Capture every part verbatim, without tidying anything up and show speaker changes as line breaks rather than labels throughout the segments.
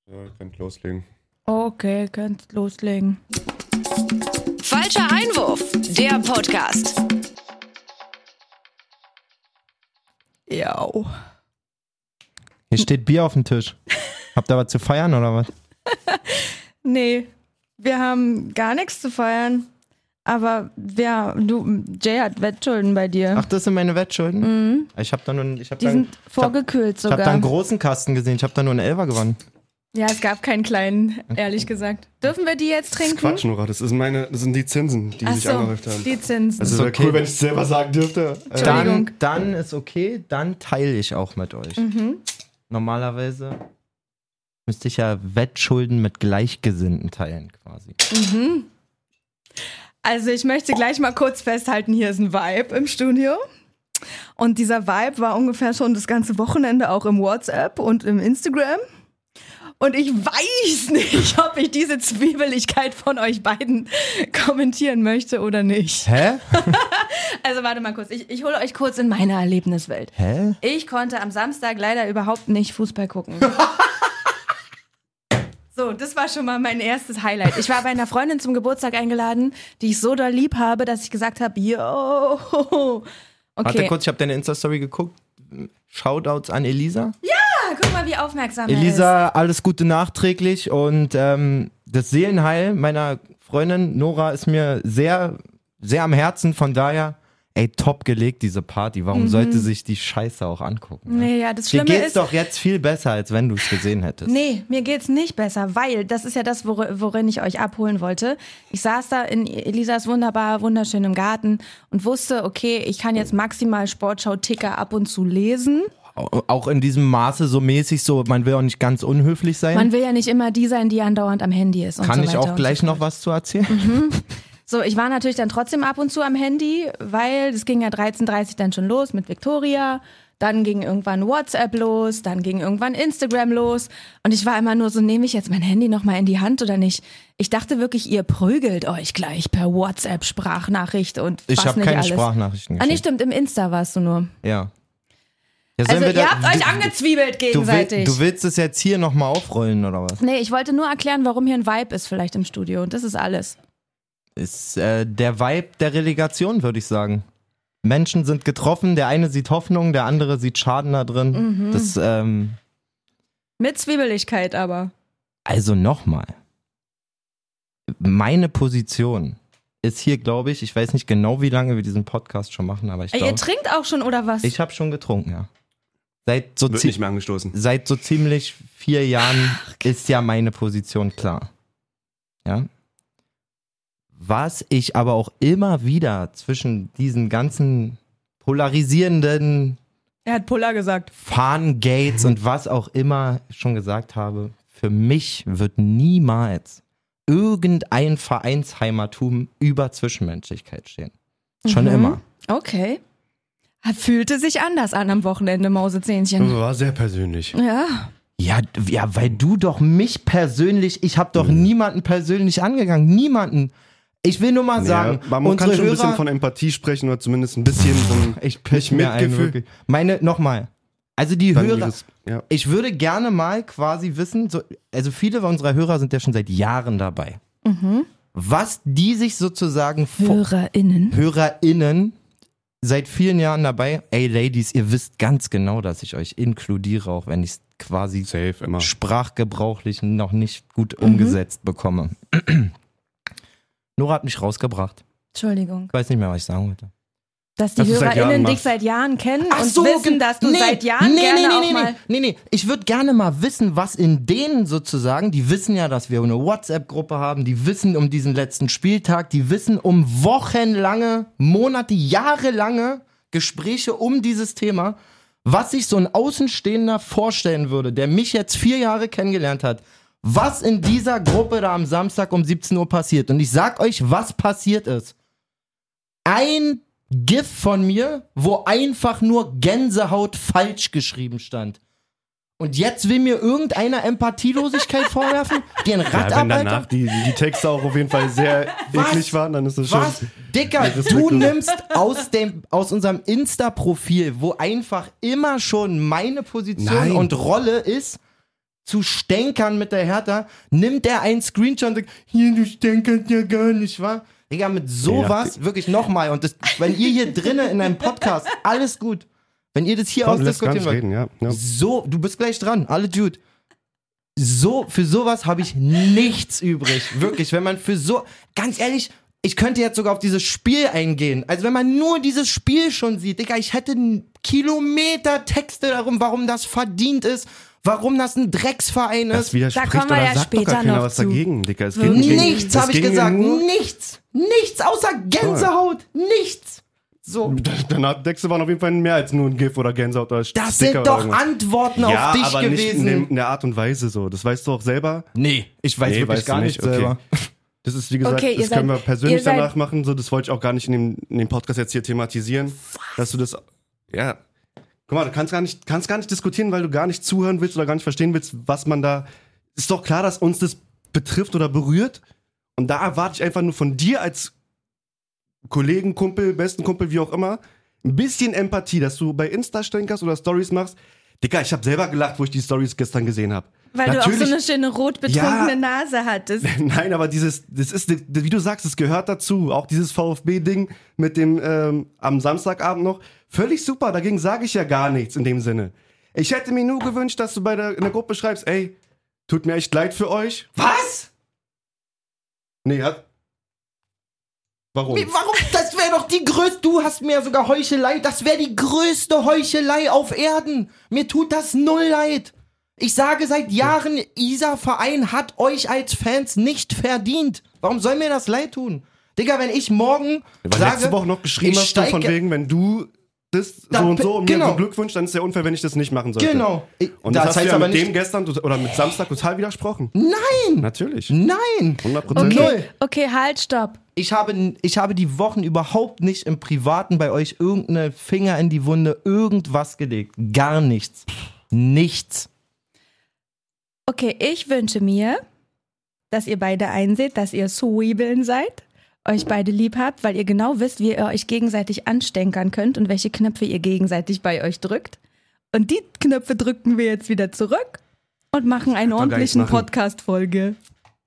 Ja, könnt loslegen.
Okay, könnt loslegen.
Falscher Einwurf, der Podcast.
Ja.
Hier steht Bier auf dem Tisch. Habt ihr was zu feiern oder was?
Nee, wir haben gar nichts zu feiern. Aber wir, du, Jay hat Wettschulden bei dir.
Ach, das sind meine Wettschulden?
Mhm.
Ich hab da nur, ich hab
Die
da,
sind vorgekühlt
ich
sogar.
hab da einen großen Kasten gesehen. Ich hab da nur einen Elfer gewonnen.
Ja, es gab keinen kleinen, ehrlich gesagt. Dürfen wir die jetzt
Das ist
trinken?
Quatsch, Nora. Das, ist meine, das sind die Zinsen, die
Ach
sich
so,
angehäuft haben.
die Zinsen.
Also
ist
wäre
okay.
cool, wenn ich es selber sagen dürfte. Äh,
Entschuldigung.
Dann, dann ist okay, dann teile ich auch mit euch.
Mhm.
Normalerweise müsste ich ja Wettschulden mit Gleichgesinnten teilen quasi.
Mhm. Also ich möchte gleich mal kurz festhalten, hier ist ein Vibe im Studio. Und dieser Vibe war ungefähr schon das ganze Wochenende auch im WhatsApp und im Instagram. Und ich weiß nicht, ob ich diese Zwiebeligkeit von euch beiden kommentieren möchte oder nicht.
Hä?
Also warte mal kurz, ich, ich hole euch kurz in meine Erlebniswelt.
Hä?
Ich konnte am Samstag leider überhaupt nicht Fußball gucken. So, das war schon mal mein erstes Highlight. Ich war bei einer Freundin zum Geburtstag eingeladen, die ich so doll lieb habe, dass ich gesagt habe, yo. Okay.
Warte kurz, ich habe deine Insta-Story geguckt. Shoutouts an Elisa.
Ja, guck mal, wie aufmerksam er ist.
Elisa, alles Gute nachträglich und ähm, das Seelenheil meiner Freundin Nora ist mir sehr, sehr am Herzen. Von daher, ey, top gelegt, diese Party. Warum
Mhm.
sollte sich die Scheiße auch angucken?
Nee, ja, das
Dir
Schlimme
geht's
ist...
doch jetzt viel besser, als wenn du es gesehen hättest.
Nee, mir geht's nicht besser, weil das ist ja das, wor- worin ich euch abholen wollte. Ich saß da in Elisas wunderbar, wunderschönem Garten und wusste, okay, ich kann jetzt maximal Sportschau-Ticker ab und zu lesen.
Auch in diesem Maße so mäßig, so man will auch nicht ganz unhöflich sein.
Man will ja nicht immer die sein, die andauernd am Handy ist. Und
Kann
so
ich
weiter
auch
und
gleich
so
noch
fort.
was zu erzählen?
So, ich war natürlich dann trotzdem ab und zu am Handy, weil es ging ja dreizehn Uhr dreißig dann schon los mit Victoria. Dann ging irgendwann WhatsApp los, dann ging irgendwann Instagram los. Und ich war immer nur so, nehme ich jetzt mein Handy nochmal in die Hand oder nicht? Ich dachte wirklich, ihr prügelt euch gleich per WhatsApp-Sprachnachricht und
Ich
was
habe
nicht
keine
alles.
Sprachnachrichten
Ah nee,
geschickt.
stimmt, im Insta warst du nur.
Ja. Ja, sollen
Also
wir
ihr
da-
habt euch
du-
angezwiebelt
du, will,
gegenseitig.
du willst es jetzt hier nochmal aufrollen, oder was?
Nee, ich wollte nur erklären, warum hier ein Vibe ist vielleicht im Studio. Und das ist alles.
Ist äh, der Vibe der Relegation, würde ich sagen. Menschen sind getroffen, der eine sieht Hoffnung, der andere sieht Schaden da drin.
Mhm.
Das, ähm,
Mit Zwiebeligkeit aber.
also nochmal. Meine Position ist hier, glaube ich, ich weiß nicht genau, wie lange wir diesen Podcast schon machen, aber ich
Ey, ihr
glaube,
trinkt auch schon, oder was?
ich habe schon getrunken, ja. Seit so,
Wird
zi-
nicht mehr angestoßen.
seit so ziemlich vier Jahren ist ja meine Position klar. Ja. Was ich aber auch immer wieder zwischen diesen ganzen polarisierenden
Er hat Puller gesagt.
Fahnengates und was auch immer schon gesagt habe, für mich wird niemals irgendein Vereinsheimertum über Zwischenmenschlichkeit stehen. Schon
Mhm.
immer.
Okay. Fühlte sich anders an am Wochenende, Mausezähnchen.
War sehr persönlich.
Ja.
Ja, d- ja, weil du doch mich persönlich, ich habe doch
Mhm.
niemanden persönlich angegangen, niemanden. Ich will nur mal sagen,
Ja, man kann
unsere
schon ein bisschen
Hörer,
von Empathie sprechen oder zumindest ein bisschen von
ich
nicht
piss mir ein,
Mitgefühl.
wirklich. Meine, nochmal, also die
Dann
Hörer,
dieses- ja.
ich würde gerne mal quasi wissen, so, also viele unserer Hörer sind ja schon seit Jahren dabei,
Mhm.
was die sich sozusagen vor,
HörerInnen.
HörerInnen seit vielen Jahren dabei, ey Ladies, ihr wisst ganz genau, dass ich euch inkludiere, auch wenn ich es quasi
Safe immer.
sprachgebrauchlich noch nicht gut
Mhm.
umgesetzt bekomme. Nora hat mich rausgebracht.
Entschuldigung.
Ich weiß nicht mehr, was ich sagen wollte.
Dass die
Dass du seit Jahren
HörerInnen dich
machst.
seit Jahren kennen
Ach
und
so,
wissen,
ge-
dass du
nee,
seit Jahren
nee,
gerne
nee, nee,
auch
nee,
mal...
Nee, nee, ich würde gerne mal wissen, was in denen sozusagen, die wissen ja, dass wir eine WhatsApp-Gruppe haben, die wissen um diesen letzten Spieltag, die wissen um wochenlange, Monate, jahrelange Gespräche um dieses Thema, was sich so ein Außenstehender vorstellen würde, der mich jetzt vier Jahre kennengelernt hat, was in dieser Gruppe da am Samstag um siebzehn Uhr passiert. Und ich sag euch, was passiert ist. Ein GIF von mir, wo einfach nur Gänsehaut falsch geschrieben stand. Und jetzt will mir irgendeiner Empathielosigkeit vorwerfen? Den
Ja, wenn
Radarbeiter?
danach die, die Texte auch auf jeden Fall sehr
Was?
eklig waren, dann ist das schon...
Was? Dicker, du
respektlos.
nimmst aus, dem, aus unserem Insta-Profil, wo einfach immer schon meine Position
Nein.
und Rolle ist, zu stänkern mit der Hertha, nimmt er einen Screenshot und sagt, hier, du stänkerst ja gar nicht, wa? Digga, mit sowas, ja, wirklich nochmal, und das, wenn ihr hier drinnen in einem Podcast, alles gut, wenn ihr das hier
Komm, lässt gar
ausdiskutieren
nicht
wollt,
reden, ja. Ja.
so, du bist gleich dran, alle Dude. So, für sowas habe ich nichts übrig. Wirklich, wenn man für so, ganz ehrlich, ich könnte jetzt sogar auf dieses Spiel eingehen. Also wenn man nur dieses Spiel schon sieht, Digga, ich hätte Kilometer Texte darum, warum das verdient ist, warum das ein Drecksverein
Das
ist.
widerspricht,
Da kommen wir
oder
ja
sagt doch
später
gar keiner
noch
was
zu.
dagegen, Digga. Es geht nicht gegen-
Nichts
es
habe ich
ging
gesagt,
nur-
nichts. Nichts, außer Gänsehaut, nichts. So.
Danach Texte waren auf jeden Fall mehr als nur ein GIF oder Gänsehaut oder Sticker
Das sind
oder
doch
irgendwas.
Antworten
Ja,
auf dich
aber nicht in,
gewesen.
dem, in der Art und Weise so. Das weißt du auch selber.
Nee, ich weiß
Nee,
wirklich
weißt
gar
du
nicht
nicht, okay.
selber.
Das ist, wie gesagt,
Okay, ihr
das können
seid-
wir persönlich
ihr seid-
danach machen. So, das wollte ich auch gar nicht in dem, in dem Podcast jetzt hier thematisieren. Dass du das, ja, guck mal, du kannst gar nicht, kannst gar nicht diskutieren, weil du gar nicht zuhören willst oder gar nicht verstehen willst, was man da, ist doch klar, dass uns das betrifft oder berührt. Und da erwarte ich einfach nur von dir als Kollegen, Kumpel, besten Kumpel, wie auch immer, ein bisschen Empathie, dass du bei Insta stänkerst oder Stories machst. Digga, ich habe selber gelacht, wo ich die Stories gestern gesehen habe.
Weil du auch so eine schöne rot betrunkene
Ja.
Nase hattest.
Nein, aber dieses, das ist, wie du sagst, es gehört dazu. Auch dieses VfB-Ding mit dem ähm, am Samstagabend noch. Völlig super, dagegen sage ich ja gar nichts in dem Sinne. Ich hätte mir nur gewünscht, dass du bei der, in der Gruppe schreibst, ey, tut mir echt leid für euch.
Was?
Nee, ja. Warum?
Wie, warum? Das wäre doch die größte, du hast mir sogar Heuchelei, das wäre die größte Heuchelei auf Erden. Mir tut das null leid. Ich sage seit Jahren, dieser Verein hat euch als Fans nicht verdient. Warum soll mir das leid tun? Digga, wenn ich morgen
Weil
sage,
letzte Woche noch geschrieben
ich
hast, du von
steige-
wegen, wenn du das
Da-
so und so und
genau.
mir so Glückwunsch, dann ist es ja unfair, wenn ich das nicht machen sollte.
Genau. Ich-
Und
das
das, hast
heißt
du ja
aber
mit
nicht-
dem gestern oder mit Samstag total widersprochen.
Nein,
Natürlich.
nein.
hundert Prozent.
Null.
Okay, okay, halt, stopp.
Ich habe, ich habe die Wochen überhaupt nicht im Privaten bei euch irgendeine Finger in die Wunde, irgendwas gelegt. Gar nichts. Nichts.
Okay, ich wünsche mir, dass ihr beide einseht, dass ihr Zwiebeln seid, euch beide lieb habt, weil ihr genau wisst, wie ihr euch gegenseitig anstänkern könnt und welche Knöpfe ihr gegenseitig bei euch drückt. Und die Knöpfe drücken wir jetzt wieder zurück und machen eine
Doch gar nichts
ordentliche
machen.
Podcast-Folge.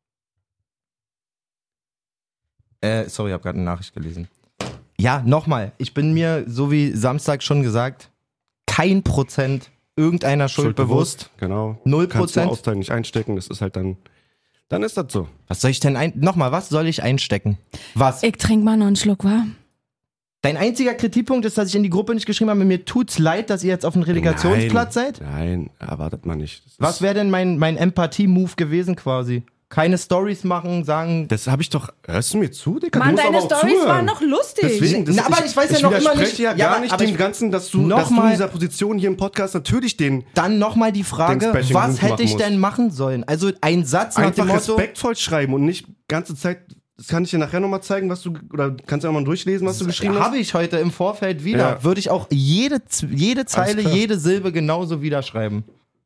Äh, sorry, ich habe gerade eine Nachricht gelesen. Ja, nochmal. Ich bin mir, so wie Samstag schon gesagt, kein Prozent irgendeiner Schuld, bewusst.
Genau.
Null
Kannst du
Prozent.
Austeil nicht einstecken, das ist halt dann, dann ist das so.
Was soll ich denn ein... Nochmal, was soll ich einstecken? Was?
Ich trink mal noch einen Schluck, wa?
Dein einziger Kritikpunkt ist, dass ich in die Gruppe nicht geschrieben habe, mir tut's leid, dass ihr jetzt auf dem Relegationsplatz
Nein,
seid?
Nein, erwartet man nicht. Das
Was
ist-
wäre denn mein, mein Empathie-Move gewesen quasi? Keine Stories machen, sagen...
Das habe ich doch. Hörst du mir zu, Digga?
Mann,
du musst
deine
aber auch
Stories
zuhören.
waren noch lustig.
Deswegen, das,
Na, aber ich weiß ja
ich
noch immer
widerspreche
nicht-
ja
ja,
gar
aber-
nicht
aber
dem
ich-
Ganzen, dass du,
noch
dass du in
mal-
dieser Position hier im Podcast natürlich den
Dann nochmal die Frage,
Denkspashing
was
Move
hätte
machen
ich
musst.
denn machen sollen? Also ein Satz nach
einfach
dem Motto...
respektvoll schreiben und nicht ganze Zeit. Das kann ich dir nachher nochmal zeigen, was du. Oder kannst du ja mal durchlesen, was du geschrieben hast?
Habe ich heute im Vorfeld wieder.
Ja.
Würde ich auch jede, Z- jede Zeile,
klar.
jede Silbe genauso wieder schreiben.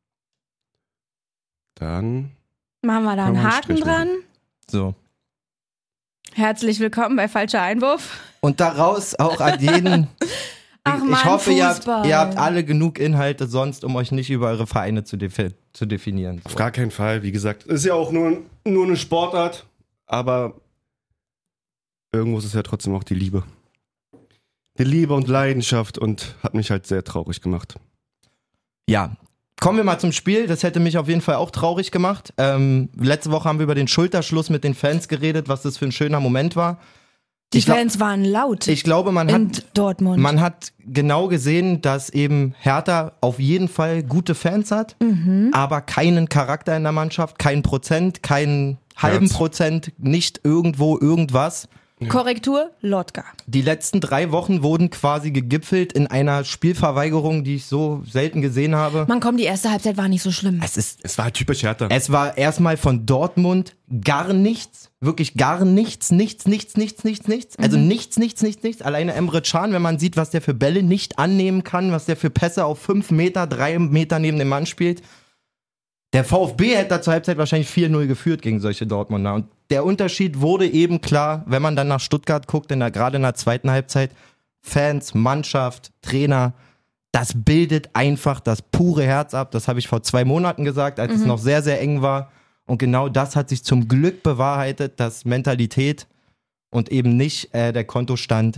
Dann.
Machen wir da einen
Kann man
Haken
Strich
dran.
machen.
So.
Herzlich willkommen bei Falscher Einwurf.
Und daraus auch an jeden.
Ach
ich
Mann,
hoffe, ihr habt,
Fußball.
ihr habt alle genug Inhalte sonst, um euch nicht über eure Vereine zu, defi zu definieren.
Auf gar keinen Fall, wie gesagt. Ist ja auch nur, nur eine Sportart, aber irgendwo ist es ja trotzdem auch die Liebe. Die Liebe und Leidenschaft und hat mich halt sehr traurig gemacht.
Ja. Kommen wir mal zum Spiel. Das hätte mich auf jeden Fall auch traurig gemacht. Ähm, letzte Woche haben wir über den Schulterschluss mit den Fans geredet, was das für ein schöner Moment war.
Die
Ich glaub-
Fans waren laut
Ich glaube, man
in
hat
Dortmund.
Man hat genau gesehen, dass eben Hertha auf jeden Fall gute Fans hat, aber keinen Charakter in der Mannschaft, keinen Prozent, keinen halben
Herz.
Prozent, nicht irgendwo irgendwas.
Korrektur, Lotka.
Die letzten drei Wochen wurden quasi gegipfelt in einer Spielverweigerung, die ich so selten gesehen habe.
Man kommt, die erste Halbzeit war nicht so schlimm.
Es ist
Es war halt typisch Hertha.
Es war erstmal von Dortmund gar nichts, wirklich gar nichts, nichts, nichts, nichts, nichts, nichts. Also nichts, nichts, nichts, nichts. Alleine Emre Can, wenn man sieht, was der für Bälle nicht annehmen kann, was der für Pässe auf fünf Meter, drei Meter neben dem Mann spielt. Der VfB hätte da zur Halbzeit wahrscheinlich vier null geführt gegen solche Dortmunder. Und der Unterschied wurde eben klar, wenn man dann nach Stuttgart guckt, in der, gerade in der zweiten Halbzeit, Fans, Mannschaft, Trainer, das bildet einfach das pure Herz ab. Das habe ich vor zwei Monaten gesagt, als mhm. es noch sehr, sehr eng war. Und genau das hat sich zum Glück bewahrheitet, dass Mentalität und eben nicht äh, der Kontostand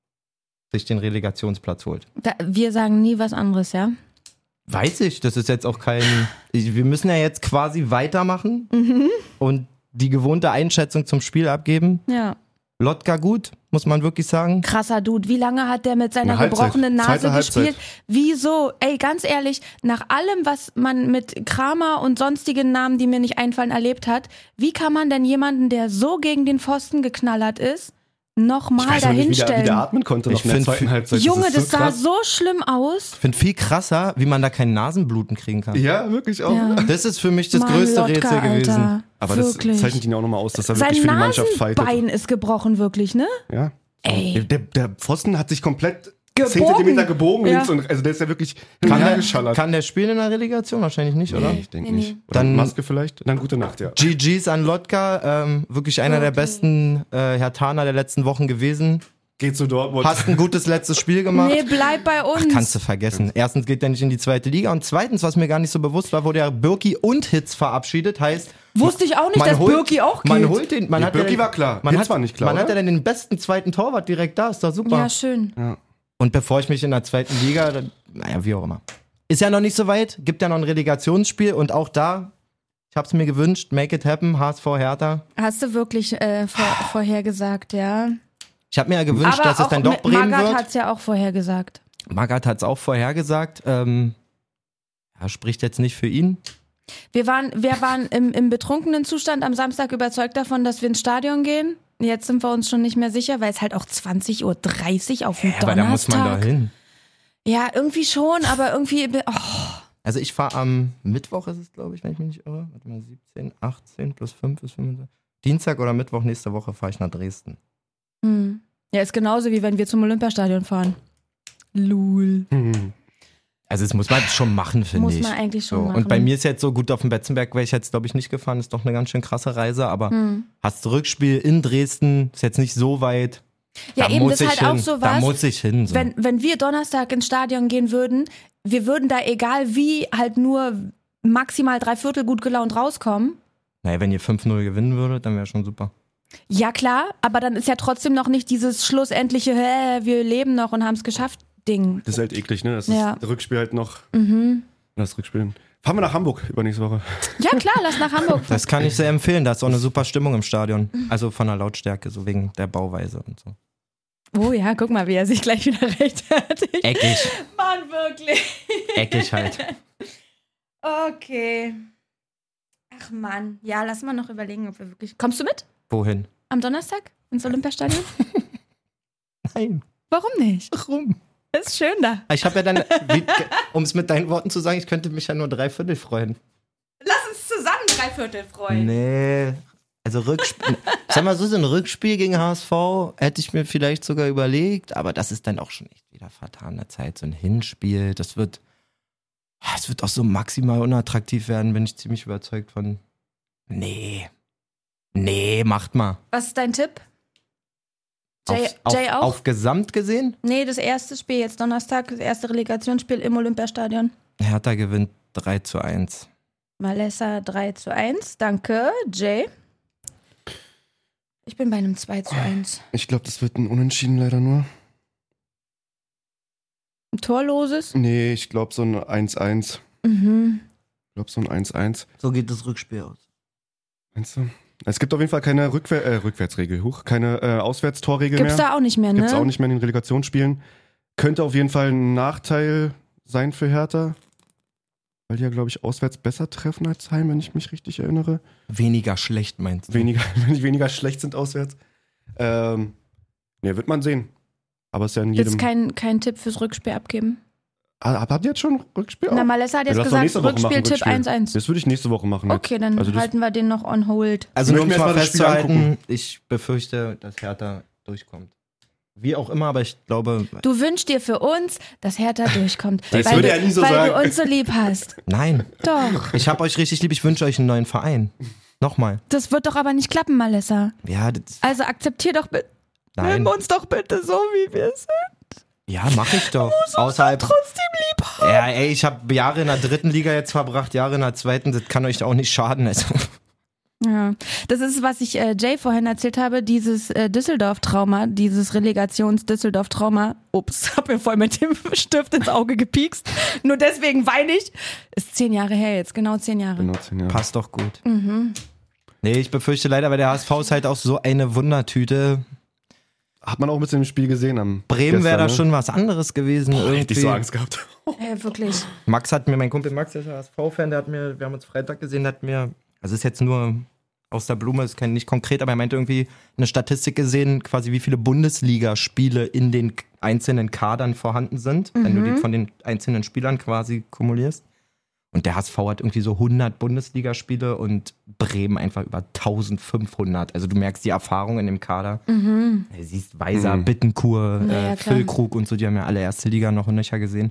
sich den Relegationsplatz holt.
Da, wir sagen nie was anderes, ja?
Weiß ich, das ist jetzt auch kein... Ich, wir müssen ja jetzt quasi weitermachen
Mhm.
und die gewohnte Einschätzung zum Spiel abgeben.
Ja.
Lotka gut, muss man wirklich sagen.
Krasser Dude. Wie lange hat der mit seiner
Eine Halbzeit.
gebrochenen Nase
Zweite Halbzeit.
gespielt? Wieso? Ey, ganz ehrlich, nach allem, was man mit Kramer und sonstigen Namen, die mir nicht einfallen, erlebt hat, wie kann man denn jemanden, der so gegen den Pfosten geknallert ist, nochmal
Ich weiß noch nicht, wie der, wie
dahinstellen?
der atmen konnte noch
Ich
in der
find-
zweiten Halbzeit.
Junge,
ist
das
so
sah
krass.
so schlimm aus.
Ich finde viel krasser, wie man da kein Nasenbluten kriegen kann.
Ja, wirklich auch.
Ja.
Das ist für mich das
Mann,
größte
Lotka,
Rätsel gewesen.
Alter.
Aber
Wirklich.
das zeichnet ihn ja auch nochmal aus, dass er
Sein
wirklich für die Mannschaft fightet.
Nasenbein ist gebrochen, wirklich, ne?
Ja.
Ey.
Der, der Pfosten hat sich komplett
Gebogen.
zehn Zentimeter gebogen
Ja.
links und also der ist ja wirklich
Kann der,
hinterhergeschallert.
kann der spielen in der Relegation? Wahrscheinlich nicht, oder?
Nee, ich denke
Nee,
nicht.
nee.
Oder
Dann-
Maske vielleicht? Dann gute Nacht, ja.
G Gs an Lotka, ähm, wirklich einer der
Okay.
besten äh, Hertaner der letzten Wochen gewesen.
Geht zu Dortmund.
Hast ein gutes letztes Spiel gemacht.
Nee, bleib bei uns.
Ach, kannst du vergessen. Erstens geht er nicht in die zweite Liga und zweitens, was mir gar nicht so bewusst war, wurde ja Birki und Hitz verabschiedet. Heißt,
Wusste ich auch nicht,
man
dass
holt,
Birki auch geht.
Man holt den, man
Nee,
hat ja
Birki
den,
war klar.
Man
Hitz
hat,
war nicht klar,
Man hat
oder?
ja dann den besten zweiten Torwart direkt da. Ist doch super.
Ja, schön.
Ja.
Und bevor ich mich in der zweiten Liga, dann, naja, wie auch immer. Ist ja noch nicht so weit, gibt ja noch ein Relegationsspiel und auch da, ich hab's mir gewünscht, make it happen, H S V Hertha.
Hast du wirklich äh, vor, vorhergesagt, ja?
Ich habe mir ja gewünscht, dass es dann doch Bremen
Magath
wird.
hat's ja auch vorhergesagt.
Magath hat's auch vorhergesagt. Ähm, ja, spricht jetzt nicht für ihn.
Wir waren, wir waren im, im betrunkenen Zustand am Samstag überzeugt davon, dass wir ins Stadion gehen. Jetzt sind wir uns schon nicht mehr sicher, weil es halt auch zwanzig Uhr dreißig auf dem
Ja, aber da muss man
Donnerstag.
da hin.
Ja, irgendwie schon, aber irgendwie. Oh,
Also ich fahre am Mittwoch, ist es glaube ich, wenn ich mich nicht irre. Warte mal, siebzehn, achtzehn plus fünf ist fünfundzwanzig. Dienstag oder Mittwoch nächste Woche fahre ich nach Dresden.
hm. Ja, ist genauso wie wenn wir zum Olympiastadion fahren. Lul.
Hm.
Also das muss man schon machen, finde
Muss
ich.
man eigentlich schon
So.
machen.
Und bei mir ist jetzt so, gut, auf dem Betzenberg wäre ich jetzt glaube ich nicht gefahren, ist doch eine ganz schön krasse Reise, aber
Hm.
hast du Rückspiel in Dresden, ist jetzt nicht so weit.
Ja,
da
eben,
muss
das ist
ich
halt
hin.
auch so
Da
was.
muss ich hin. So.
Wenn, wenn wir Donnerstag ins Stadion gehen würden, wir würden da egal wie halt nur maximal drei Viertel gut gelaunt rauskommen.
Naja, wenn ihr fünf null gewinnen würdet, dann wäre schon super.
Ja klar, aber dann ist ja trotzdem noch nicht dieses schlussendliche, hä, wir leben noch und haben es geschafft Ding.
Das ist halt eklig, ne? Das
Ja.
ist das Rückspiel halt noch.
Mhm.
Das Rückspiel. Fahren wir nach Hamburg übernächste Woche.
Ja klar, lass nach Hamburg.
Das kann ich sehr empfehlen, da ist auch eine super Stimmung im Stadion. Also von der Lautstärke, so wegen der Bauweise und so.
Oh ja, guck mal, wie er sich gleich wieder rechtfertigt.
Eckig,
Mann, wirklich.
eckig halt.
Okay. Ach Mann. Ja, lass mal noch überlegen, ob wir wirklich... Kommst du mit?
Wohin?
Am Donnerstag? Ins Olympiastadion?
Nein.
Warum nicht?
Warum?
Das ist schön da.
Ich habe ja dann, um es mit deinen Worten zu sagen, ich könnte mich ja nur drei Viertel freuen.
Lass uns zusammen drei Viertel freuen.
Nee. Also Rückspiel, sag mal so, so ein Rückspiel gegen H S V hätte ich mir vielleicht sogar überlegt, aber das ist dann auch schon echt wieder vertane Zeit. So ein Hinspiel, das wird, das wird auch so maximal unattraktiv werden, bin ich ziemlich überzeugt von. Nee. Nee, macht mal.
Was ist dein Tipp? Jay,
auf,
Jay
auf,
auch?
auf Gesamt gesehen?
Nee, das erste Spiel jetzt Donnerstag, das erste Relegationsspiel im Olympiastadion.
Hertha gewinnt drei zu eins.
Malessa drei zu eins, danke. Jay? Ich bin bei einem zwei zu eins.
Ich glaube, das wird ein Unentschieden leider nur.
Ein torloses?
Nee, ich glaube so ein eins eins.
Mhm.
Ich glaube so ein eins eins.
So geht das Rückspiel aus.
Meinst du? Es gibt auf jeden Fall keine Rückwär äh, Rückwärtsregel, huch, keine äh, Auswärtstorregel
Gibt's
mehr.
da auch nicht mehr, ne?
Gibt's auch nicht mehr in den Relegationsspielen. Könnte auf jeden Fall ein Nachteil sein für Hertha. Weil die ja, glaube ich, auswärts besser treffen als heim, wenn ich mich richtig erinnere.
Weniger schlecht, meinst du?
Weniger, wenn die weniger schlecht sind auswärts. Ähm, ne, wird man sehen. Aber es ist ja in jedem...
Jetzt kein, kein Tipp fürs Rückspiel abgeben.
Ah, habt ihr jetzt schon Rückspiel?
Na,
auch?
Malessa hat
Ja,
jetzt
lass doch
gesagt,
nächste Woche machen,
Rückspiel-Tipp
Rückspiel.
eins eins.
Das würde ich nächste Woche machen. jetzt.
Okay, dann
Also das-
halten wir den noch on hold.
Also
Ich
nur um
möchte
es
mir
mal
erstmal das Spiel
festzuhalten, ich befürchte, dass Hertha durchkommt. Wie auch immer, aber ich glaube,
Du wünschst dir für uns, dass Hertha durchkommt.
Das
weil
würde
du,
er nie so
weil
sagen.
du uns so lieb hast.
nein.
Doch.
Ich habe euch richtig lieb, ich wünsche euch einen neuen Verein. Nochmal.
Das wird doch aber nicht klappen, Malessa.
Ja, das,
Also akzeptier doch bitte.
nein.
Nimm uns doch bitte so, wie wir sind.
Ja, mach ich doch. Außerhalb.
Trotzdem lieb haben.
Ja, ey, ich habe Jahre in der dritten Liga jetzt verbracht, Jahre in der zweiten. Das kann euch auch nicht schaden. Also.
Ja, das ist, was ich äh, Jay vorhin erzählt habe, dieses äh, Düsseldorf-Trauma, dieses Relegations-Düsseldorf-Trauma. Ups, hab mir voll mit dem Stift ins Auge gepiekst. Nur deswegen weine ich. Ist zehn Jahre her jetzt, genau zehn Jahre.
Genau, zehn Jahre.
Passt doch gut.
Mhm.
Nee, ich befürchte leider, weil der H S V ist halt auch so eine Wundertüte.
Hat man auch ein bisschen im Spiel gesehen am
Bremen wäre da
gestern,
schon was anderes gewesen.
ne?
irgendwie.
Hätte ich so Angst gehabt.
Äh, wirklich.
Max hat mir, mein Kumpel Max, der ist H S V-Fan, der hat mir, wir haben uns Freitag gesehen, der hat mir, also ist jetzt nur aus der Blume, ist kein, nicht konkret, aber er meinte irgendwie eine Statistik gesehen, quasi wie viele Bundesligaspiele in den einzelnen Kadern vorhanden sind, mhm. wenn du die von den einzelnen Spielern quasi kumulierst. Und der H S V hat irgendwie so hundert Bundesligaspiele und Bremen einfach über eintausendfünfhundert. Also du merkst die Erfahrung in dem Kader.
Mhm.
Du siehst Weiser,
Mhm.
Bittenkur,
Ja,
äh,
klar.
Füllkrug und so, die haben ja alle erste Liga noch und nöcher gesehen.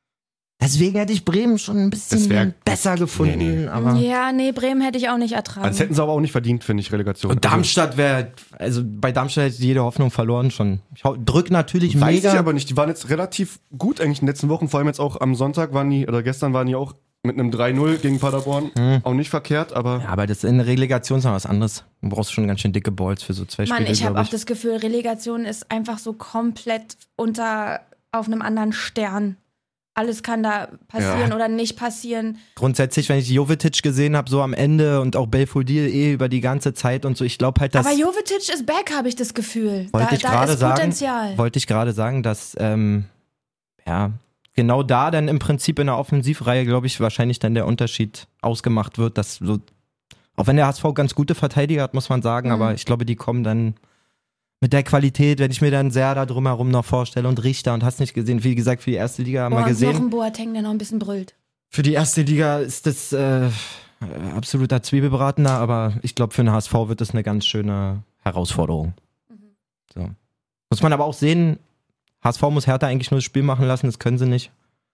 Deswegen hätte ich Bremen schon ein bisschen
Das wär-
besser gefunden.
Nee, nee.
Aber
Ja, nee, Bremen hätte ich auch nicht ertragen.
Also das hätten sie aber auch nicht verdient, finde ich, Relegation.
und Darmstadt wäre, also bei Darmstadt hätte ich jede Hoffnung verloren schon. Ich hau- drück natürlich
also, weiß
mega.
ich aber nicht. Die waren jetzt relativ gut eigentlich in den letzten Wochen. Vor allem jetzt auch am Sonntag waren die, oder gestern waren die auch mit einem drei null gegen Paderborn.
Mhm.
Auch nicht verkehrt, aber
Ja, aber das in der Relegation ist noch was anderes. Du brauchst schon ganz schön dicke Balls für so zwei
Mann,
Spiele,
ich habe
glaub
auch das Gefühl, Relegation ist einfach so komplett unter, auf einem anderen Stern. Alles kann da passieren
Ja.
oder nicht passieren.
Grundsätzlich, wenn ich Jovetic gesehen habe, so am Ende und auch Belfodil eh über die ganze Zeit und so, ich glaube halt, dass...
Aber Jovetic ist back, habe ich das Gefühl.
Wollte
da
ich
da
gerade
ist
sagen,
Potenzial.
wollte ich gerade sagen, dass ähm, ja genau da dann im Prinzip in der Offensivreihe, glaube ich, wahrscheinlich dann der Unterschied ausgemacht wird, dass so, auch wenn der H S V ganz gute Verteidiger hat, muss man sagen,
Mhm.
aber ich glaube, die kommen dann mit der Qualität, wenn ich mir dann sehr da drumherum noch vorstelle und Richter und hast nicht gesehen, wie gesagt, für die erste Liga haben
Boah,
wir
und
gesehen.
noch ein Boateng, der noch ein bisschen brüllt.
Für die erste Liga ist das äh, absoluter Zwiebelbratener, aber ich glaube, für den H S V wird das eine ganz schöne Herausforderung. So. Muss man aber auch sehen, H S V muss Hertha eigentlich nur das Spiel machen lassen, das können sie nicht.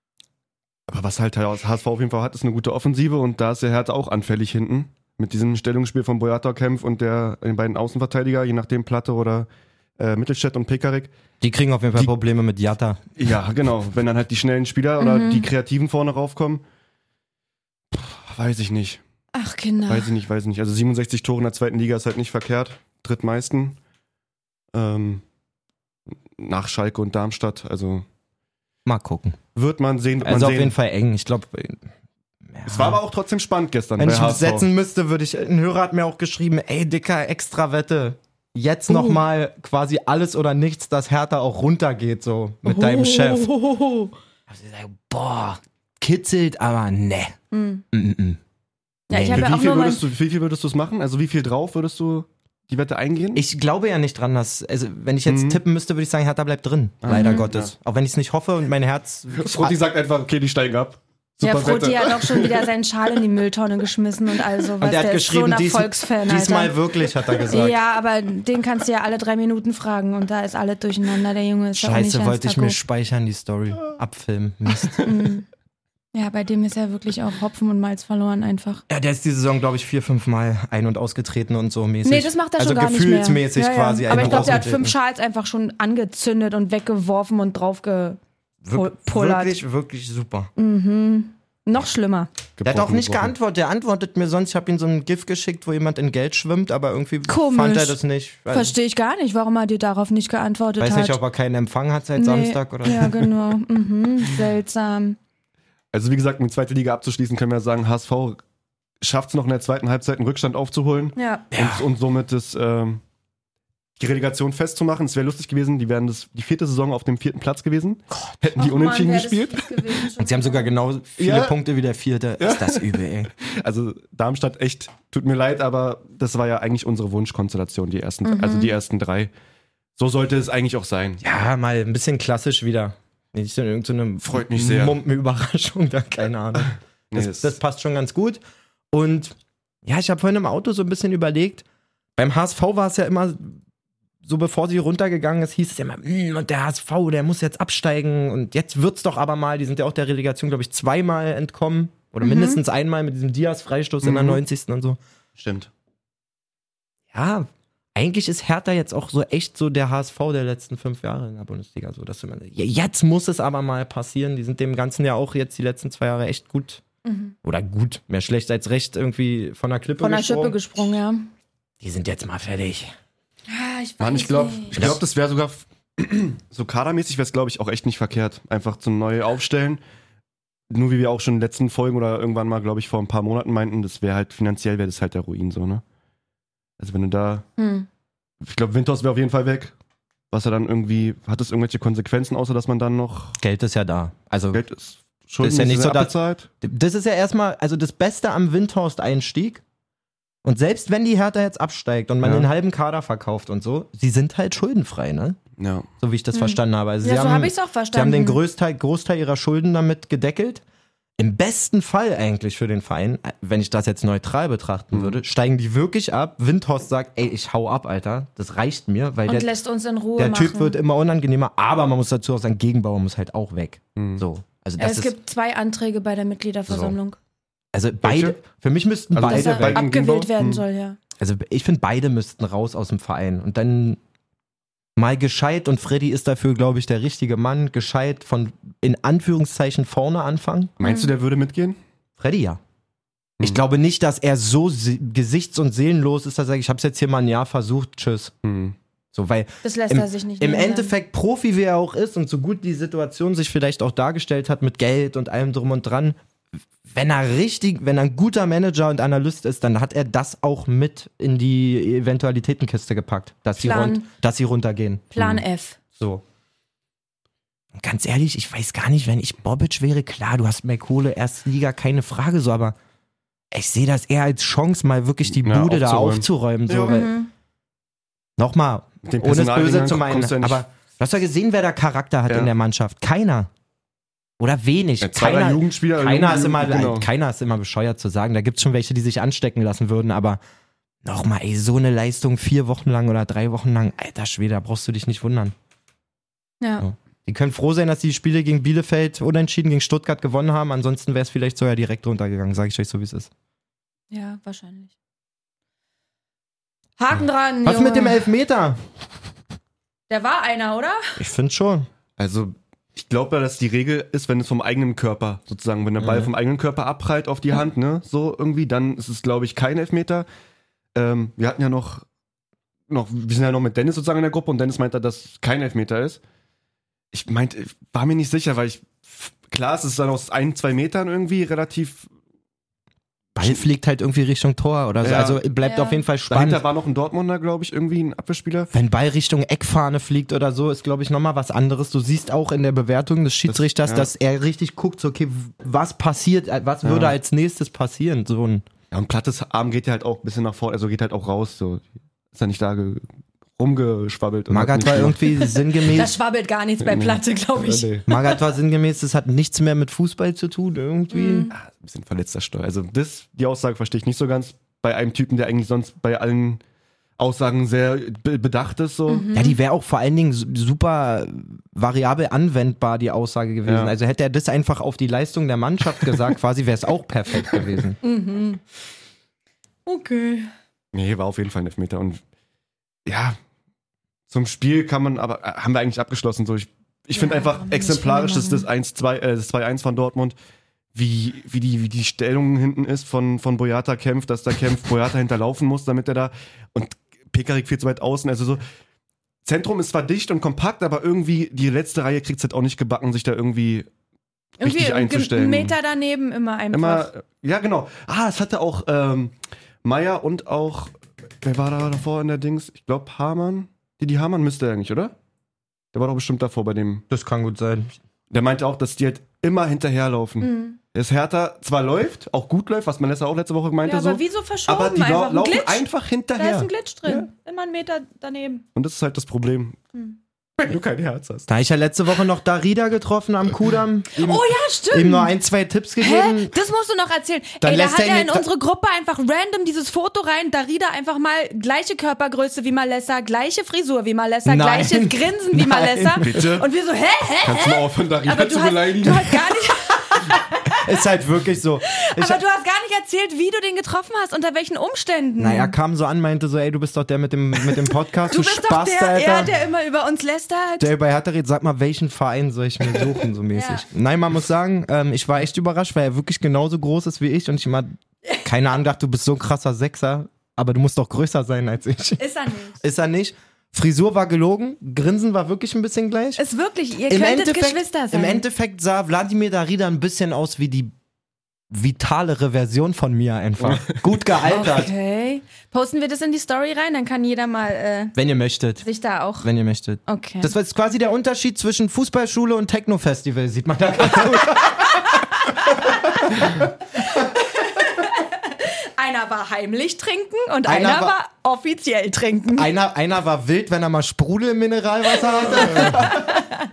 Aber was halt der H S V auf jeden Fall hat, ist eine gute Offensive und da ist der Hertha auch anfällig hinten. Mit diesem Stellungsspiel von Boyata Kempf und der, den beiden Außenverteidiger, je nachdem Platte oder äh, Mittelstädt und Pekarik.
Die kriegen auf jeden Fall
Die-
Probleme mit Jatta.
Ja, genau. Wenn dann halt die schnellen Spieler oder
Mhm.
die Kreativen vorne raufkommen, Puh, weiß ich nicht.
Ach, Kinder.
Weiß ich nicht, weiß ich nicht. Also siebenundsechzig Tore in der zweiten Liga ist halt nicht verkehrt. Drittmeisten. Ähm, nach Schalke und Darmstadt. Also
Mal gucken.
wird man sehen. Wird man
Also auf
sehen.
jeden Fall eng. Ich glaube,
Es war aber auch trotzdem spannend gestern.
wenn
bei
ich
H S V.
setzen müsste, würde ich, ein Hörer hat mir auch geschrieben, ey, Dicker, extra Wette. Jetzt
Uh.
nochmal quasi alles oder nichts, dass Hertha auch runtergeht, so mit deinem Chef.
Oh.
Also ich sage, boah, kitzelt, aber ne.
Hm.
Mm -mm.
Ja, ich
Nee.
habe
Für
ja
wie
auch
viel
nur mein...
würdest du, wie viel würdest du es machen? Also wie viel drauf würdest du die Wette eingehen?
Ich glaube ja nicht dran, dass, also wenn ich jetzt
Mhm.
tippen müsste, würde ich sagen, Hertha bleibt drin. Leider Gottes. Auch wenn ich es nicht hoffe und mein Herz.
Frutti sagt einfach, okay, die steigen ab.
Ja,
Super
Frutti
Wette.
hat auch schon wieder seinen Schal in die Mülltonne geschmissen und all sowas.
Und er hat
der
geschrieben,
ist so ein
dies,
Erfolgsfan,
diesmal
Alter.
wirklich, hat er gesagt.
Ja, aber den kannst du ja alle drei Minuten fragen und da ist alles durcheinander. Der Junge ist ja auch nicht
Scheiße,
ganz
wollte ich
taco.
mir speichern, die Story. Abfilmen. Mist.
Ja, bei dem ist ja wirklich auch Hopfen und Malz verloren einfach.
Ja, der ist die Saison, glaube ich, vier, fünf Mal ein- und ausgetreten und so mäßig.
Nee, das macht er
also
schon gar nicht mehr.
gefühlsmäßig
Ja, ja.
quasi.
Aber
ein-
ich
und
glaube, der hat
ausgetreten.
fünf Schals einfach schon angezündet und weggeworfen und drauf
Wir
gepullert.
wirklich, wirklich super.
Noch schlimmer.
Der hat auch
Gebrochen,
nicht
gebrochen.
geantwortet. Der antwortet mir sonst, ich habe ihm so ein GIF geschickt, wo jemand in Geld schwimmt, aber irgendwie
Komisch.
fand er das nicht. Weiß,
Verstehe ich gar nicht, warum er dir darauf nicht geantwortet
weiß
hat.
nicht, ob er keinen Empfang hat seit
Nee.
Samstag oder
Ja, genau. Mhm. Seltsam.
Also wie gesagt, um die zweite Liga abzuschließen, können wir sagen, H S V schafft es noch in der zweiten Halbzeit einen Rückstand aufzuholen
Ja.
und, und somit das, ähm, die Relegation festzumachen. Es wäre lustig gewesen, die wären das, die vierte Saison auf dem vierten Platz gewesen. Hätten die
Och, Mann,
unentschieden
wär das
gespielt.
fies gewesen schon
Und sie haben sogar genau viele
Ja.
Punkte wie der vierte. Ist das übel, ey.
Also Darmstadt, echt, tut mir leid, aber das war ja eigentlich unsere Wunschkonstellation, die ersten,
Mhm.
also die ersten drei. So sollte es eigentlich auch sein.
Ja, mal ein bisschen klassisch wieder. Nicht so irgendeine
Freut mich sehr.
Mumpen-Überraschung da, keine Ahnung.
Nee,
Das,
das-
das passt schon ganz gut. Und ja, ich habe vorhin im Auto so ein bisschen überlegt, beim H S V war es ja immer so, bevor sie runtergegangen ist, hieß es immer, "Mm, und der H S V, der muss jetzt absteigen und jetzt wird's doch aber mal, die sind ja auch der Relegation, glaube ich, zweimal entkommen oder mindestens einmal mit diesem Diaz-Freistoß in der
Mhm.
neunzigsten und so.
Stimmt.
Ja, eigentlich ist Hertha jetzt auch so echt so der H S V der letzten fünf Jahre in der Bundesliga. So, dass man, ja, jetzt muss es aber mal passieren. Die sind dem Ganzen ja auch jetzt die letzten zwei Jahre echt gut. Mhm. Oder gut, mehr schlecht als recht irgendwie von der Klippe
Von der
gesprungen.
Schippe gesprungen, ja.
Die sind jetzt mal fertig.
Ah, ich weiß
Mann, ich glaube,
nicht.
ich glaub, das wäre sogar so kadermäßig wäre es, glaube ich, auch echt nicht verkehrt. Einfach zum neu aufstellen. Nur wie wir auch schon in den letzten Folgen oder irgendwann mal, glaube ich, vor ein paar Monaten meinten, das wäre halt finanziell wäre das halt der Ruin so, ne? Also wenn du da,
Hm.
ich glaube, Windhorst wäre auf jeden Fall weg. Was er dann irgendwie, hat das irgendwelche Konsequenzen, außer dass man dann noch
Geld ist ja da. Also
Geld ist
Das ist ja nicht so, dass,
abbezahlt?
das ist ja erstmal, also das Beste am Windhorst-Einstieg. Und selbst wenn die Hertha jetzt absteigt und man
Ja.
den halben Kader verkauft und so, sie sind halt schuldenfrei, ne?
Ja.
So wie ich das verstanden habe. Also
Ja,
sie
so
haben,
habe ich es auch
sie
verstanden.
haben den Großteil, Großteil ihrer Schulden damit gedeckelt. Im besten Fall eigentlich für den Verein, wenn ich das jetzt neutral betrachten
Mhm.
würde, steigen die wirklich ab. Windhorst sagt, ey, ich hau ab, Alter. Das reicht mir, weil
Und
der,
lässt uns in Ruhe
der
machen.
Typ wird immer unangenehmer. Aber man muss dazu auch sagen, Gegenbauer muss halt auch weg.
Mhm.
So. Also
Äh,
das
es
ist,
gibt zwei Anträge bei der Mitgliederversammlung,
also beide, für mich müssten
Also
dass
beide
er
bei
weg.
den
abgewählt
Gegenbau?
werden
Hm.
soll, ja.
Also ich finde, beide müssten raus aus dem Verein. Und dann mal gescheit, und Freddy ist dafür, glaube ich, der richtige Mann, gescheit von in Anführungszeichen vorne anfangen.
Meinst du, der würde mitgehen?
Freddy, ja. Ich
Mhm.
glaube nicht, dass er so se- gesichts- und seelenlos ist, dass er sagt, ich habe es jetzt hier mal ein Jahr versucht, tschüss.
Hm.
So, weil
Das lässt
im,
er sich nicht
im
nehmen
Endeffekt Profi, wie er auch ist und so gut die Situation sich vielleicht auch dargestellt hat mit Geld und allem drum und dran, wenn er richtig, wenn er ein guter Manager und Analyst ist, dann hat er das auch mit in die Eventualitätenkiste gepackt, dass, sie,
Plan.
rund, dass sie runtergehen.
Plan F.
So. Und ganz ehrlich, ich weiß gar nicht, wenn ich Bobic wäre, klar, du hast mehr Kohle, erste Liga, keine Frage, so, aber ich sehe das eher als Chance, mal wirklich die
Ja,
Bude da
aufzuräumen.
aufzuräumen. So,
Ja.
weil,
Mhm.
nochmal,
Mit den
ohne es böse
Personaldingern
zu meinen,
kommst du ja nicht-
aber du hast ja gesehen, wer da Charakter hat
Ja.
in der Mannschaft. Keiner. Oder wenig.
Ja, zwei, drei
keiner,
Jugendspieler,
keiner,
Jugend-
ist immer,
genau.
keiner ist immer bescheuert zu sagen. Da gibt es schon welche, die sich anstecken lassen würden, aber nochmal, ey, so eine Leistung vier Wochen lang oder drei Wochen lang, alter Schwede, da brauchst du dich nicht wundern.
Ja.
Ja. Die können froh sein, dass die Spiele gegen Bielefeld unentschieden gegen Stuttgart gewonnen haben. Ansonsten wäre es vielleicht sogar direkt runtergegangen, sage ich euch so, wie es ist.
Ja, wahrscheinlich. Haken dran,
Was
Junge.
mit dem Elfmeter?
Der war einer, oder?
Ich finde schon.
Also, ich glaube ja, dass die Regel ist, wenn es vom eigenen Körper, sozusagen, wenn der Ball
Mhm.
vom eigenen Körper abprallt auf die Hand, ne, so irgendwie, dann ist es, glaube ich, kein Elfmeter. Ähm, wir hatten ja noch, noch, wir sind ja noch mit Dennis sozusagen in der Gruppe und Dennis meinte, dass es kein Elfmeter ist. Ich meinte, ich war mir nicht sicher, weil ich, klar, es ist dann aus ein, zwei Metern irgendwie relativ,
Ball fliegt halt irgendwie Richtung Tor oder so.
Ja.
Also bleibt
Ja.
auf jeden Fall spannend.
dahinter war noch ein Dortmunder, glaube ich, irgendwie ein Abwehrspieler.
Wenn Ball Richtung Eckfahne fliegt oder so, ist, glaube ich, nochmal was anderes. Du siehst auch in der Bewertung des Schiedsrichters,
ja.
dass er richtig guckt, so, okay, was passiert, was würde
Ja.
als nächstes passieren? So ein
Ja, und Plattes Arm geht ja halt auch ein bisschen nach vorne, also geht halt auch raus, so. Ist ja nicht da ge rumgeschwabbelt. und hat
Magath
nicht
war
gemacht.
irgendwie
Da
sinngemäß.
schwabbelt gar nichts bei
Nee.
Platte, glaube ich.
Nee.
Magath war sinngemäß, das hat nichts mehr mit Fußball zu tun, irgendwie.
Mhm.
Ah, ein bisschen verletzter Steuer. Also das, die Aussage verstehe ich nicht so ganz bei einem Typen, der eigentlich sonst bei allen Aussagen sehr be bedacht ist. So.
Mhm.
Ja, die wäre auch vor allen Dingen su- super variabel anwendbar, die Aussage gewesen.
Ja.
Also hätte er das einfach auf die Leistung der Mannschaft gesagt, quasi wäre es auch perfekt gewesen.
Mhm. Okay.
Nee, war auf jeden Fall ein Elfmeter. Und ja, zum Spiel kann man, aber äh, haben wir eigentlich abgeschlossen. So. Ich, ich
Ja,
finde einfach
warum nicht
exemplarisch,
Fehler
dass das eins zwei, äh, das zwei eins von Dortmund, wie, wie, die, wie die Stellung hinten ist von, von Boyata kämpft, dass da kämpft, Boyata hinterlaufen muss, damit er da, und Pekarik viel zu weit außen, also so, Zentrum ist zwar dicht und kompakt, aber irgendwie die letzte Reihe kriegt es halt auch nicht gebacken, sich da irgendwie
Irgendwie
richtig einzustellen.
einen Meter daneben immer einfach.
Immer, ja genau. Ah, es hatte auch ähm, Meier und auch, wer war da davor in der Dings? Ich glaube Hamann. Didi Hamann müsste eigentlich, oder? Der war doch bestimmt davor bei dem.
Das kann gut sein.
Der meinte auch, dass die halt immer hinterherlaufen.
Mhm.
Das Hertha zwar läuft, auch gut läuft, was Melissa auch letzte Woche meinte,
Ja, aber
so,
wieso verschoben?
aber die
einfach
lau
ein
laufen
Glitch.
einfach
Da ist
hinterher.
ein Glitch drin. Immer einen Meter daneben.
Und das ist halt das Problem.
Hm.
Wenn du kein Herz hast.
Da hab ich ja letzte Woche noch Darida getroffen am Kudamm. Ihm,
Oh ja, stimmt.
ihm nur ein, zwei Tipps
Hä?
gegeben.
Das musst du noch erzählen.
Dann
Ey, da
lässt
hat
er
er
ihn
in
nicht-
unsere Gruppe einfach random dieses Foto rein. Darida einfach mal gleiche Körpergröße wie Malessa, gleiche Frisur wie Malessa,
Nein.
gleiches Grinsen wie
Nein.
Malessa.
Bitte?
Und wir so, hä, hä?
Kannst du mal aufhören, Darida
Aber du
zu
hast,
beleidigen?
du hast gar nicht...
Ist halt wirklich so. Ich
Aber du hast gar nicht erzählt, wie du den getroffen hast, unter welchen Umständen.
Na, er kam so an, meinte so, ey, du bist doch der mit dem, mit dem Podcast,
du
du
bist
Spaß,
doch der,
Alter.
er, der immer über uns lästert.
Der über Hertha redet, sag mal, welchen Verein soll ich mir suchen, so mäßig.
Ja.
Nein, man muss sagen, ähm, ich war echt überrascht, weil er wirklich genauso groß ist wie ich und ich immer, keine Ahnung, dachte, du bist so ein krasser Sechser, aber du musst doch größer sein als ich.
Ist er nicht.
Ist er nicht. Frisur war gelogen, Grinsen war wirklich ein bisschen gleich.
Ist wirklich, ihr
Im
könntet
Endeffekt,
Geschwister sein.
Im Endeffekt sah Wladimir Darida ein bisschen aus wie die vitalere Version von mir einfach. Gut gealtert.
Okay. Posten wir das in die Story rein, dann kann jeder mal äh,
Wenn ihr möchtet.
sich da auch...
Wenn ihr möchtet.
Okay.
Das war jetzt quasi der Unterschied zwischen Fußballschule und Techno-Festival, sieht man da ganz gut.
Einer war heimlich trinken und
Einer
einer,
war-
war, offiziell trinken.
Einer, einer war wild, wenn er mal Sprudel im Mineralwasser hatte.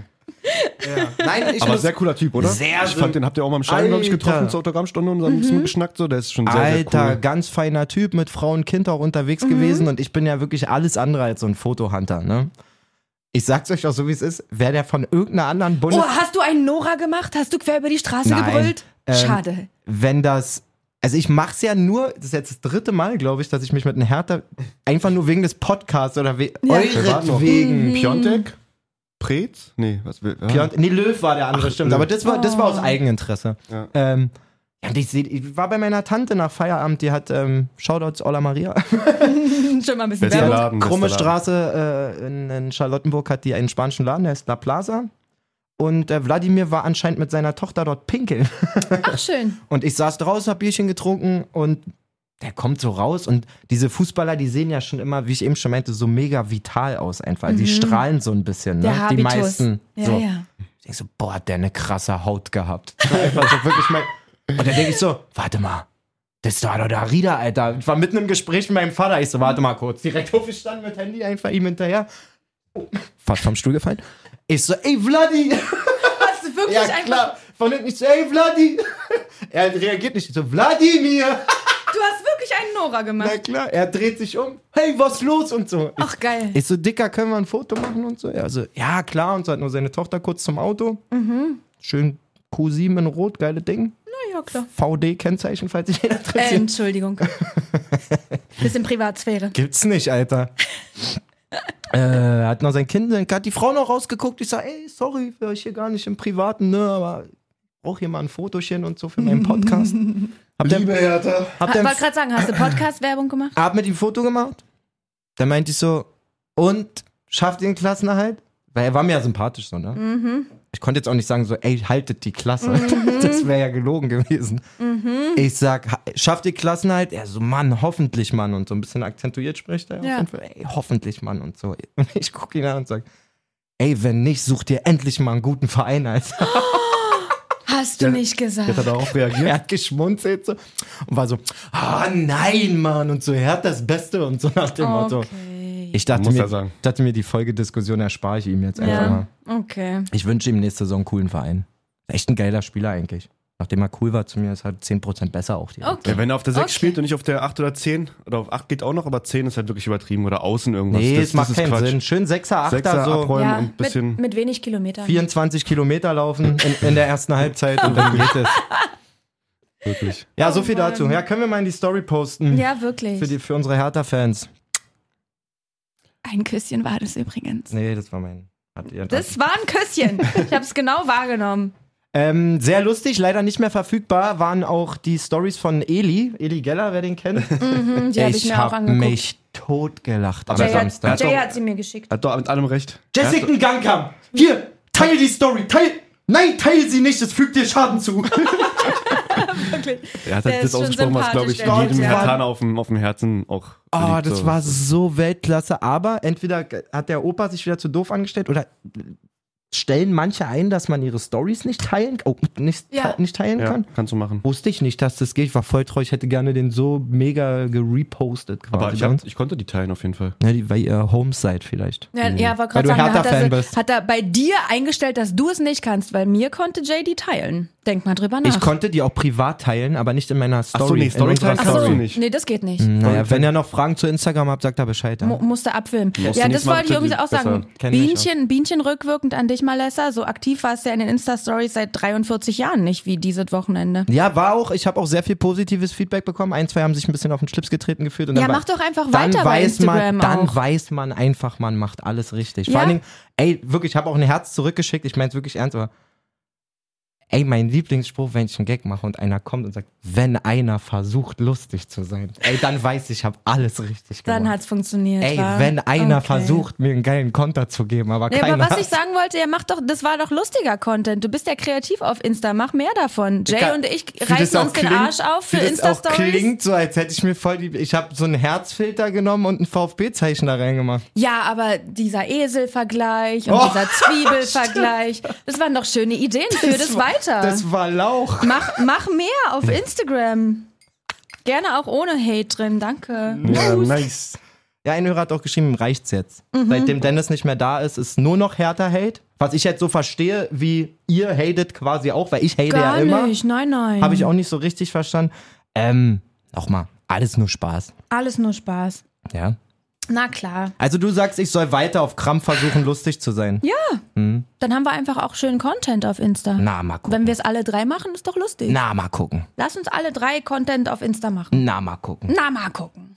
ja. Nein, ich
Aber
muss,
sehr cooler Typ, oder?
Sehr
Ich fand, den habt ihr auch mal im Stadion, glaube ich,
Alter.
getroffen zur Autogrammstunde und haben ein bisschen geschnackt. So. Der ist schon sehr,
Alter,
sehr cool.
ganz feiner Typ, mit Frau und Kind auch unterwegs gewesen und ich bin ja wirklich alles andere als so ein Fotohunter, ne? Ich sag's euch auch so, wie es ist, wäre der von irgendeiner anderen Bundes...
Oh, hast du einen Nora gemacht? Hast du quer über die Straße
Nein.
gebrüllt?
Ähm,
Schade.
Wenn das... Also ich mach's ja nur, das ist jetzt das dritte Mal, glaube ich, dass ich mich mit einem Hertha einfach nur wegen des Podcasts oder we
Ja.
Wer war noch?
euretwegen...
Piontek? Preetz? Nee, was will. Ja.
Piont- nee, Löw war der andere,
Ach,
stimmt.
Löw.
Aber das war, das war aus Eigeninteresse.
Ja.
Ähm, ja, und ich, seh, ich war bei meiner Tante nach Feierabend, die hat ähm, Shoutouts Ola Maria.
Schon mal ein bisschen
Bester
Werbung.
Laden.
Krumme
bester Laden.
Straße äh, in, in Charlottenburg hat die einen spanischen Laden, der heißt La Plaza. Und äh, Wladimir war anscheinend mit seiner Tochter dort pinkeln.
Ach, schön.
Und ich saß draußen, hab Bierchen getrunken und der kommt so raus. Und diese Fußballer, die sehen ja schon immer, wie ich eben schon meinte, so mega vital aus einfach. Also die strahlen so ein bisschen, ne?
Der
Die
Habitus.
meisten.
Ja,
so.
ja.
Ich denk so, boah, hat der eine krasse Haut gehabt. Einfach so wirklich mein. Und dann denke ich so, warte mal, das war doch der Rieder, Alter. Ich war mitten im Gespräch mit meinem Vater. Ich so, warte mal kurz. Direkt aufgestanden mit Handy, einfach ihm hinterher. Oh, fast vom Stuhl gefallen. Ich so, ey, Vladi.
Hast du wirklich
Ja,
einfach...
klar. Von hinten, ich so, ey, Vladi. Er reagiert nicht. Ich so, Wladimir.
Du hast wirklich einen Nora gemacht.
Na klar, er dreht sich um. Hey, was los? Und so.
Ach, geil.
Ich so, Dicker, können wir ein Foto machen und so? Ja, also, ja, klar. Und so hat nur seine Tochter kurz zum Auto. Schön Q sieben in Rot, geile Ding.
Na ja, klar.
V D-Kennzeichen, falls sich jeder
Äh,
interessiert.
Entschuldigung. Bisschen Privatsphäre.
Gibt's nicht, Alter. äh, hat noch sein Kind, dann hat die Frau noch rausgeguckt. Ich sag, ey, sorry, für euch hier gar nicht im Privaten, ne, aber ich brauch hier mal ein Fotochen und so für meinen Podcast. Hab der,
Liebe Hertha.
hab
Ich
der
wollte gerade sagen, hast du Podcast-Werbung gemacht?
hab mit ihm ein Foto gemacht. Dann meinte ich so, und schafft ihr den Klassenerhalt? Weil er war mir ja sympathisch so, ne?
Mhm.
Ich konnte jetzt auch nicht sagen so, ey, haltet die Klasse. Das wäre ja gelogen gewesen.
Mhm.
Ich sag, ha- schafft ihr Klassenerhalt? Er so, Mann, hoffentlich, Mann. Und so ein bisschen akzentuiert spricht er.
Ja.
Und ey, hoffentlich, Mann. Und so. Und ich gucke ihn an und sag, ey, wenn nicht, sucht ihr endlich mal einen guten Verein, Alter.
Hast du
Der-
nicht gesagt.
Jetzt hat er darauf reagiert.
Er hat geschmunzelt so und war so, ah, nein, Mann. Und so, er hat das Beste und so nach dem Motto.
Okay.
Ich dachte,
Muss
mir,
er sagen.
dachte mir, die Folgediskussion erspare ich ihm jetzt einfach mal.
Ja, okay.
Ich wünsche ihm nächste Saison einen coolen Verein. Echt ein geiler Spieler eigentlich. Nachdem er cool war zu mir, ist halt zehn Prozent besser auch direkt.
Okay.
Ja, wenn er auf der sechs
Okay.
spielt und nicht auf der acht oder zehn, oder auf acht geht auch noch, aber zehn ist halt wirklich übertrieben. Oder außen irgendwas.
Nee,
das,
es macht
das ist
keinen
Quatsch.
Sinn. Schön Sechser, Achter,
Sechser
so
abräumen
Ja,
und ein bisschen.
mit, mit wenig Kilometern.
vierundzwanzig Kilometer laufen in, in der ersten Halbzeit und dann geht es.
Wirklich.
Ja, so viel
Oh Mann.
dazu. Ja, können wir mal in die Story posten.
Ja, wirklich.
Für, die, für unsere Hertha-Fans.
Ein Küsschen war das übrigens.
Nee, das war mein. Hat ihr-
Das war ein Küsschen. Ich habe es genau wahrgenommen.
Ähm, sehr lustig, leider nicht mehr verfügbar, waren auch die Stories von Eli. Eli Geller, wer den kennt.
Mhm, die habe ich, mir auch
hab
angeguckt.
mich totgelacht am
Aber
Jay,
Samstag.
hat, Jay
doch-
hat sie mir geschickt.
Hat doch mit allem recht.
Jessica Gangkamp, hier, teil die Story, teil, nein, teil sie nicht, es fügt dir Schaden zu.
Er hat
Der
halt
ist
das
schon
ausgesprochen, was, glaube ich,
sympathisch,
jedem
der Typ.
Hertaner auf dem, auf dem Herzen auch.
Ah,
liegt,
das
so.
war so Weltklasse, aber entweder hat der Opa sich wieder zu doof angestellt oder stellen manche ein, dass man ihre Stories nicht teilen, oh, nicht,
Ja.
te- nicht teilen
Ja,
kann.
kannst du machen.
Wusste ich nicht, dass das geht. Ich war voll treu. Ich hätte gerne den so mega gerepostet quasi.
Aber ich,
bei
hab,
uns.
ich konnte die teilen auf jeden Fall.
Ja, die, weil ihr Homes seid vielleicht.
Ja, ja,
Weil
wollte gerade
du
sagen, da hat
Hertha-Fan
er,
bist.
hat er bei dir eingestellt, dass du es nicht kannst, weil mir konnte Jay die teilen. Denk mal drüber nach.
Ich konnte die auch privat teilen, aber nicht in meiner Story.
so, nee,
in
Story
unserer
teilen
Ach
kannst
so,
du nicht.
nee, das geht nicht.
Naja, wenn ihr noch Fragen zu Instagram habt, sagt da Bescheid. Ja.
Mu musste abfilmen.
Musst
ja,
du
das
nicht mal
wollte ich irgendwie
bitte
auch sagen.
Kenn ich
Bienchen, Bienchen rückwirkend an dich. ehrlich, Malessa, so aktiv warst du ja in den Insta-Stories seit dreiundvierzig Jahren nicht, wie dieses Wochenende.
Ja, war auch, ich habe auch sehr viel positives Feedback bekommen. Ein, zwei haben sich ein bisschen auf den Schlips getreten gefühlt. Und
Ja,
dann
mach doch einfach
dann
weiter bei
weiß
Instagram
man, Dann
auch.
weiß man einfach, man macht alles richtig. Vor
Ja.
allen Dingen, ey, wirklich, ich habe auch ein Herz zurückgeschickt, ich meine es wirklich ernst, aber ey, mein Lieblingsspruch, wenn ich einen Gag mache und einer kommt und sagt, wenn einer versucht, lustig zu sein, ey, dann weiß ich, ich habe alles richtig gemacht.
Dann hat's funktioniert.
Ey,
wa?
wenn einer
Okay.
versucht, mir einen geilen Konter zu geben, aber
Ja,
keiner
aber was
hat's.
ich sagen wollte, ja, mach doch, das war doch lustiger Content. Du bist ja kreativ auf Insta, mach mehr davon. Jay
Digga,
und ich
wie das
reißen
auch
uns den
klingt-
Arsch auf für
wie das auch
Insta-Stories.
klingt so, als hätte ich mir voll die, ich habe so einen Herzfilter genommen und ein VfB-Zeichen da reingemacht.
Ja, aber dieser Eselvergleich und
Oh,
dieser Zwiebelvergleich, das waren doch schöne Ideen. Führ das,
war,
weiter.
Das war Lauch.
Mach, mach mehr auf Instagram. Gerne auch ohne Hate drin, danke.
Ja, nice.
Ja, ein Hörer hat auch geschrieben, ihm reicht's jetzt.
Mhm.
Seitdem Dennis nicht mehr da ist, ist nur noch härter Hate. Was ich jetzt so verstehe, wie ihr hatet quasi auch, weil ich hate
Gar
ja immer.
nicht, nein, nein.
Habe ich auch nicht so richtig verstanden. Ähm, nochmal, alles nur Spaß.
Alles nur Spaß.
Ja.
Na klar.
Also du sagst, ich soll weiter auf Krampf versuchen, lustig zu sein.
Ja. Dann haben wir einfach auch schönen Content auf Insta.
Na, mal gucken.
Wenn wir es alle drei machen, ist doch lustig.
Na, mal gucken.
Lass uns alle drei Content auf Insta machen.
Na, mal gucken.
Na, mal gucken.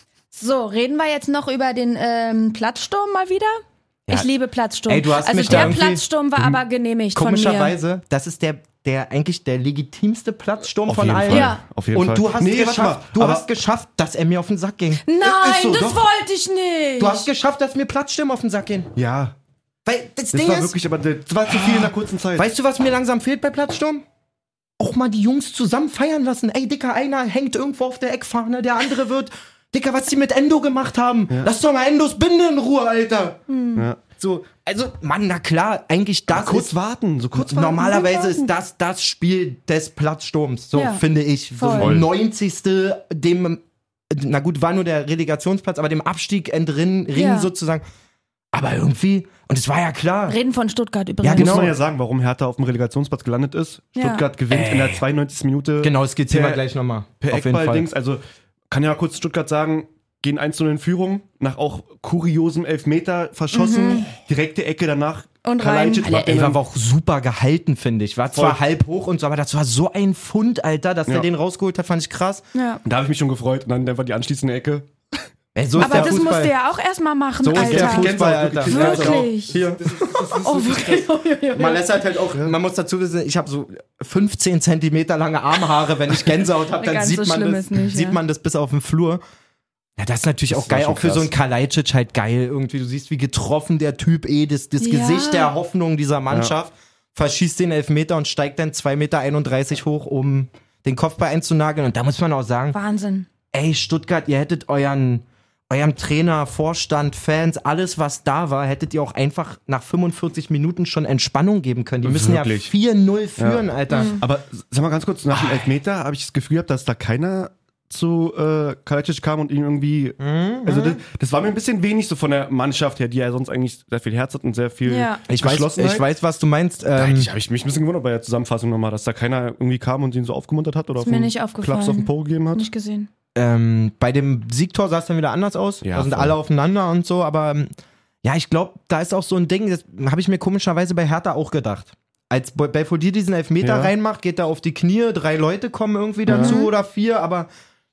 So, reden wir jetzt noch über den ähm, Platzsturm mal wieder?
Ja.
Ich liebe Platzsturm.
Ey, du hast
also
mich da
der
irgendwie-
Platzsturm war aber genehmigt von mir.
Komischerweise, das ist der, der eigentlich der legitimste Platzsturm
Auf
von
jeden
allen.
Fall.
Ja.
Auf jeden
Und
Fall.
du hast
Nee, warte
geschafft,
mal,
du
aber-
hast geschafft, dass er mir auf den Sack ging.
Nein,
Ist so,
das
doch.
wollte ich nicht.
Du hast geschafft, dass mir Platzstürme auf den Sack gehen.
Ja.
Weil das,
Das
Ding
war
ist,
wirklich, aber das war zu viel in einer kurzen Zeit.
weißt du, was mir langsam fehlt bei Platzsturm? Auch mal die Jungs zusammen feiern lassen. Ey, Dicker, einer hängt irgendwo auf der Eckfahne, der andere wird. Dicker, was die mit Endo gemacht haben. Lass doch mal Endos Binde in Ruhe, Alter.
Ja.
So, also, Mann, na klar, eigentlich das
Kurz
ist,
warten, so kurz warten.
normalerweise ist das das Spiel des Platzsturms, so
Ja.
finde ich. So
Voll.
neunzigste dem, na gut, war nur der Relegationsplatz, aber dem Abstieg entrinnen, Ring
Ja.
sozusagen. Aber irgendwie, und es war ja klar.
Reden von Stuttgart übrigens.
Ja,
Muss
genau.
man ja sagen, warum Hertha auf dem Relegationsplatz gelandet ist.
Ja.
Stuttgart gewinnt in der zweiundneunzigsten Minute.
Genau, das skizzieren wir
Per-
gleich nochmal.
Per
Auf jeden Fall.
Eckball-Dings. Also kann ja kurz Stuttgart sagen, gehen eins zu null in Führung, nach auch kuriosem Elfmeter verschossen, direkte Ecke danach.
Und rein.
Kalajdzic
Alter,
macht
ey,
den
war
dann-
aber auch super gehalten, finde ich. War zwar
Voll.
halb hoch und so, aber das war so ein Pfund, Alter, dass
Ja.
der den rausgeholt hat, fand ich krass.
Ja.
Da habe ich mich schon gefreut. Und dann einfach die anschließende Ecke.
Ey, so ist
Aber
der
das
Fußball.
musst du ja auch erstmal machen,
So ist der
Alter.
Fußball, Alter.
Wirklich?
Hier.
Oh, wirklich?
Man lässt halt, halt auch, man muss dazu wissen, ich habe so fünfzehn Zentimeter lange Armhaare, wenn ich Gänsehaut habe, dann
Ganz
sieht,
so
man
schlimm
das,
ist nicht,
sieht
ja.
man das bis auf den Flur. Ja, das ist natürlich auch
war
geil,
schon
auch für
krass.
so einen Kalajdzic halt geil irgendwie. Du siehst, wie getroffen der Typ eh, das, das
Ja.
Gesicht der Hoffnung dieser Mannschaft, verschießt den Elfmeter und steigt dann zwei Meter einunddreißig hoch, um den Kopfball einzunageln. Und da muss man auch sagen,
Wahnsinn.
ey, Stuttgart, ihr hättet euren, eurem Trainer, Vorstand, Fans, alles, was da war, hättet ihr auch einfach nach fünfundvierzig Minuten schon Entspannung geben können. Die müssen
Wirklich?
ja vier null führen, Alter.
Aber sag mal ganz kurz, nach dem Elfmeter habe ich das Gefühl gehabt, dass da keiner zu äh, Kalajdzic kam und ihn irgendwie. Also das, das war mir ein bisschen wenig so von der Mannschaft her, die ja sonst eigentlich sehr viel Herz hat und sehr viel
Ja.
Ich weiß,
Geschlossenheit.
ich weiß, was du meinst.
Da
Ähm,
hätte ich, habe ich mich ein bisschen gewundert bei der Zusammenfassung nochmal, dass da keiner irgendwie kam und ihn so aufgemuntert hat oder
Ist
auf
mir
den
nicht aufgefallen.
Klaps auf den Po gegeben hat.
Nicht gesehen.
ähm, bei dem Siegtor sah es dann wieder anders aus.
Ja,
da sind
voll.
alle aufeinander und so, aber ähm, ja, ich glaube, da ist auch so ein Ding, das habe ich mir komischerweise bei Hertha auch gedacht. Als Be- Belfodil diesen Elfmeter
Ja.
reinmacht, geht er auf die Knie, drei Leute kommen irgendwie dazu oder vier, aber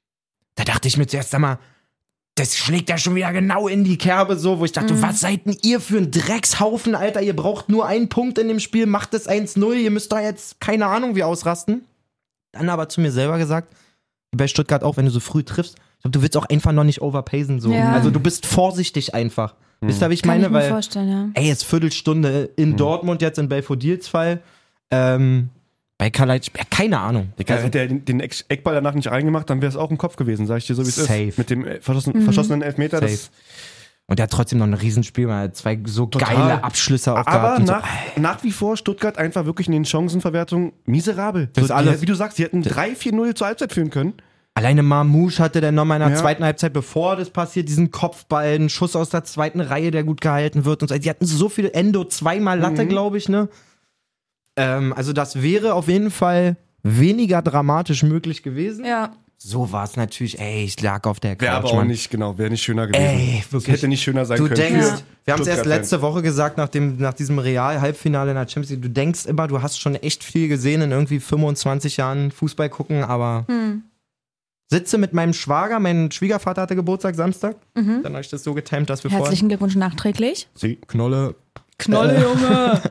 da dachte ich mir zuerst, sag mal, das schlägt ja schon wieder genau in die Kerbe so, wo ich dachte, was seid denn ihr für ein Dreckshaufen, Alter, ihr braucht nur einen Punkt in dem Spiel, macht es eins null, ihr müsst da jetzt keine Ahnung wie ausrasten. Dann aber zu mir selber gesagt, wie bei Stuttgart auch, wenn du so früh triffst, ich glaub, du willst auch einfach noch nicht overpacen so.
Ja.
Also du bist vorsichtig einfach. Wisst ihr, wie ich
Kann
meine?
ich mir
Weil,
vorstellen, ja.
ey, jetzt Viertelstunde in Dortmund, jetzt in Belfodils Fall. Ähm, bei Kalajdzic, ja, keine Ahnung.
Digga, hätte er den, den Eck- Eckball danach nicht reingemacht, dann wäre es auch im Kopf gewesen, sag ich dir so, wie es
Safe.
ist. Mit dem äh, verschossen, verschossenen Elfmeter. Das,
Safe. Und der hat trotzdem noch ein Riesenspiel, man hat zwei so
Total.
geile Abschlüsse auch
aber
gehabt. und so.
nach, nach wie vor Stuttgart einfach wirklich in den Chancenverwertungen miserabel.
Das ist
so,
alles-
Die, wie du sagst, die hätten drei vier null zur Halbzeit führen können.
Alleine Marmouche hatte dann nochmal in der
Ja.
zweiten Halbzeit, bevor das passiert, diesen Kopfball, einen Schuss aus der zweiten Reihe, der gut gehalten wird. Und so. Die hatten so viel Endo, zweimal Latte,
Mhm.
glaube ich, ne? Ähm, also das wäre auf jeden Fall weniger dramatisch möglich gewesen.
Ja.
so war es natürlich, ey, ich lag auf der Couch.
Wäre aber auch
Mann.
nicht, genau, wäre nicht schöner gewesen.
Ey, wirklich.
Hätte nicht schöner sein
Du
können.
denkst,
für
wir haben es erst
Stuttgart-Fans.
letzte Woche gesagt, nach, dem, nach diesem Real-Halbfinale in der Champions League, du denkst immer, du hast schon echt viel gesehen in irgendwie fünfundzwanzig Jahren Fußball gucken, aber
Hm.
sitze mit meinem Schwager, mein Schwiegervater hatte Geburtstag Samstag,
Mhm.
dann habe ich das so getimt, dass wir
Herzlichen Glückwunsch nachträglich.
Sie.
vorher... Knolle.
Knolle, Junge.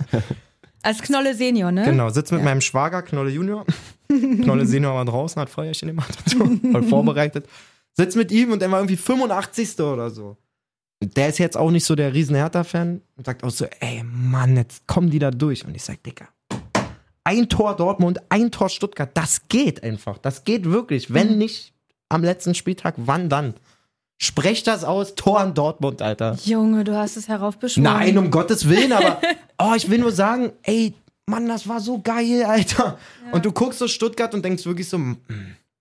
Als Knolle Senior, ne?
Genau, sitze mit
Ja.
meinem Schwager, Knolle Junior. Knolle Senior war draußen, hat Feuerchen gemacht und so, voll vorbereitet. Sitz mit ihm und er war irgendwie fünfundachtzigste oder so. Und der ist jetzt auch nicht so der riesen Hertha-Fan und sagt auch so, ey Mann, jetzt kommen die da durch. Und ich sag, Digga, ein Tor Dortmund, ein Tor Stuttgart, das geht einfach. Das geht wirklich. Wenn nicht am letzten Spieltag, wann dann? Sprecht das aus, Tor an Dortmund, Alter.
Junge, du hast es heraufbeschworen.
Nein, um Gottes Willen, aber oh, ich will nur sagen, ey, Mann, das war so geil, Alter. Ja. Und du guckst so Stuttgart und denkst wirklich so, mm,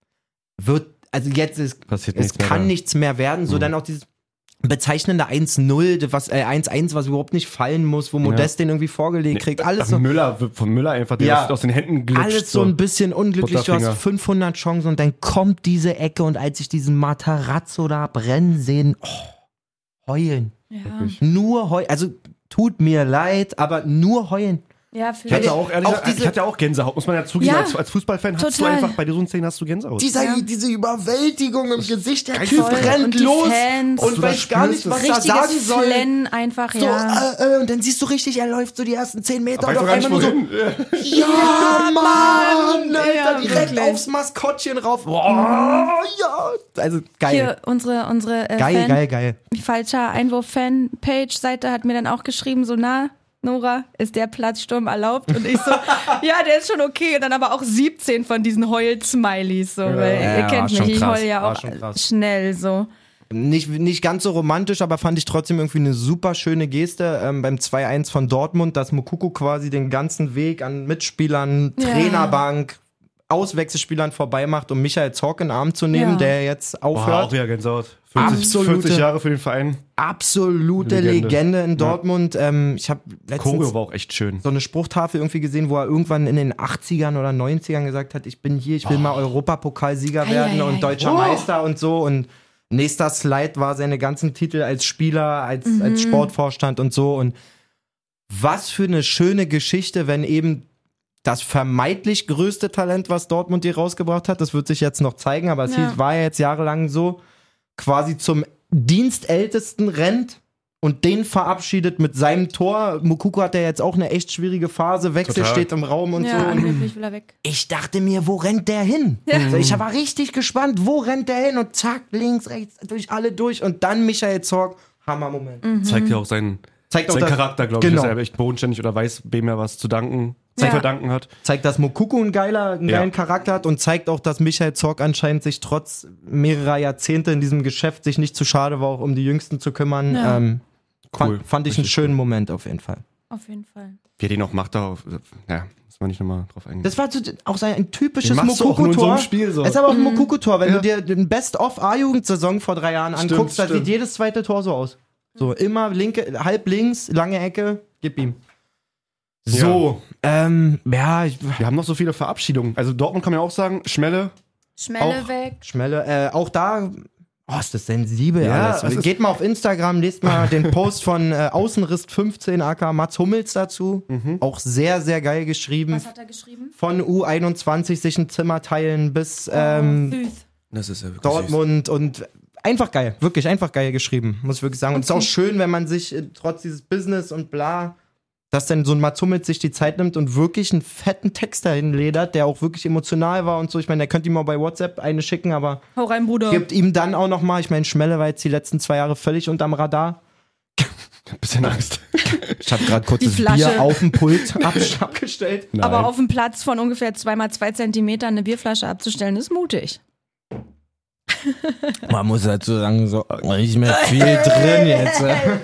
wird, also jetzt ist,
Passiert
es
nichts mehr
kann
da.
nichts mehr werden. So
Mhm.
dann auch dieses bezeichnende eins null, was, äh, eins eins, was überhaupt nicht fallen muss, wo Modest den irgendwie vorgelegt kriegt. Alles
Ach,
so,
Müller, von Müller einfach, der
Ja.
aus, aus den Händen glitscht.
alles so ein bisschen unglücklich. Du
Butterfinger.
hast fünfhundert Chancen und dann kommt diese Ecke und als ich diesen Matarazzo da brennen sehen, oh, heulen.
Ja,
Nur heulen. Also tut mir leid, aber nur heulen.
ja
Ich
vielleicht.
hatte auch, ehrlich
Auch
gesagt,
diese-
ich hatte auch Gänsehaut, muss man ja zugeben.
Ja,
als, als Fußballfan hast du
total.
einfach, bei so Szenen hast du Gänsehaut.
Dieser,
Ja.
Diese Überwältigung im Gesicht, der
Geil.
Typ
Voll.
rennt
Und die
los
Fans.
und
du
weiß
das
gar nicht,
spürst,
was er
Richtiges
sagen soll.
Flennen einfach,
So,
ja.
äh, äh, und dann siehst du richtig, er läuft so die ersten zehn Meter
Weiß
und
doch
auf
gar nicht,
einmal nur so,
wohin.
ja, Mann, Alter,
Ja,
direkt
wirklich.
aufs Maskottchen rauf. Boah, ja, also geil.
Hier, unsere, unsere äh,
geil,
Fan,
geil, geil.
falscher Einwurf-Fan-Page-Seite hat mir dann auch geschrieben, so, na, Nora, ist der Platzsturm erlaubt? Und ich so, ja, der ist schon okay. Und dann aber auch siebzehn von diesen Heul-Smileys, so, weil
Ja,
ihr
war
kennt
schon
mich, ich
krass,
heul ja
war
auch
schon krass.
schnell, so.
Nicht, nicht ganz so romantisch, aber fand ich trotzdem irgendwie eine super schöne Geste ähm, beim zwei eins von Dortmund, dass Moukoko quasi den ganzen Weg an Mitspielern,
Ja.
Trainerbank, Auswechselspielern vorbei macht, um Michael Zorc in den Arm zu nehmen,
Ja.
der jetzt
Boah,
aufhört.
auch wieder Gänsehaut. vierzig,
Absolute-
vierzig Jahre für den Verein.
Absolute Legende,
Legende.
in Dortmund. Ähm, ich habe
Choreo
letztens
war auch echt schön.
so eine Spruchtafel irgendwie gesehen, wo er irgendwann in den achtzigern oder neunzigern gesagt hat, ich bin hier, ich will mal Europapokalsieger
Ei,
werden
ei, ei.
und deutscher
Oh.
Meister und so. Und nächster Slide war seine ganzen Titel als Spieler, als, als Sportvorstand und so. Und was für eine schöne Geschichte, wenn eben das vermeintlich größte Talent, was Dortmund hier rausgebracht hat, das wird sich jetzt noch zeigen, aber es
Ja.
hieß, war ja jetzt jahrelang so, quasi zum Dienstältesten rennt und den verabschiedet mit seinem Tor. Moukoko hat ja jetzt auch eine echt schwierige Phase, Wechsel
Total.
steht im Raum und
Ja,
so. Und
angeblich will er weg.
ich dachte mir, wo rennt der hin? Also ich war richtig gespannt, wo rennt der hin? Und zack, links, rechts, durch alle durch. Und dann Michael Zorc, Hammermoment.
Zeigt ja auch seinen,
Zeigt auch
seinen
das-
Charakter, glaube ich,
genau.
dass er echt bodenständig oder weiß, wem er was zu danken, zu
Ja.
verdanken hat.
Zeigt, dass Moukoko einen, geiler, einen
Ja.
geilen Charakter hat und zeigt auch, dass Michael Zorc anscheinend sich trotz mehrerer Jahrzehnte in diesem Geschäft sich nicht zu schade war, auch um die Jüngsten zu kümmern.
Ja.
Ähm,
Cool.
fand, fand ich einen
Richtig
schönen Moment auf jeden Fall.
Auf jeden Fall.
Wie er den auch macht, da, ja, muss man nicht nochmal drauf eingehen.
Das war so, auch sein ein typisches
Den machst du auch nur in so
Moukoko-Tor.
einem Spiel so.
Es ist aber auch ein Moukoko-Tor. Wenn
Ja.
du dir den Best-of-A-Jugend-Saison vor drei Jahren
Stimmt,
anguckst, da
stimmt.
sieht jedes zweite Tor so aus. So, immer linke, halb links, lange Ecke, gib ihm. So, ähm, ja, ich,
Wir haben noch so viele Verabschiedungen. Also Dortmund kann man ja auch sagen, Schmelle.
Schmelle
Auch-
weg.
Schmelle, äh, auch da, oh, ist das sensibel
Ja,
alles.
es ist-
Geht mal auf Instagram, lest mal den Post von äh, Außenriss fünfzehn, aka Mats Hummels dazu.
Mhm.
Auch sehr, sehr geil geschrieben.
Was hat er geschrieben?
Von U einundzwanzig sich ein Zimmer teilen bis ähm,
Süß.
Das ist ja wirklich
Dortmund und einfach geil, wirklich einfach geil geschrieben, muss ich wirklich sagen. Und es ist auch schön, wenn man sich äh, trotz dieses Business und bla, dass dann so ein Mats Hummels sich die Zeit nimmt und wirklich einen fetten Text dahin ledert, der auch wirklich emotional war und so. Ich meine, der könnte ihm mal bei WhatsApp eine schicken, aber
Hau rein, Bruder.
gibt ihm dann auch nochmal, ich meine, Schmelle war jetzt die letzten zwei Jahre völlig unterm Radar.
Ein bisschen Angst.
Ich habe gerade kurz
Die
das
Flasche.
Bier auf dem Pult ab- abgestellt.
Aber
Nein.
auf dem Platz von ungefähr zwei mal zwei Zentimeter eine Bierflasche abzustellen, ist mutig.
Man muss dazu sagen, so nicht mehr viel drin jetzt.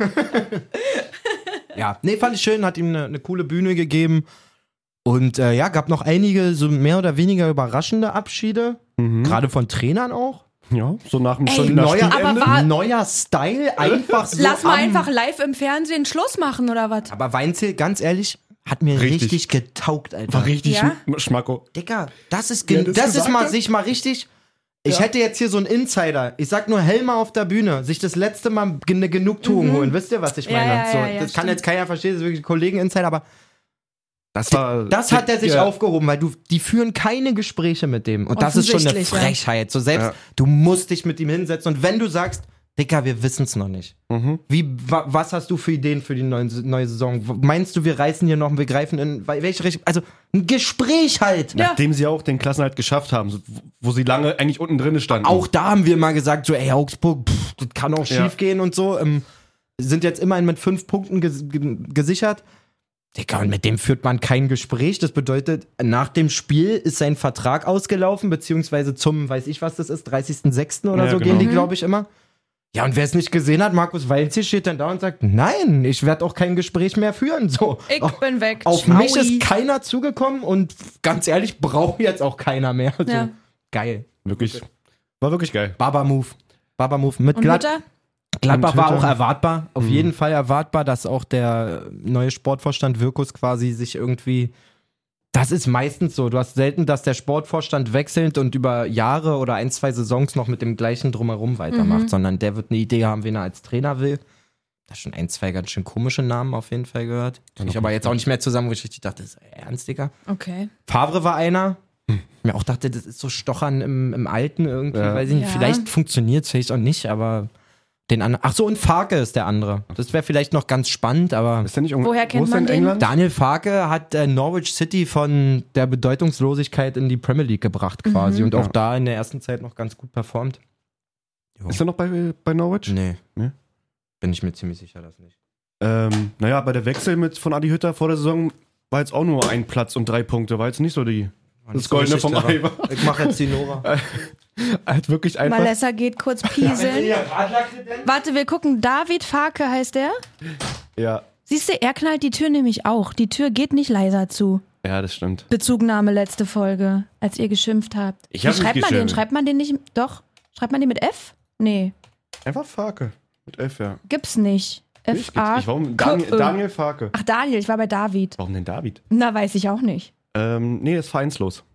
Ja, nee, fand ich schön, hat ihm eine, eine coole Bühne gegeben. Und äh, ja, gab noch einige so mehr oder weniger überraschende Abschiede.
Mhm.
Gerade von Trainern auch.
Ja, so nach dem
Ey,
schon nach
neuer,
aber
Spielende.
war-
neuer Style, einfach so.
Lass mal
am-
einfach live im Fernsehen Schluss machen, oder was?
Aber Weinzel, ganz ehrlich, hat mir richtig,
Richtig.
getaugt, Alter.
War richtig
Ja?
Sch- Schmacko.
Dicker, das ist,
Wie
gen-
er das
das ist
gesagt
mal
hat?
sich mal richtig. Ich
Ja.
hätte jetzt hier so einen Insider. Ich sag nur Helmer auf der Bühne. Sich das letzte Mal eine Genugtuung
Mhm.
holen. Wisst ihr, was ich
Ja,
meine?
ja,
so,
ja, ja,
das kann
stimmt.
jetzt keiner verstehen. Das ist wirklich ein Kollegen-Insider, aber
Das war.
das hat er sich
ja.
aufgehoben, weil du, die führen keine Gespräche mit dem. Und das ist schon eine
Offensichtlich, ja.
Frechheit. So selbst,
Ja.
du musst dich mit ihm hinsetzen. Und wenn du sagst, Dicker, wir wissen es noch nicht.
Mhm.
Wie, wa, was hast du für Ideen für die neue, neue Saison? Meinst du, wir reißen hier noch, wir greifen in welche Richtung? Also ein Gespräch halt.
Ja.
Nachdem sie auch den Klassenerhalt geschafft haben, so, wo sie lange eigentlich unten drin standen.
Auch da haben wir mal gesagt, so, ey, Augsburg, pff, das kann auch
Ja.
schief gehen und so. Ähm, sind jetzt immerhin mit fünf Punkten ges ge gesichert. Digga, und mit dem führt man kein Gespräch. Das bedeutet, nach dem Spiel ist sein Vertrag ausgelaufen, beziehungsweise zum, weiß ich was das ist, dreißigsten sechsten oder
Ja,
so
genau.
gehen die,
Mhm.
glaube ich, immer. Ja, und wer es nicht gesehen hat, Markus Weinziel steht dann da und sagt, nein, ich werde auch kein Gespräch mehr führen. So.
Ich
Auf-
bin weg.
Auf
Ciao.
mich ist keiner zugekommen und ganz ehrlich, braucht jetzt auch keiner mehr. So,
Ja.
geil.
Wirklich. War wirklich geil.
Baba-Move. Baba-Move. Mit
Und
Glad
Mutter?
Gladbach
Und
war
Twitter.
auch erwartbar. Auf
Mhm.
jeden Fall erwartbar, dass auch der neue Sportvorstand Wirkus quasi sich irgendwie. Das ist meistens so. Du hast selten, dass der Sportvorstand wechselnd und über Jahre oder ein, zwei Saisons noch mit dem gleichen Drumherum weitermacht,
Mhm.
sondern der wird eine Idee haben, wen er als Trainer will. Da schon ein, zwei ganz schön komische Namen auf jeden Fall gehört.
Dann
Ich
noch
aber
nicht
jetzt auch nicht mehr zusammengeschickt. Ich dachte, das ist ernst, Digga.
Okay.
Favre war einer.
Hm.
Mir auch dachte, das ist so Stochern im, im Alten irgendwie,
Ja.
weiß ich nicht.
Ja.
Vielleicht funktioniert es, vielleicht auch nicht, aber den anderen. Ach so, und Farke ist der andere. Das wäre vielleicht noch ganz spannend, aber
Ist der nicht irgendwo?
Woher kennt
wo ist
man
der in
den?
England?
Daniel Farke hat äh, Norwich City von der Bedeutungslosigkeit in die Premier League gebracht quasi
Mhm.
und auch
Ja.
da in der ersten Zeit noch ganz gut performt. Jo.
Ist er noch bei, bei Norwich?
Nee.
Nee?
Bin ich mir ziemlich sicher, dass nicht.
Ähm, naja, bei der Wechsel mit von Adi Hütter vor der Saison war jetzt auch nur ein Platz und drei Punkte. War jetzt nicht so die.
War
Das
nicht so
Goldene
richtig
vom
clever.
Ei war.
Ich mache jetzt die Nora.
Halt wirklich einfach.
Malessa geht kurz pieseln. Warte, wir gucken. David Farke heißt der.
Ja.
Siehst du, er knallt die Tür nämlich auch. Die Tür geht nicht leiser zu.
Ja, das stimmt.
Bezugnahme letzte Folge, als ihr geschimpft habt.
Ich
Wie
hab nicht
schreibt man den?
geschimpft.
Schreibt man den nicht? Doch. Schreibt man den mit F? Nee,
Einfach Farke. Mit F, ja.
gibt's nicht.
Ich,
F A.
ich, warum? Daniel, Daniel Farke.
Ach, Daniel, ich war bei David.
Warum denn David?
Na, weiß ich auch nicht.
Ähm, nee, ist vereinslos.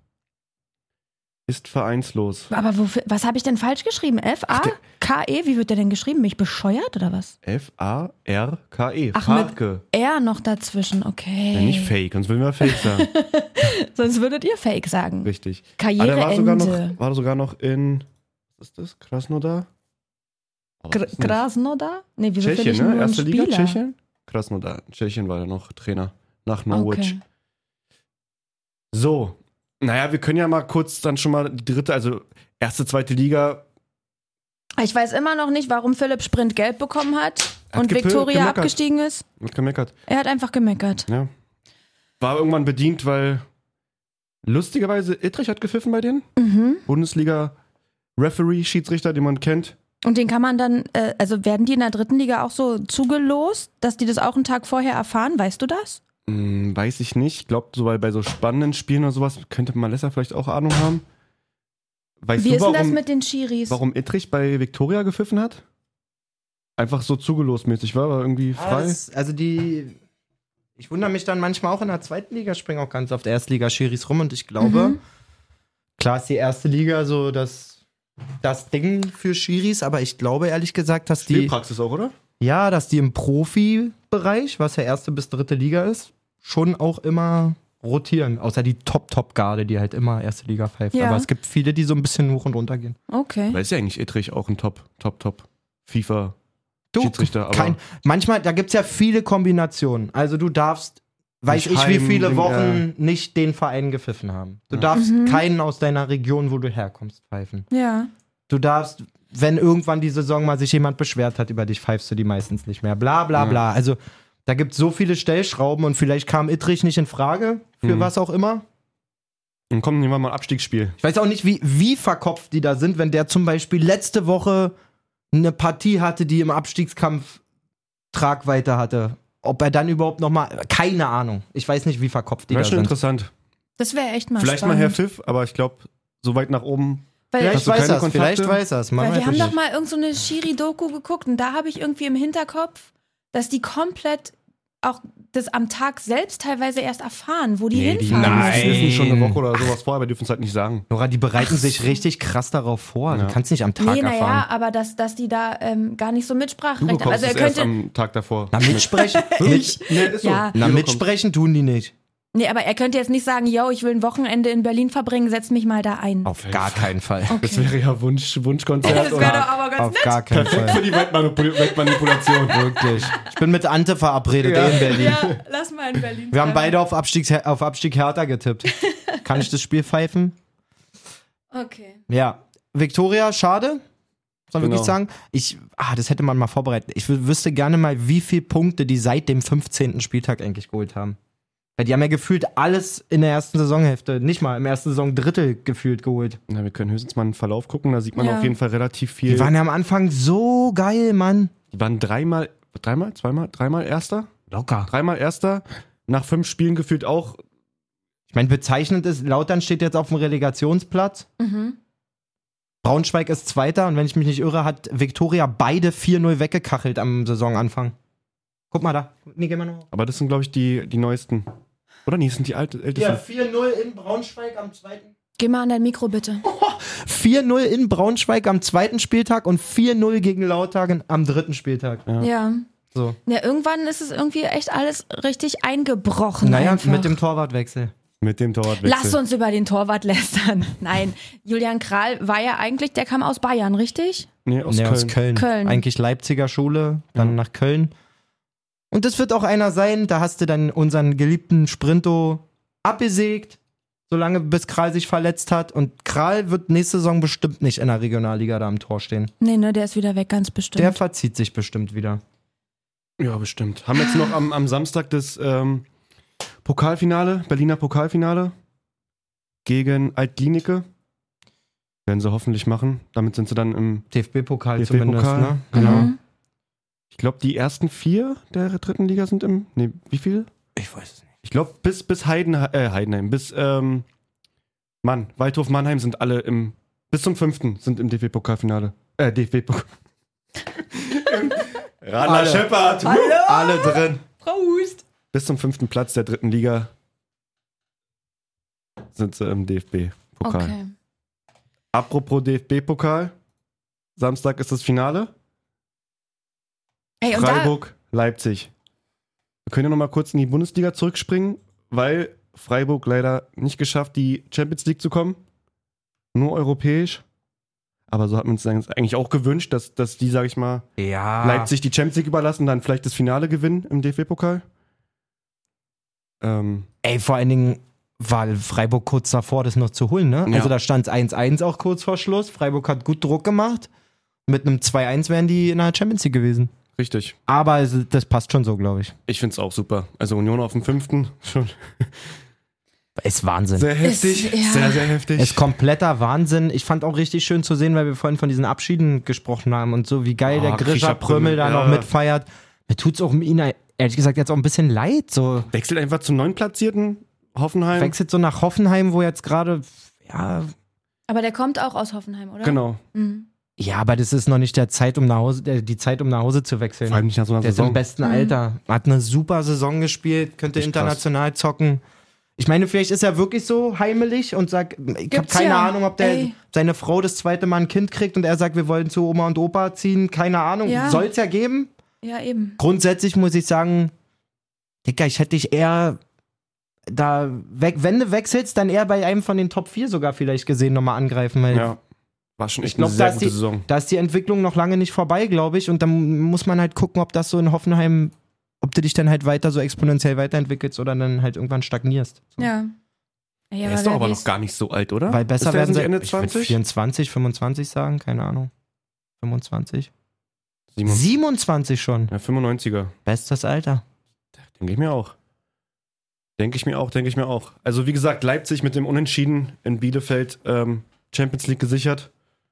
Ist vereinslos.
Aber wofür, was habe ich denn falsch geschrieben? F A K E? Wie wird der denn geschrieben? Bin ich bescheuert oder was?
F A R K E.
Ach, mit-
Farke.
R noch dazwischen, okay.
Ja, nicht Fake, sonst würden wir Fake sagen.
Sonst würdet ihr Fake sagen.
Richtig. Ah, der war sogar
Karriereende.
noch, war sogar noch in. Was ist das? Krasnodar? Oh, was
Kr-
ist denn das?
Krasnodar? Nee, wieso finde
Tschechien,
ich nur
ne?
einen
Erste Liga,
Spieler?
Tschechien? Krasnodar. Tschechien war er noch Trainer. Nach Norwich.
Okay.
So. Naja, wir können ja mal kurz dann schon mal die dritte, also erste, zweite Liga.
Ich weiß immer noch nicht, warum Philipp Sprint Gelb bekommen hat
Hat
und
gepö-
Viktoria
gemeckert.
abgestiegen ist.
Wird gemeckert.
Er hat einfach gemeckert.
Ja. War irgendwann bedient, weil lustigerweise Ittrich hat gepfiffen bei denen.
Mhm.
Bundesliga Referee, Schiedsrichter, den man kennt.
Und den kann man dann, äh, also werden die in der dritten Liga auch so zugelost, dass die das auch einen Tag vorher erfahren? Weißt du das?
Hm, weiß ich nicht. Ich glaube, so bei, bei so spannenden Spielen oder sowas könnte Malessa vielleicht auch Ahnung haben. Weißt
Wie
du,
ist denn das
warum,
mit den Schiris?
warum Ittrich bei Viktoria gepfiffen hat? Einfach so zugelosmäßig war, aber irgendwie frei.
Das, also die. Ich wundere mich dann manchmal auch in der zweiten Liga, springen auch ganz oft Erstliga-Schiris rum und ich glaube,
Mhm.
klar ist die erste Liga so das, das Ding für Schiris, aber ich glaube ehrlich gesagt, dass die.
Spielpraxis auch, oder?
Ja, dass die im Profibereich, was ja erste bis dritte Liga ist, schon auch immer rotieren. Außer die Top-Top-Garde, die halt immer erste Liga pfeift.
Ja.
Aber es gibt viele, die so ein bisschen hoch und runter gehen.
Okay.
Weil ist ja eigentlich Ittrich auch ein Top, Top, Top FIFA
Du,
Schiedsrichter, aber
kein, manchmal, da gibt es ja viele Kombinationen. Also du darfst, weiß
Nicht
ich, wie
heim-
viele
Ding,
Wochen nicht den Verein gepfiffen haben. Du
Ja.
darfst
Mhm.
keinen aus deiner Region, wo du herkommst, pfeifen.
Ja.
Du darfst, wenn irgendwann die Saison mal sich jemand beschwert hat über dich, pfeifst du die meistens nicht mehr. Bla bla
Ja.
bla. Also da gibt es so viele Stellschrauben und vielleicht kam Ittrich nicht in Frage, für
Mhm.
was auch immer.
dann kommt nehmen wir mal ein Abstiegsspiel.
Ich weiß auch nicht, wie, wie verkopft die da sind, wenn der zum Beispiel letzte Woche eine Partie hatte, die im Abstiegskampf Tragweite hatte. Ob er dann überhaupt noch mal, keine Ahnung. Ich weiß nicht, wie verkopft die
Wäre
da
schon
sind.
interessant.
Das wäre echt mal
Vielleicht mal
spannend.
Herr Pfiff, aber ich glaube, so weit nach oben.
Weil,
Vielleicht
Hast du
weiß
keine
er es,
Kontakte?
vielleicht weiß er es. Man
weil wir
weiß
haben
es
doch
nicht.
mal irgend so eine Schiri-Doku geguckt und da habe ich irgendwie im Hinterkopf, dass die komplett
auch das am Tag selbst teilweise erst erfahren, wo die
Nee, die
hinfahren.
nein.
müssen.
wissen schon eine Woche oder sowas vorher, aber dürfen es halt nicht sagen.
Nora, die bereiten
Ach
sich
so.
richtig krass darauf vor.
Ja.
Du kannst nicht am Tag
Nee, naja,
erfahren.
aber dass, dass die da ähm, gar nicht so
Du
Mitspracherecht haben.
bekommst
Also er
es erst
könnte.
am Tag davor.
Na, mitsprechen, mit,
Nee, ist so.
Ja.
na,
Ihr
mitsprechen tun die nicht.
Nee, aber er könnte jetzt nicht sagen, yo, ich will ein Wochenende in Berlin verbringen, setz mich mal da ein.
Auf gar keinen Fall.
Das wäre ja Wunsch, Wunschkonzert.
Das
oder?
wäre doch aber ganz
Auf
nett.
gar keinen
Perfekt
Fall.
für die Weltmanipul- Weltmanipulation.
Wirklich. Ich bin mit Ante verabredet,
Ja.
eh in Berlin.
Ja, lass mal in Berlin.
Wir haben
bleiben.
beide auf Abstieg, auf Abstieg Hertha getippt. Kann ich das Spiel pfeifen?
Okay.
Ja. Viktoria, schade. Soll man
Genau.
wirklich sagen? Ich, ah, das hätte man mal vorbereitet. Ich wü- wüsste gerne mal, wie viele Punkte die seit dem fünfzehnten Spieltag eigentlich geholt haben. Weil die haben ja gefühlt alles in der ersten Saisonhälfte, nicht mal im ersten Saisondrittel gefühlt geholt.
Na, wir können höchstens mal einen Verlauf gucken, da sieht man
Ja.
auf jeden Fall relativ viel.
Die waren ja am Anfang so geil, Mann.
Die waren dreimal, dreimal, zweimal, dreimal Erster?
Locker.
Dreimal Erster. Nach fünf Spielen gefühlt auch.
Ich meine, bezeichnend ist, Lautern steht jetzt auf dem Relegationsplatz.
Mhm.
Braunschweig ist Zweiter und wenn ich mich nicht irre, hat Viktoria beide vier null weggekachelt am Saisonanfang. Guck mal da. Nee, geh mal noch.
Aber das sind, glaube ich, die, die neuesten. Oder? Nee, das sind die alte, ältesten.
vier null in Braunschweig am zweiten.
Geh mal an dein Mikro, bitte.
vier null in Braunschweig am zweiten Spieltag und vier null gegen Lautern am dritten Spieltag.
Ja.
Ja.
So.
Ja, irgendwann ist es irgendwie echt alles richtig eingebrochen.
Naja,
einfach.
mit dem Torwartwechsel.
Mit dem Torwartwechsel.
Lass uns über den Torwart lästern. Nein, Julian Kral war ja eigentlich, der kam aus Bayern, richtig?
Nee, aus
Nee,
Köln.
aus Köln.
Köln.
Eigentlich Leipziger Schule, dann
Ja.
nach Köln. Und das wird auch einer sein, da hast du dann unseren geliebten Sprinto abgesägt, solange bis Kral sich verletzt hat. Und Kral wird nächste Saison bestimmt nicht in der Regionalliga da am Tor stehen.
Nee, ne, der ist wieder weg, ganz bestimmt.
Der verzieht sich bestimmt wieder.
Ja, bestimmt. Haben jetzt noch am, am Samstag das ähm, Pokalfinale, Berliner Pokalfinale gegen Altlinike. Werden sie hoffentlich machen. Damit sind sie dann im,
D F B-Pokal
D F B-Pokal,
zumindest, ne?
genau.
Mhm.
ich glaube, die ersten vier der dritten Liga sind im, nee, wie viel?
Ich weiß es nicht.
Ich glaube, bis, bis Heiden, äh, Heidenheim, bis, ähm, Mann, Waldhof Mannheim sind alle im, bis zum fünften sind im D F B-Pokalfinale. Äh, D F B-Pokal. Radler
Alle.
Shepard.
Alle drin.
Prost!
Bis zum fünften Platz der dritten Liga sind sie im D F B-Pokal.
Okay.
Apropos D F B-Pokal, Samstag ist das Finale.
Ey, und da,
Freiburg, Leipzig. Wir können ja nochmal kurz in die Bundesliga zurückspringen, weil Freiburg leider nicht geschafft, die Champions League zu kommen. Nur europäisch. Aber so hat man es eigentlich auch gewünscht, dass, dass die, sag ich mal,
Ja.
Leipzig die Champions League überlassen, dann vielleicht das Finale gewinnen im D F B-Pokal. Ähm,
Ey, vor allen Dingen war Freiburg kurz davor, das noch zu holen, ne?
Ja.
Also da stand es eins eins auch kurz vor Schluss. Freiburg hat gut Druck gemacht. Mit einem zwei eins wären die in der Champions League gewesen.
richtig.
Aber es, das passt schon so, glaube ich.
Ich finde es auch super. Also Union auf dem fünften, schon
Ist Wahnsinn.
sehr heftig.
ja.
Sehr, sehr heftig.
Ist kompletter Wahnsinn. Ich fand auch richtig schön zu sehen, weil wir vorhin von diesen Abschieden gesprochen haben und so, wie geil
Oh,
der Grisha
Grisha
Prömel da
Prömel,
noch
ja.
mitfeiert. Mir tut's auch um ihn, ehrlich gesagt, jetzt auch ein bisschen leid. So
Wechselt einfach zum neunplatzierten Hoffenheim.
wechselt so nach Hoffenheim, wo jetzt gerade, ja,
aber der kommt auch aus Hoffenheim, oder?
Genau.
Mhm.
ja, aber das ist noch nicht der Zeit, um nach Hause, der, die Zeit, um nach Hause zu wechseln.
Vor allem nicht nach so einer
Der ist im
Saison.
besten Alter. Hat eine super Saison gespielt, könnte
Echt
international zocken. Ich meine, vielleicht ist er wirklich so heimelig und sagt, ich habe
Gibt's
keine
ja.
Ahnung, ob der
Ey.
seine Frau das zweite Mal ein Kind kriegt und er sagt, wir wollen zu Oma und Opa ziehen. Keine Ahnung.
Ja.
Soll es ja geben.
Ja, eben.
Grundsätzlich muss ich sagen, Dicker, ich hätte dich eher da weg, wenn du wechselst, dann eher bei einem von den Top vier sogar vielleicht gesehen nochmal angreifen, weil
Ja. War schon echt
ich glaube,
eine sehr
da, ist
gute
die-
Saison.
da ist die Entwicklung noch lange nicht vorbei, glaube ich. Und dann muss man halt gucken, ob das so in Hoffenheim, ob du dich dann halt weiter so exponentiell weiterentwickelst oder dann halt irgendwann stagnierst. So.
Ja. Ja,
Er ist doch
wer
aber
weiß.
noch gar nicht so alt, oder?
Weil besser
ist der
werden
nicht
sie
Ende
ich würd
zwanzig?
vierundzwanzig, fünfundzwanzig sagen, keine Ahnung. fünfundzwanzig.
Simon.
siebenundzwanzig schon.
Ja, fünfundneunziger.
Bestes Alter.
Denke ich mir auch. Denke ich mir auch, denke ich mir auch. Also wie gesagt, Leipzig mit dem Unentschieden in Bielefeld ähm, Champions League gesichert.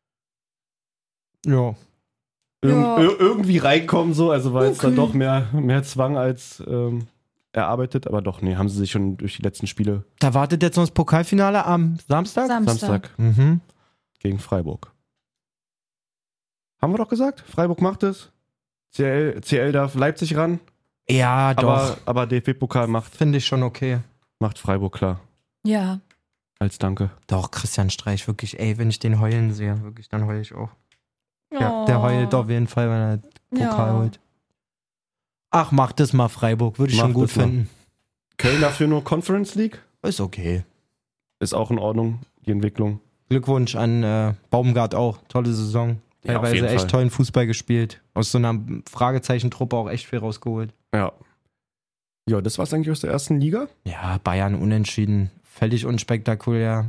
Ja.
Irg
Ja.
ir irgendwie reinkommen so, also war jetzt dann
Okay.
doch mehr, mehr Zwang als ähm, erarbeitet, aber doch, nee, haben sie sich schon durch die letzten Spiele
Da wartet jetzt noch das Pokalfinale am Samstag.
Samstag.
Samstag
Mhm.
gegen Freiburg. Haben wir doch gesagt, Freiburg macht es. C L, C L darf Leipzig ran.
Ja, doch.
Aber, aber D F B-Pokal macht,
Finde ich schon okay.
macht Freiburg klar.
Ja.
Als Danke.
Doch, Christian Streich, wirklich, ey, wenn ich den heulen sehe, wirklich, dann heule ich auch. Ja,
Oh.
der heult auf jeden Fall, wenn er Pokal
Ja.
holt. Ach, mach das mal, Freiburg, würde ich
Mach
schon gut
das mal.
finden.
Köln dafür nur Conference League.
Ist okay.
Ist auch in Ordnung, die Entwicklung.
Glückwunsch an äh, Baumgart auch, tolle Saison.
Ja, auf
Teilweise
jeden
echt
Fall.
tollen Fußball gespielt. Aus so einer Fragezeichentruppe auch echt viel rausgeholt.
Ja. Ja, das war's eigentlich aus der ersten Liga.
Ja, Bayern unentschieden, völlig unspektakulär.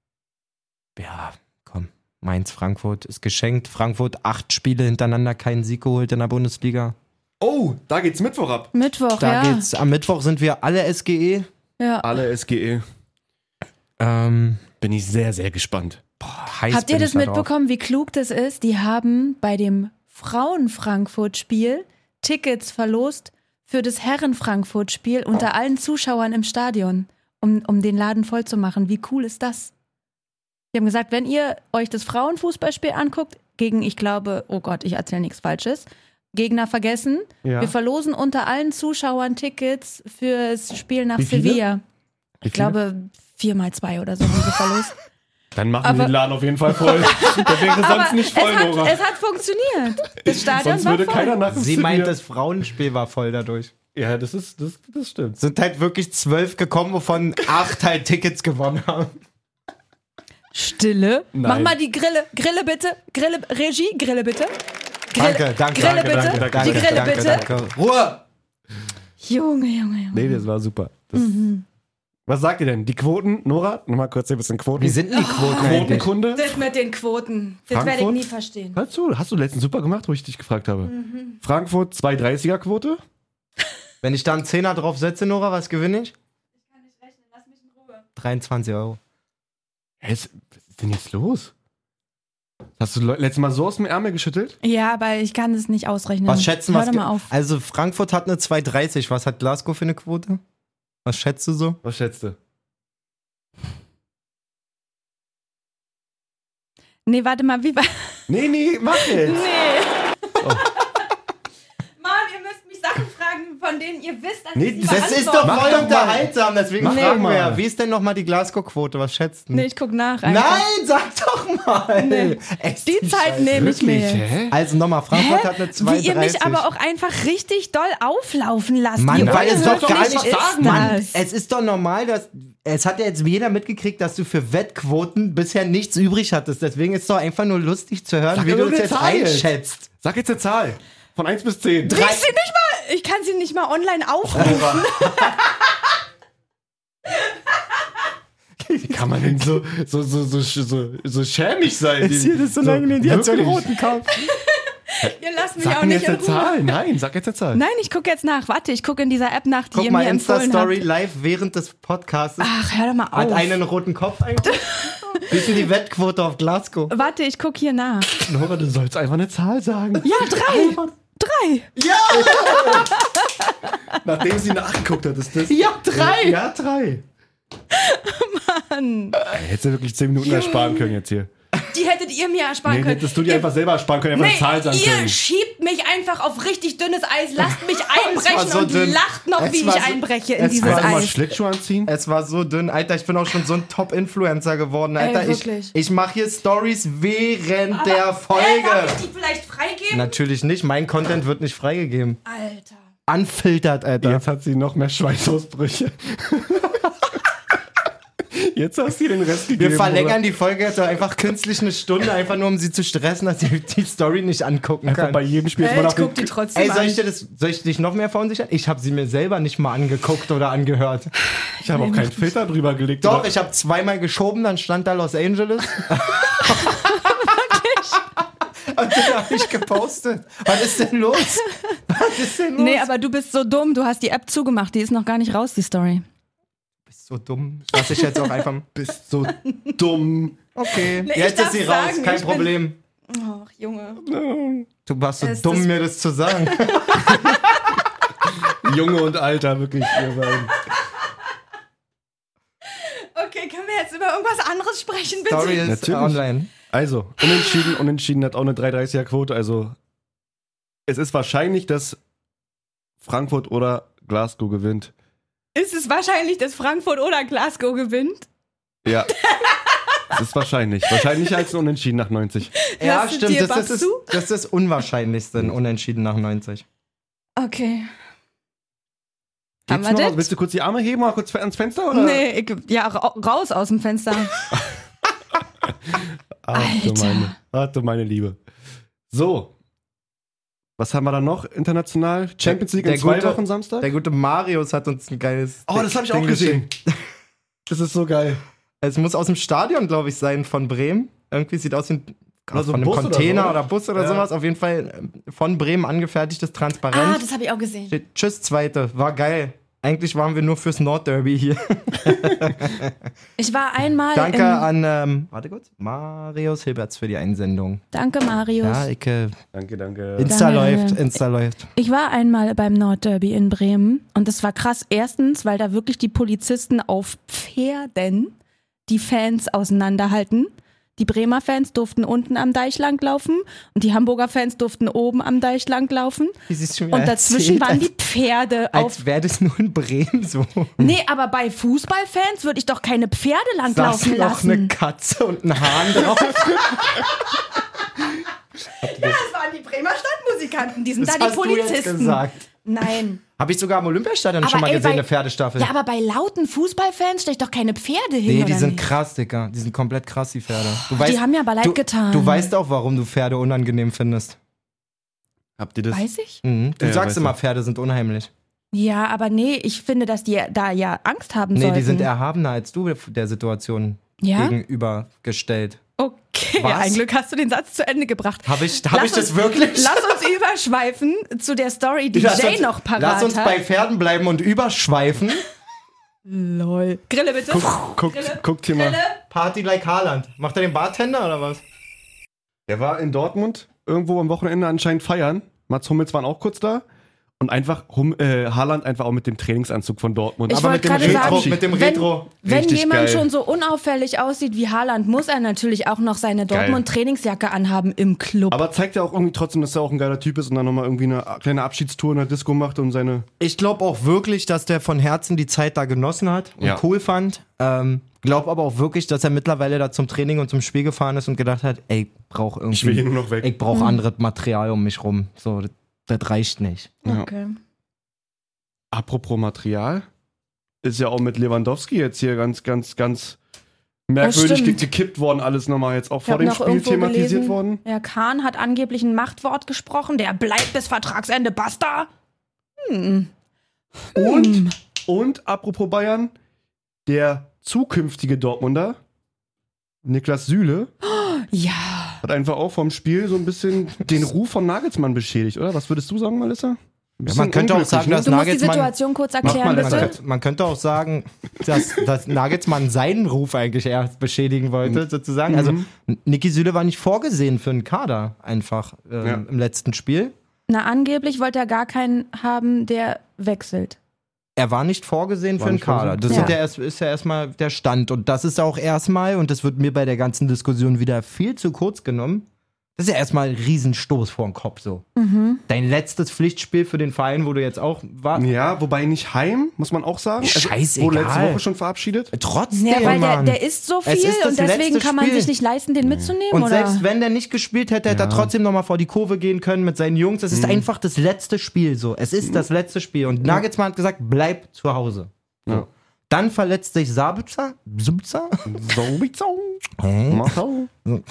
Ja, komm, Mainz-Frankfurt ist geschenkt. Frankfurt acht Spiele hintereinander keinen Sieg geholt in der Bundesliga.
Oh, da geht's Mittwoch ab.
Mittwoch,
Da
ja.
geht's, am Mittwoch sind wir alle S G E.
ja.
Alle S G E.
Ähm,
Bin ich sehr, sehr gespannt.
boah, heiß
Habt ihr
bin
das
ich da drauf.
mitbekommen, wie klug das ist? Die haben bei dem Frauen-Frankfurt-Spiel Tickets verlost für das Herren-Frankfurt-Spiel unter allen Zuschauern im Stadion, um, um den Laden voll zu machen. Wie cool ist das? Die haben gesagt, wenn ihr euch das Frauenfußballspiel anguckt, gegen, ich glaube, oh Gott, ich erzähle nichts Falsches, Gegner vergessen,
Ja.
wir verlosen unter allen Zuschauern Tickets fürs Spiel nach
Wie viele?
Sevilla.
Wie
Ich glaube, vier mal zwei oder so haben sie verlost.
Dann machen
Aber-
wir den Laden auf jeden Fall voll. Der wäre sonst nicht voll,
es, hat,
Nora.
es hat funktioniert. Das Stadion
Sonst
war
würde
voll.
keiner nach dem
Sie
Sevilla-
meint, das Frauenspiel war voll dadurch.
Ja, das ist, das, das stimmt.
Sind halt wirklich zwölf gekommen, wovon acht halt Tickets gewonnen haben.
Stille.
Nein.
Mach mal die Grille. Grille bitte. Grille, Regie, Grille bitte. Grille,
Danke, danke,
Grille
danke,
bitte.
danke, danke,
die Grille
danke,
bitte.
danke. Ruhe!
Junge, Junge, Junge.
Nee, das war super. Das,
Mhm.
Was sagt ihr denn? Die Quoten, Nora? Nochmal kurz ein bisschen Quoten.
Wie sind denn die Quoten eigentlich?
Quotenkunde?
Das mit den Quoten. Das werde ich
Frankfurt?
nie verstehen.
Hast du, hast du letztens super gemacht, wo ich dich gefragt habe.
Mhm.
Frankfurt zwei dreißiger Quote.
Wenn ich da einen Zehner drauf setze, Nora, was gewinne ich?
Ich kann nicht rechnen, lass mich in Ruhe.
dreiundzwanzig Euro.
Hä, ist- was ist denn jetzt los? Hast du le- letztes Mal so aus dem Ärmel geschüttelt?
Ja, aber ich kann es nicht ausrechnen.
Was schätzen
Hör
was
doch mal
ge-
auf.
Also Frankfurt hat eine zwei dreißig. Was hat Glasgow für eine Quote? Was schätzt du so?
Was schätzt du?
Nee, warte mal, wie war.
Nee, nee, mach jetzt.
Nee. Mann, ihr müsst mich Sachen fragen, von denen ihr wisst, dass
Nee,
ich sie
Das ist
beantworten
doch
Mach
voll
doch mal.
unterhaltsam, deswegen
Mach
fragen
doch
wir ja.
mal.
Wie ist denn nochmal die Glasgow-Quote? Was schätzt du?
Nee, ich guck nach. einfach.
Nein, sag doch mal!
Nee.
Echt,
Die Zeit nehme ich mir jetzt.
Hä?
Also nochmal, Frankfurt hat eine zwei
Wie ihr mich
dreißig.
aber auch einfach richtig doll auflaufen lasst.
Mann,
Wie
weil es
unerhört
doch gar
ist
nicht
das?
Mann, es ist doch normal, dass es hat ja jetzt jeder mitgekriegt, dass du für Wettquoten bisher nichts übrig hattest. Deswegen ist es doch einfach nur lustig zu hören,
Sag
wie
doch
du
nur
es
eine
jetzt
Zahl jetzt.
einschätzt.
Sag jetzt eine Zahl. Von eins bis zehn.
Ich, sie nicht mal, ich kann sie nicht mal online aufrufen.
Wie kann man denn so, so, so, so, so, so schämig sein?
Ist hier das so unangenehm? Die hat so einen
wirklich.
roten Kopf.
Ihr lasst mich
Sag
auch
mir
nicht
jetzt
in
eine
Ruhe.
Zahl. Nein, sag jetzt eine Zahl.
Nein, ich gucke jetzt nach. Warte, ich gucke in dieser App nach, die
Guck
ihr
mal,
mir empfohlen
Insta-Story
habt.
live während des Podcasts.
Ach, hör doch mal
Hat
auf.
einen roten Kopf eigentlich? Wie ist denn die Wettquote auf Glasgow?
Warte, ich gucke hier nach.
Nora, du sollst einfach eine Zahl sagen.
Ja, drei. Drei.
Nachdem sie nachgeguckt hat, ist das.
Ja, drei!
Ja, drei.
Mann.
Hättest du wirklich zehn Minuten ersparen können jetzt hier.
Die hättet ihr mir ersparen
Nee,
können.
hättest du dir
ihr,
einfach selber ersparen können, einfach
nee,
eine Zahl sagen
ihr
können.
schiebt mich einfach auf richtig dünnes Eis, lasst mich einbrechen
so
und
dünn.
lacht noch,
Es
wie
war
ich
so-
einbreche in
es
dieses
war
Kannst du mal
Eis.
Schlittschuhe anziehen?
Es war so dünn, Alter, ich bin auch schon so ein Top-Influencer geworden, Alter. ich
wirklich.
ich mache hier Stories während der
Äh,
Folge.
darf ich die vielleicht freigeben?
Natürlich nicht, mein Content wird nicht freigegeben.
Alter.
Unfiltert, Alter.
Jetzt hat sie noch mehr Schweißausbrüche. Jetzt hast du ihr den Rest gegeben.
Wir verlängern
oder?
die Folge jetzt einfach künstlich eine Stunde, einfach nur um sie zu stressen, dass sie die Story nicht angucken
Einfach
kann.
bei jedem Spiel jetzt
Äh,
mal
ich
auf den
guck die trotzdem
Ey, soll ich,
an.
dir das, soll ich dich noch mehr verunsichern? Ich habe sie mir selber nicht mal angeguckt oder angehört.
Ich habe auch keinen Filter drüber gelegt.
Doch,
oder?
ich habe zweimal geschoben, dann stand da Los Angeles. Und den habe ich gepostet. Was ist denn los? Was ist denn los?
Nee, aber du bist so dumm, du hast die App zugemacht, die ist noch gar nicht raus, die Story.
bist so dumm. Lass ich jetzt auch einfach.
bist so dumm.
Okay,
Nee, ich
jetzt
darf
ist sie
sagen,
raus, kein
ich bin-
Problem.
Ach, Junge.
Du warst so
Es
dumm,
ist-
mir das zu sagen.
Junge und Alter, wirklich. Ihr beiden.
Okay, können wir jetzt über irgendwas anderes sprechen, bitte?
Story ist
Natürlich.
online.
Also, unentschieden, unentschieden hat auch eine drei dreißiger Quote. Also, es ist wahrscheinlich, dass Frankfurt oder Glasgow gewinnt.
Ist es wahrscheinlich, dass Frankfurt oder Glasgow gewinnt?
Ja. Das ist wahrscheinlich. Wahrscheinlich als ein Unentschieden nach neunzig.
Ja,
Hörst du
stimmt.
dir,
Das ist, das,
Babsu?
das ist das Unwahrscheinlichste, ein Unentschieden nach neunzig.
Okay.
Geht's
Haben wir
noch?
das?
Willst du kurz die Arme heben, mal kurz ans Fenster? Oder?
Nee, ich, ja, ra raus aus dem Fenster.
Ach, du
Alter.
meine, ach, du meine Liebe. So. Was haben wir da noch international? Champions League
Der
in zwei
gute-
Wochen Samstag?
Der gute Marius hat uns ein geiles
Oh, das habe ich auch
Ding
gesehen.
geschickt.
Das ist so geil.
Es muss aus dem Stadion, glaube ich, sein von Bremen. Irgendwie sieht aus wie ein,
Oder so
von
ein
einem
Bus oder
Container
so,
oder,
oder?
Bus oder
Ja.
sowas. Auf jeden Fall äh, von Bremen angefertigtes Transparent.
Ah, das habe ich auch gesehen.
Steht, Tschüss, Zweite. War geil. Eigentlich waren wir nur fürs Nordderby hier.
Ich war einmal
Danke
im,
an, ähm, warte kurz, Marius Hilberts für die Einsendung.
Danke, Marius.
Ja, ich, äh,
Danke, danke.
Insta
Danke.
läuft, Insta läuft.
Ich war einmal beim Nordderby in Bremen und das war krass. Erstens, weil da wirklich die Polizisten auf Pferden die Fans auseinanderhalten. Die Bremer Fans durften unten am Deich langlaufen und die Hamburger Fans durften oben am Deich langlaufen.
Wie sie es schon wieder
Und dazwischen
erzählt,
waren die
als,
Pferde auf.
als wäre das nur in Bremen so.
Nee, aber bei Fußballfans würde ich doch keine Pferde
Saß
langlaufen
noch eine
lassen.
Katze und ein Hahn drauf.
Das waren die Bremer Stadtmusikanten, die sind
Das
da die
hast du jetzt
Polizisten.
gesagt.
Nein.
Habe ich sogar am Olympiastadion
Aber
schon mal
ey,
gesehen,
bei-
eine Pferdestaffel.
Ja, aber bei lauten Fußballfans stelle ich doch keine Pferde hin,
Nee,
oder
die sind
nicht?
krass, Digga. Die sind komplett krass, die Pferde. Du
die haben mir aber leid
du,
getan.
Du weißt auch, warum du Pferde unangenehm findest.
Habt ihr das?
Weiß ich?
Mhm. Du
Ja,
sagst
weißt
immer,
du.
Pferde sind unheimlich.
Ja, aber nee, ich finde, dass die da ja Angst haben
Nee,
sollten.
die sind erhabener als du der Situation
Ja?
gegenübergestellt.
Okay,
Was?
ein Glück hast du den Satz zu Ende gebracht.
Habe ich, hab
Lass
ich das
uns-
wirklich?
Lass uns überschweifen zu der Story, die
Lass
Jay
uns,
noch parat
lass uns
hat.
bei Pferden bleiben und überschweifen.
Lol. Grille bitte.
Guckt, guckt hier mal.
Party like Haaland. Macht er den Bartender oder was?
Der war in Dortmund irgendwo am Wochenende anscheinend feiern. Mats Hummels waren auch kurz da. Und einfach hum, äh, Haaland einfach auch mit dem Trainingsanzug von Dortmund.
Ich
Aber
wollte
mit dem
gerade
Retro.
sagen,
mit dem
wenn,
Retro.
wenn
Richtig
jemand
geil.
schon so unauffällig aussieht wie Haaland, muss er natürlich auch noch seine
Geil.
Dortmund-Trainingsjacke anhaben im Club.
Aber zeigt ja auch irgendwie trotzdem, dass er auch ein geiler Typ ist und dann nochmal irgendwie eine kleine Abschiedstour in der Disco macht und seine.
Ich glaube auch wirklich, dass der von Herzen die Zeit da genossen hat und
Ja.
cool fand. Ähm, glaub aber auch wirklich, dass er mittlerweile da zum Training und zum Spiel gefahren ist und gedacht hat, ey, brauch irgendwie.
Ich will hier nur noch weg.
Ich brauche anderes Material um mich rum. So, das, das reicht nicht.
Ja.
Okay.
Apropos Material, ist ja auch mit Lewandowski jetzt hier ganz, ganz, ganz merkwürdig
stimmt.
gekippt worden, alles nochmal jetzt auch
Ich
vor
hab
dem
noch
Spiel
irgendwo
thematisiert
gelesen,
worden.
Ja, Kahn hat angeblich ein Machtwort gesprochen, der bleibt bis Vertragsende, basta. Hm.
Und, und apropos Bayern, der zukünftige Dortmunder, Niklas Süle,
Ja.
hat einfach auch vom Spiel so ein bisschen den Ruf von Nagelsmann beschädigt, oder? Was würdest du sagen, Melissa? Ein
Ja,
bisschen
man könnte auch
unglücklich,
sagen,
ne?
dass
Du musst die
Nagelsmann.
Situation kurz
Mach
erklären,
mal,
Man
bitte.
könnte, man könnte auch sagen, dass, dass Nagelsmann seinen Ruf eigentlich erst beschädigen wollte, sozusagen. Also, Niki Süle war nicht vorgesehen für einen Kader, einfach ähm,
Ja.
im letzten Spiel.
Na, angeblich wollte er gar keinen haben, der wechselt.
Er war nicht vorgesehen
War
für einen
nicht vorgesehen.
Kader. Das
Ja.
ist, ja erst, ist ja erstmal der Stand. Und das ist auch erstmal, und das wird mir bei der ganzen Diskussion wieder viel zu kurz genommen, das ist ja erstmal ein Riesenstoß vor den Kopf so. Dein letztes Pflichtspiel für den Verein, wo du jetzt auch warst.
Ja, wobei nicht heim, muss man auch sagen.
Scheißegal.
Wurde letzte Woche schon verabschiedet.
Trotzdem,
Ja, weil der,
Mann.
der isst so viel
Es ist das
und deswegen
letzte
kann man
Spiel.
sich nicht leisten, den mitzunehmen,
Und
oder?
selbst wenn der nicht gespielt hätte, hätte er trotzdem nochmal vor die Kurve gehen können mit seinen Jungs. Es ist einfach das letzte Spiel so. Es ist das letzte Spiel. Und Nagelsmann hat gesagt, bleib zu Hause. So.
Ja.
Dann verletzt sich Sabitzer. Sabitzer? Hä?
Machau.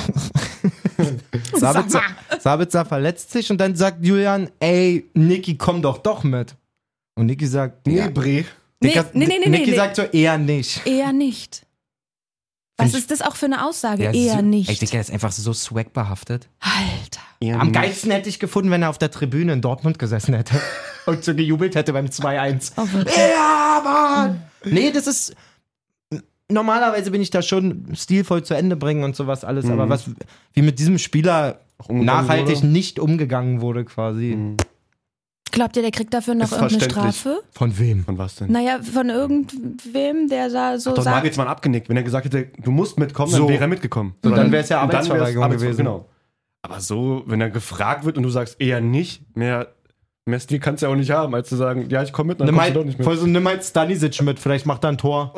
Sabitzer, Sabitzer verletzt sich und dann sagt Julian, ey, Niki, komm doch doch mit. Und Niki sagt,
Nee,
ja.
Bre.
Nee,
Dicker,
nee, nee, nee,
Niki
nee.
sagt so, eher nicht.
Eher nicht. Was
Ich-
ist das auch für eine Aussage?
Ja,
Eher
so,
nicht.
Ey, Dicker, er ist einfach so swag-behaftet.
Alter.
Am geilsten hätte ich gefunden, wenn er auf der Tribüne in Dortmund gesessen hätte und so gejubelt hätte beim zwei eins.
Oh, wirklich?
Ja, Mann! Nee, das ist. Normalerweise bin ich da schon stilvoll zu Ende bringen und sowas alles, aber was, wie mit diesem Spieler
umgegangen
nachhaltig
wurde.
nicht umgegangen wurde, quasi.
Glaubt ihr, der kriegt dafür noch
Ist
irgendeine
verständlich.
Strafe?
Von wem?
Von was denn?
Naja, von irgendwem, der da so
Doch
sagt.
Nagelsmann abgenickt. Wenn er gesagt hätte, du musst mitkommen,
So.
dann wäre er mitgekommen.
Und dann wär's ja
und dann
Arbeitsverweigerung
wär's Arbeits-
gewesen.
Genau. Aber so, wenn er gefragt wird und du sagst eher nicht, mehr Mehr Stil kannst du ja auch nicht haben, als zu sagen, ja, ich komme mit, dann
Nimm
kommst
halt,
du doch nicht mit.
voll so, nimm halt Stanisic mit, vielleicht macht er ein Tor.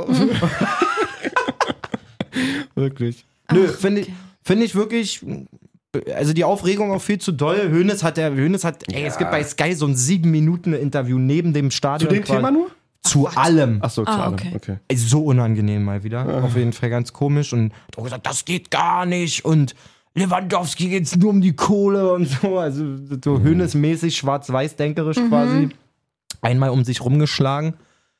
Wirklich.
Nö, finde ich, find ich wirklich, also die Aufregung auch viel zu doll. Hoeneß hat, der, Hoeneß hat, ey, es gibt bei Sky so ein sieben Minuten Interview neben dem
Zu
Stadion.
dem
quasi.
Thema nur?
Zu allem.
Achso, zu
Ah,
allem.
okay.
Okay.
Ey, so unangenehm mal wieder.
Ah.
Auf jeden Fall ganz komisch. Und hat auch gesagt, das geht gar nicht. Und Lewandowski geht's nur um die Kohle und so. Also so
Mhm.
Hoeneß-mäßig, schwarz-weiß-denkerisch quasi. Einmal um sich rumgeschlagen.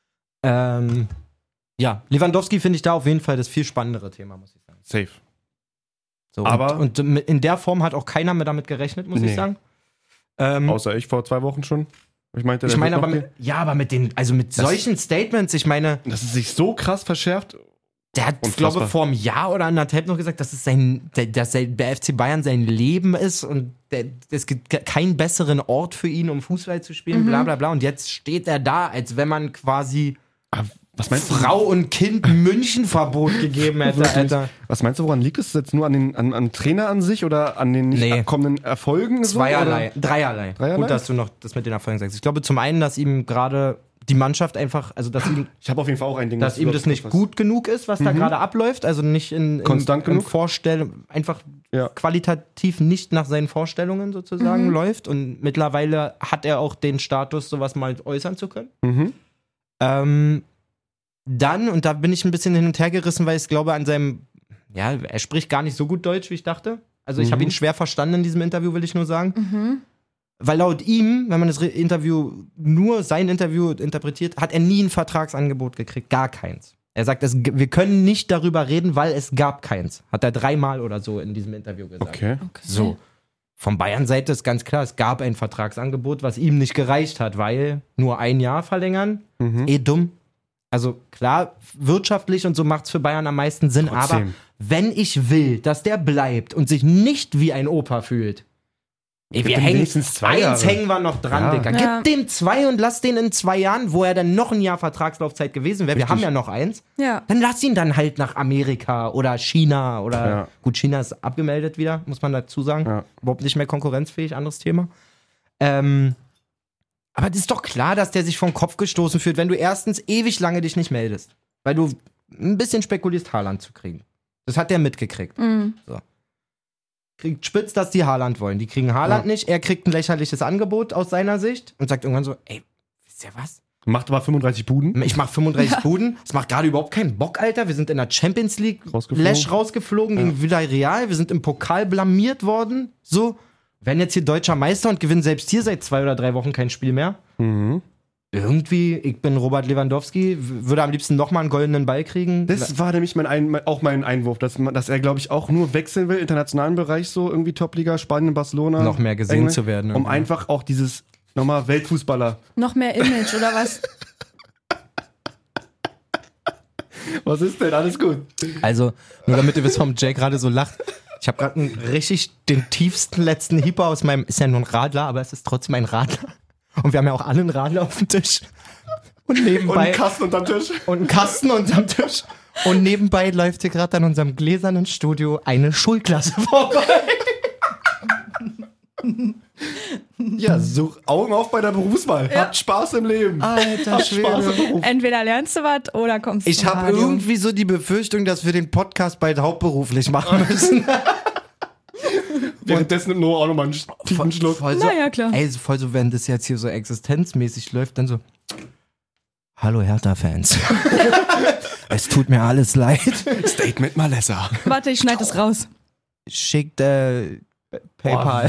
Ähm, ja, Lewandowski finde ich da auf jeden Fall das viel spannendere Thema, muss ich sagen.
Safe.
So,
Aber-
und, und in der Form hat auch keiner mehr damit gerechnet, muss
Nee.
ich sagen. Ähm,
Außer ich vor zwei Wochen schon. Ich meinte,
ich
der
meine
wird
aber
noch
mit, ja, aber mit den, also mit
Das-
solchen Statements, ich meine,
gehen. Dass es sich so krass verschärft.
der hat, ich
Unfassbar.
glaube, vor einem Jahr oder anderthalb noch gesagt, dass es sein, der- dass sein, der F C Bayern sein Leben ist und der, es gibt ke- keinen besseren Ort für ihn, um Fußball zu spielen, bla bla bla. Und jetzt steht er da, als wenn man quasi
Ah, was meinst du?
Frau und Kind Münchenverbot gegeben hätte,
Wirklich?
Alter.
Was meinst du, woran liegt es? Ist es jetzt nur an den an, an Trainer an sich oder an den nicht
Nee.
kommenden Erfolgen? so,
Zweierlei,
oder?
dreierlei.
Dreierlei?
Gut, dass du noch das mit den Erfolgen sagst. Ich glaube zum einen, dass ihm gerade die Mannschaft einfach, also dass ihm,
Ich habe auf jeden Fall auch ein Ding.
dass ihm das nicht
was-
gut genug ist, was da gerade abläuft, also nicht in, in
Konstant
in
genug?
Vorstellung, einfach
Ja.
qualitativ nicht nach seinen Vorstellungen sozusagen läuft und mittlerweile hat er auch den Status, sowas mal äußern zu können.
Mhm.
Ähm, dann, und da bin ich ein bisschen hin und her gerissen, weil ich glaube an seinem, ja, er spricht gar nicht so gut Deutsch, wie ich dachte. Also ich
Mhm.
habe ihn schwer verstanden in diesem Interview, will ich nur sagen. Weil laut ihm, wenn man das Re- Interview, nur sein Interview interpretiert, hat er nie ein Vertragsangebot gekriegt. Gar keins. Er sagt, es, wir können nicht darüber reden, weil es gab keins. Hat er dreimal oder so in diesem Interview gesagt.
Okay.
So. Von Bayern-Seite ist ganz klar, es gab ein Vertragsangebot, was ihm nicht gereicht hat, weil nur ein Jahr verlängern,
Mhm.
eh dumm. Also klar, wirtschaftlich und so macht es für Bayern am meisten Sinn, aber
Trotzdem.
wenn ich will, dass der bleibt und sich nicht wie ein Opa fühlt, ey, wir
dem
hängen,
wenigstens zwei
eins
Jahre.
hängen wir noch dran,
Ja.
Digga.
Ja.
Gib dem zwei und lass den in zwei Jahren, wo er dann noch ein Jahr Vertragslaufzeit gewesen wäre. Wir
Richtig.
haben ja noch eins.
Ja.
Dann lass ihn dann halt nach Amerika oder China oder
Ja.
gut, China ist abgemeldet wieder, muss man dazu sagen.
Ja.
Überhaupt nicht mehr konkurrenzfähig, anderes Thema. Ähm, aber das ist doch klar, dass der sich vom Kopf gestoßen fühlt, wenn du erstens ewig lange dich nicht meldest. Weil du ein bisschen spekulierst, Haaland zu kriegen. Das hat der mitgekriegt.
Mhm.
Kriegt spitz, dass die Haaland wollen. Die kriegen Haaland
Ja.
nicht. Er kriegt ein lächerliches Angebot aus seiner Sicht und sagt irgendwann so, ey, wisst ihr was?
Macht aber fünfunddreißig Buden.
Ich mach fünfunddreißig Buden. Es macht gerade überhaupt keinen Bock, Alter. Wir sind in der Champions League
Rausgeflogen.
Lash rausgeflogen gegen Villarreal. Wir sind im Pokal blamiert worden. So. Werden jetzt hier deutscher Meister und gewinnen selbst hier seit zwei oder drei Wochen kein Spiel mehr.
Mhm.
Irgendwie, ich bin Robert Lewandowski, w- würde am liebsten nochmal einen goldenen Ball kriegen.
Das war nämlich mein ein, mein, auch mein Einwurf, dass, man, dass er, glaube ich, auch nur wechseln will, internationalen Bereich, so irgendwie Topliga, Spanien, Barcelona.
Noch mehr gesehen
England,
zu werden
Um
irgendwie.
einfach auch dieses, nochmal Weltfußballer.
Noch mehr Image oder was?
Was ist denn? Alles gut.
Also, nur damit ihr wisst, warum Jay gerade so lacht. Ich habe gerade einen richtig den tiefsten letzten Hieper aus meinem, ist ja nur ein Radler, aber es ist trotzdem ein Radler. Und wir haben ja auch alle einen Radler auf dem Tisch. Und
Und
nebenbei.
ein Kasten unterm Tisch.
und einen Kasten unterm Tisch. Und nebenbei läuft hier gerade an unserem gläsernen Studio eine Schulklasse vorbei.
Ja, so Augen auf bei der Berufswahl. Habt Spaß im Leben.
Alter
Habt Spaß im Beruf.
Entweder lernst du was oder kommst
Ich
zum
habe
Radio.
irgendwie so die Befürchtung, dass wir den Podcast bald hauptberuflich machen müssen.
Währenddessen nimmt Noah auch nochmal einen tiefen Schluck.
Voll so,
Na ja, klar.
Ey, voll so, wenn das jetzt hier so existenzmäßig läuft, dann so. Hallo Hertha-Fans. Es tut mir alles leid.
Statement Malessa.
Warte, ich schneide es raus.
Schickt äh, PayPal.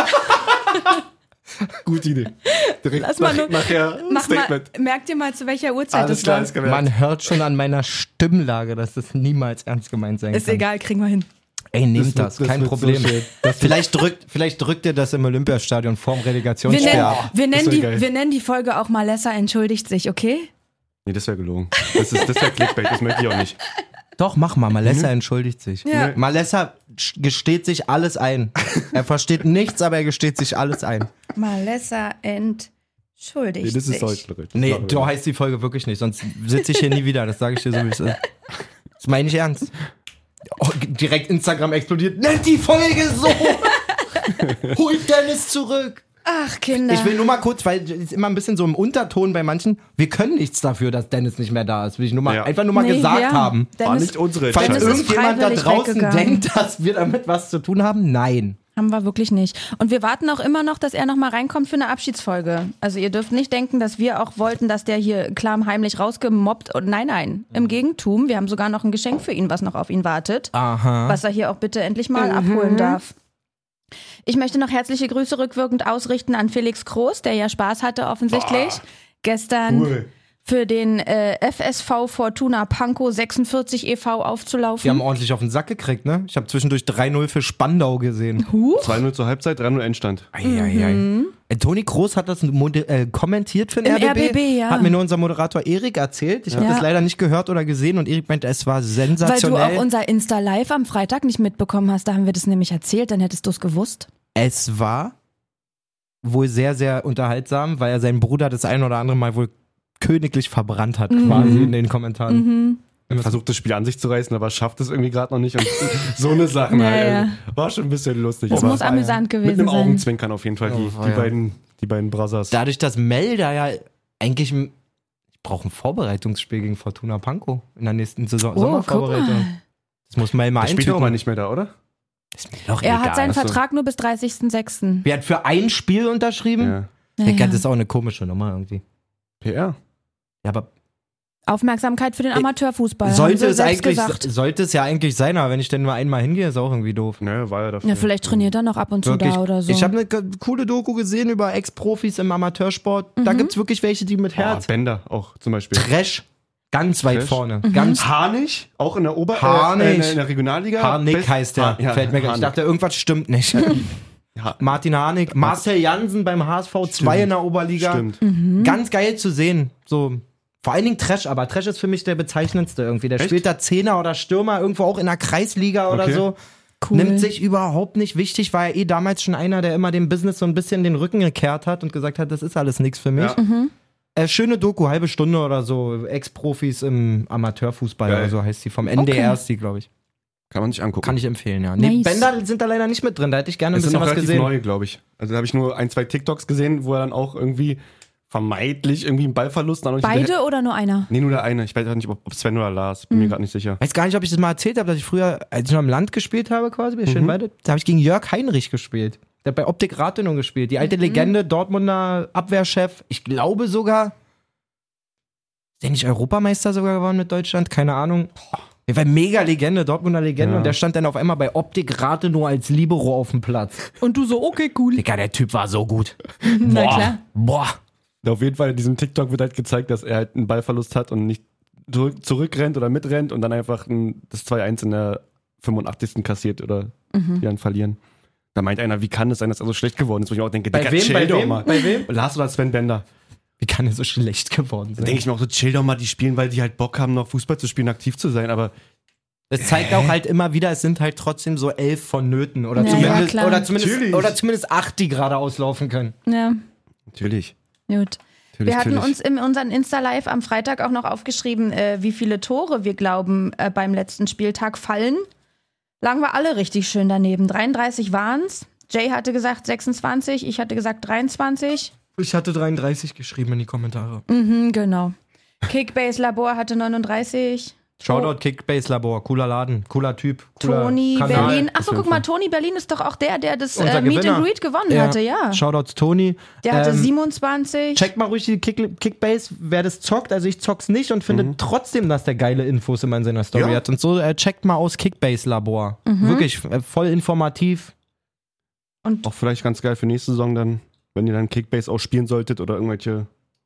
Gute Idee. Direkt
Lass mal nur-
nachher
Mach
Statement.
mal, merk dir mal, zu welcher Uhrzeit
Alles
es
klar,
war.
ist gemerkt.
Man hört schon an meiner Stimmlage, dass das niemals ernst gemeint sein
Ist
kann.
egal, kriegen wir hin.
Ey, nehmt
Das
das,
wird- das
kein
wird
Problem.
so schön.
vielleicht, drückt, vielleicht drückt ihr das im Olympiastadion vorm
Wir
Relegationsspiel
nennen,
ab.
wir,
das
nennen
wär
die,
geil.
wir nennen die Folge auch Malessa entschuldigt sich, okay?
Nee, das wäre gelogen. Das, ist- das wäre Clickbait, das möchte ich auch nicht.
Doch, mach mal. Malessa entschuldigt sich.
Ja.
Malessa sch- gesteht sich alles ein. Er versteht nichts, aber er gesteht sich alles ein.
Malessa entschuldigt
Nee, das ist
sich.
Deutschland.
Nee, so heißt die Folge wirklich nicht. Sonst sitze ich hier nie wieder. Das sage ich dir so, wie es ist. Das meine ich ernst. Oh, g- direkt Instagram explodiert. Nennt die Folge so! Holt Dennis zurück!
Ach, Kinder.
Ich will nur mal kurz, weil es ist immer ein bisschen so im Unterton bei manchen, wir können nichts dafür, dass Dennis nicht mehr da ist. Will ich nur mal,
Ja.
einfach nur mal
Nee,
gesagt
ja.
haben.
War
Dennis,
nicht unsere
Falls
Dennis
Entscheidung.
ist
irgendjemand da
freiwillig
draußen
weggegangen.
denkt, dass wir damit was zu tun haben, nein.
Haben wir wirklich nicht. Und wir warten auch immer noch, dass er nochmal reinkommt für eine Abschiedsfolge. Also ihr dürft nicht denken, dass wir auch wollten, dass der hier klammheimlich rausgemobbt. Und nein, nein. Im Gegentum, wir haben sogar noch ein Geschenk für ihn, was noch auf ihn wartet.
Aha.
Was er hier auch bitte endlich mal abholen darf. Ich möchte noch herzliche Grüße rückwirkend ausrichten an Felix Groß, der ja Spaß hatte offensichtlich. Gestern
Cool.
für den äh, F S V Fortuna Pankow sechsundvierzig e V aufzulaufen.
Die haben ordentlich auf den Sack gekriegt, ne? Ich habe zwischendurch drei null für Spandau gesehen.
zwei null zur Halbzeit, drei null Endstand.
Eieiei. Äh, Toni Kroos hat das mode- äh, kommentiert für den
Im
R B B.
R B B, ja.
Hat mir nur unser Moderator Erik erzählt. Ich habe
Ja.
das leider nicht gehört oder gesehen und Erik meinte, es war
Weil du
sensationell.
auch unser Insta-Live am Freitag nicht mitbekommen hast, da haben wir das nämlich erzählt, dann hättest du es gewusst.
Es war wohl sehr, sehr unterhaltsam, weil er seinen Bruder das ein oder andere Mal wohl königlich verbrannt hat,
Mhm.
quasi in den Kommentaren.
Versucht das Spiel an sich zu reißen, aber schafft es irgendwie gerade noch nicht. Und so eine Sache
Ja,
halt.
ja.
War schon ein bisschen lustig.
Das
aber
muss amüsant
mit
gewesen
einem
sein.
Augenzwinkern auf jeden Fall, die,
Oh,
die,
ja.
beiden, die beiden Brothers.
Dadurch, dass Melda ja eigentlich, ich brauche ein Vorbereitungsspiel gegen Fortuna Pankow in der nächsten Saison,
Oh, guck
Sommervorbereitung.
mal.
Das muss Mel mal
Der spielt doch mal
eintürmen.
nicht mehr da, oder?
Ist mir doch
Er
egal.
hat seinen
Achso.
Vertrag nur bis dreißigsten sechsten
Wer hat für ein Spiel unterschrieben?
Ja.
Digga,
Ja,
das ist auch eine komische Nummer irgendwie.
P R.
Ja, aber
Aufmerksamkeit für den Amateurfußball.
sollte
haben
es,
sie selbst
eigentlich,
gesagt.
sollte es ja eigentlich sein, aber wenn ich denn nur einmal hingehe, ist auch irgendwie doof.
Ne, war ja dafür.
Ja, vielleicht trainiert er noch ab und zu
Wirklich.
da oder so.
Ich habe eine k- coole Doku gesehen über Ex-Profis im Amateursport. Da
Mhm.
gibt's wirklich welche, die mit
Oh,
Herz.
Bender auch zum Beispiel.
Trash. Ganz weit
Trash.
vorne.
Mhm.
Ganz
Harnig, auch in der Ober...
Harnig.
Äh, in, der, in der Regionalliga.
Harnik
Best-
heißt der.
Ha- ja,
Fällt mir grad. Ich
Harnik.
dachte, irgendwas stimmt nicht.
Ja,
Martin Harnik. Marcel Jansen beim H S V zwei in der Oberliga.
stimmt.
Mhm.
Ganz geil zu sehen. So. Vor allen Dingen Trash, aber Trash ist für mich der bezeichnendste irgendwie. Der
Echt?
spielt da Zehner oder Stürmer, irgendwo auch in der Kreisliga oder
Okay.
so.
Cool.
Nimmt sich überhaupt nicht wichtig, war ja eh damals schon einer, der immer dem Business so ein bisschen den Rücken gekehrt hat und gesagt hat, das ist alles nichts für mich.
Ja.
Mhm.
Äh, schöne Doku, halbe Stunde oder so. Ex-Profis im Amateurfußball
Geil.
oder so heißt die. Vom N D R
Okay.
ist die, glaube ich.
Kann man sich angucken.
Kann ich empfehlen, ja. Nee,
Nice.
Bänder sind da leider nicht mit drin, da hätte ich gerne ein
Es sind
bisschen
noch
was
relativ
gesehen.
neu, glaube ich. Also da habe ich nur ein, zwei TikToks gesehen, wo er dann auch irgendwie vermeintlich irgendwie einen Ballverlust dann auch nicht
Beide oder nur einer?
Nee, nur der eine. Ich weiß auch nicht, ob ob Sven oder Lars. Bin
Mhm.
mir gerade nicht sicher.
Weiß gar nicht, ob ich das mal erzählt habe, dass ich früher, als ich noch im Land gespielt habe, quasi, bei Schönweide, da habe ich gegen Jörg Heinrich gespielt. Der hat bei Optik Rathenow gespielt. Die alte Legende, Dortmunder Abwehrchef. Ich glaube sogar, ist der nicht Europameister sogar geworden mit Deutschland? Keine Ahnung. Der war mega Legende, Dortmunder Legende.
Ja.
Und der stand dann auf einmal bei Optik Rathenow als Libero auf dem Platz.
Und du so, okay, cool.
Digga, der Typ war so gut.
Na
Boah.
klar.
Boah.
Auf jeden Fall in diesem TikTok wird halt gezeigt, dass er halt einen Ballverlust hat und nicht zurück, zurückrennt oder mitrennt und dann einfach ein, das zwei eins in der fünfundachtzigsten kassiert oder
Mhm.
die dann verlieren. Da meint einer, wie kann es sein, dass er so schlecht geworden ist? Wo ich auch denke,
Bei
Digga,
wem?
chill
Bei
doch
wem?
mal.
Bei wem?
Lars oder Sven Bender.
Wie kann er so schlecht geworden
Da
sein?
denke ich mir auch so, chill doch mal, die spielen, weil die halt Bock haben, noch Fußball zu spielen, aktiv zu sein, aber
Das zeigt auch halt immer wieder, es sind halt trotzdem so elf vonnöten. Oder,
Ja,
zumindest,
ja, klar.
oder, zumindest,
Natürlich.
oder zumindest acht, die gerade auslaufen können.
Ja,
natürlich.
gut.
natürlich
Wir hatten
natürlich.
uns in unseren Insta-Live am Freitag auch noch aufgeschrieben, äh, wie viele Tore wir glauben äh, beim letzten Spieltag fallen. Lagen wir alle richtig schön daneben. dreiunddreißig waren's. Jay hatte gesagt sechsundzwanzig, ich hatte gesagt dreiundzwanzig.
Ich hatte dreiunddreißig geschrieben in die Kommentare.
Mhm, genau. Kickbase Labor hatte neununddreißig.
Shoutout Kickbase Labor, cooler Laden, cooler Typ. Cooler
Toni
Kanal.
Berlin. Achso,
auf jeden
guck mal,
Fall.
Toni Berlin ist doch auch der, der das
Unser
äh, Meet
Gewinner.
and Greet gewonnen hatte, ja.
Shoutouts Toni.
Der hatte
Ähm,
siebenundzwanzig.
Checkt mal ruhig die Kick Kickbase, wer das zockt. Also ich zock's nicht und finde trotzdem, dass der geile Infos immer in seiner Story
Ja.
hat. Und so äh, checkt mal aus Kickbase Labor. Wirklich äh, voll informativ.
Auch vielleicht ganz geil für nächste Saison dann, wenn ihr dann Kickbase auch spielen solltet oder irgendwelche.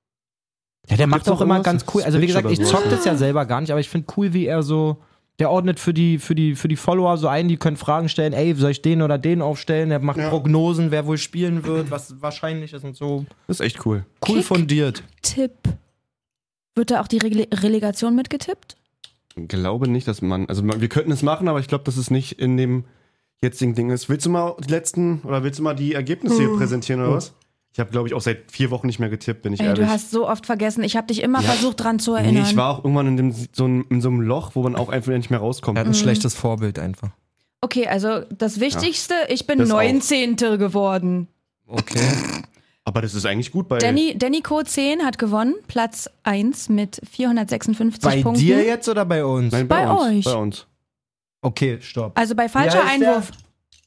Ja, der macht
Gibt's
auch
noch
immer
irgendwas?
ganz cool. Also wie
Switch
gesagt,
oder
ich
so?
zock das ja selber gar nicht, aber ich finde cool, wie er so, der ordnet für die, für die, für die Follower so ein, die können Fragen stellen, ey, soll ich den oder den aufstellen? Er macht
Ja.
Prognosen, wer wohl spielen wird, was wahrscheinlich ist und so.
Das ist echt cool.
Cool
Kick.
fundiert.
Tipp. Wird da auch die Rele Relegation mitgetippt?
Ich glaube nicht, dass man. Also man, wir könnten es machen, aber ich glaube, dass es nicht in dem jetzigen Ding ist. Willst du mal die letzten oder willst du mal die Ergebnisse hier präsentieren oder was? Ich habe, glaube ich, auch seit vier Wochen nicht mehr getippt, bin ich
Ey,
ehrlich.
du hast so oft vergessen. Ich habe dich immer
Ja.
versucht, dran zu erinnern.
Nee, ich war auch irgendwann in, dem, so einem, in so einem Loch, wo man auch einfach nicht mehr rauskommt.
Er hat ein schlechtes Vorbild einfach.
Okay, also das Wichtigste, ich bin
Das auch.
neunzehnte geworden.
Okay.
Aber das ist eigentlich gut bei...
Danny, Danny Co. zehn hat gewonnen, Platz eins mit vierhundertsechsundfünfzig
Bei
Punkten.
dir jetzt oder bei uns?
Nein, bei,
bei
uns,
euch.
Bei uns.
Okay, stopp.
Also bei
Wie
falscher
heißt der?
Einwurf.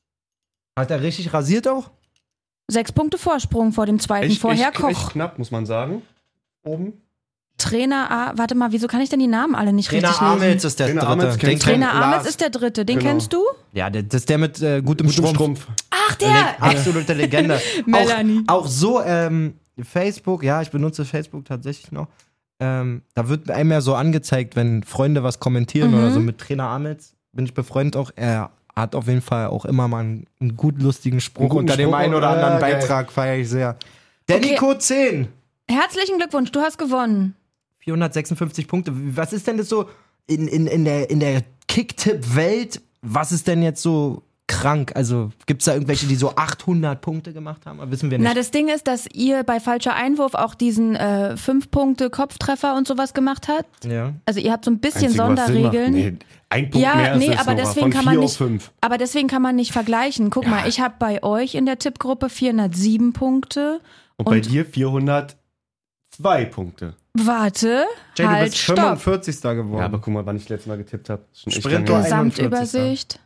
Hat er richtig rasiert auch?
Sechs Punkte Vorsprung vor dem zweiten,
Echt,
vorher
echt,
Koch.
echt knapp, muss man sagen. Oben.
Trainer A, warte mal, wieso kann ich denn die Namen alle nicht
Trainer
richtig lesen?
Amels ist der
Trainer
dritte.
Amels
Den
kennt
Trainer
kennt
Amels
Lars.
ist der dritte, den
Genau.
kennst du?
Ja, der, das ist der mit äh, gutem
Mit dem
Strumpf.
Strumpf.
Ach,
Le
der!
absolute Legende.
Melanie.
Auch, auch so, ähm, Facebook, ja, ich benutze Facebook tatsächlich noch. Ähm, da wird einem ja so angezeigt, wenn Freunde was kommentieren
Mhm.
oder so mit Trainer Amels, bin ich befreundet auch. Er hat auf jeden Fall auch immer mal einen, einen gut lustigen Spruch
Einen guten
unter dem
Spruch,
einen oder
ja,
anderen
geil.
Beitrag, feiere ich sehr. Danny
Okay.
Co. zehn.
Herzlichen Glückwunsch, du hast gewonnen.
vierhundertsechsundfünfzig Punkte. Was ist denn das so in, in, in der, in der Kicktipp-Welt? Was ist denn jetzt so krank? Also gibt es da irgendwelche, die so achthundert Punkte gemacht haben? Aber wissen wir nicht.
Na, das Ding ist, dass ihr bei falscher Einwurf auch diesen äh, fünf Punkte Kopftreffer und sowas gemacht habt.
ja.
Also ihr habt so ein bisschen
Einzige, was Sinn
Sonderregeln.
macht. Nee, ein Punkt
Ja,
mehr
nee,
ist es,
aber
Nora,
deswegen
von
kann man
vier
nicht-
auf fünf.
Aber deswegen kann man nicht vergleichen. Guck mal, ich habe bei euch in der Tippgruppe vierhundertsieben Punkte.
Und, bei
Und-
dir vierhundertzwei Punkte.
Warte,
Jay, du
halt,
bist
stopp.
fünfundvierzigster geworden.
Ja, aber guck mal, wann ich das letzte Mal getippt habe. Schon echt
Sprinter.
lange her.
Gesamtübersicht.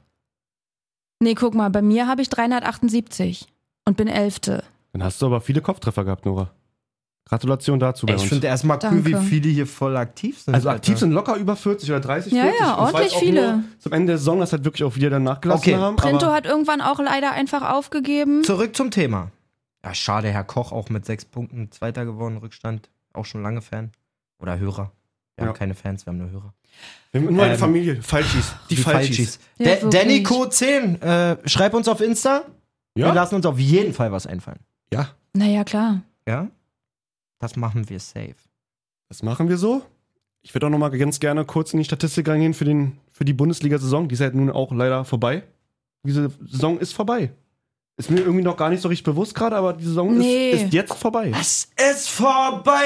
Nee, guck mal, bei mir habe ich dreihundertachtundsiebzig und bin Elfte.
Dann hast du aber viele Kopftreffer gehabt, Nora. Gratulation dazu bei
Ey, ich
uns.
finde erstmal cool, wie
Danke.
viele hier voll aktiv sind.
Also
Alter.
aktiv sind locker über vierzig oder dreißig,
Ja,
vierzig.
ja,
Und es war
ordentlich
jetzt auch
viele.
nur Zum Ende der Saison, das hat wirklich auch wieder dann nachgelassen
Okay.
haben.
Printo
aber
hat irgendwann auch leider einfach aufgegeben.
Zurück zum Thema. Ja, schade, Herr Koch auch mit sechs Punkten Zweiter geworden, Rückstand. Auch schon lange Fan. Oder Hörer. Wir
Ja.
haben keine Fans, wir haben nur Hörer.
wir haben nur eine
Ähm,
Falschis. Falschis. Die, Falschis.
Ja,
Da-
wirklich.
Danny Co. zehn, äh, schreib uns auf Insta. Wir
Ja?
lassen uns auf jeden Fall was einfallen.
Ja,
Naja, klar.
Ja? Das machen wir safe.
das machen wir so. Ich würde auch noch mal ganz gerne kurz in die Statistik reingehen für, den, für die Bundesliga-Saison. Die ist halt nun auch leider vorbei. Diese Saison ist vorbei. Ist mir irgendwie noch gar nicht so richtig bewusst gerade, aber die Saison
Nee.
ist, ist jetzt vorbei.
Es ist vorbei!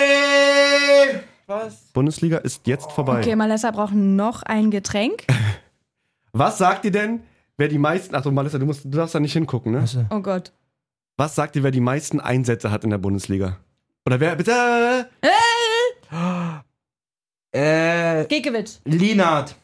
Was?
Bundesliga ist jetzt vorbei.
Okay, Malessa braucht noch ein Getränk.
Was sagt ihr denn, wer die meisten... Achso, Malissa, du, musst, du darfst da nicht hingucken, ne?
Also,
Oh Gott.
Was sagt ihr, wer die meisten Einsätze hat in der Bundesliga? Oder wer, bitte...
äh,
Gekewitsch.
Linard.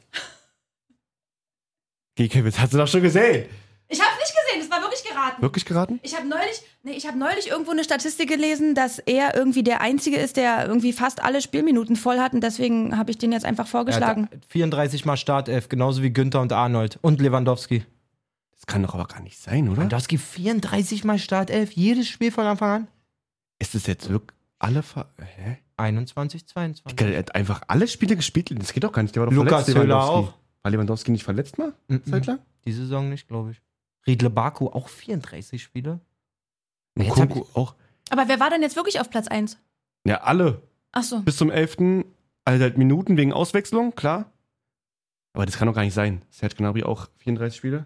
Gekewitz, hast du doch schon gesehen.
Ich hab's nicht gesehen, das war wirklich geraten.
Wirklich geraten?
Ich habe neulich, nee, ich habe neulich irgendwo eine Statistik gelesen, dass er irgendwie der Einzige ist, der irgendwie fast alle Spielminuten voll hat und deswegen habe ich den jetzt einfach vorgeschlagen.
Er hat vierunddreißig Mal Startelf, genauso wie Günther und Arnold. Und Lewandowski.
Das kann doch aber gar nicht sein, oder?
Lewandowski vierunddreißig Mal Startelf, jedes Spiel von Anfang an?
Ist es jetzt wirklich alle... Ver Hä?
einundzwanzig, zweiundzwanzig.
Der hat einfach alle Spiele gespielt. Das geht doch gar nicht. Der war doch
Lukas
verletzt,
Höhler
Lewandowski.
auch.
War Lewandowski nicht verletzt mal?
Mhm.
Zeitlang?
Die Saison nicht, glaube ich. Riedle Baku auch vierunddreißig Spiele.
Und
Jetzt hab
Kunku auch.
Aber wer war denn jetzt wirklich auf Platz eins?
Ja, alle.
Ach so.
Bis zum elften Also halt Minuten wegen Auswechslung, klar. Aber das kann doch gar nicht sein. Serge Gnabry auch vierunddreißig Spiele.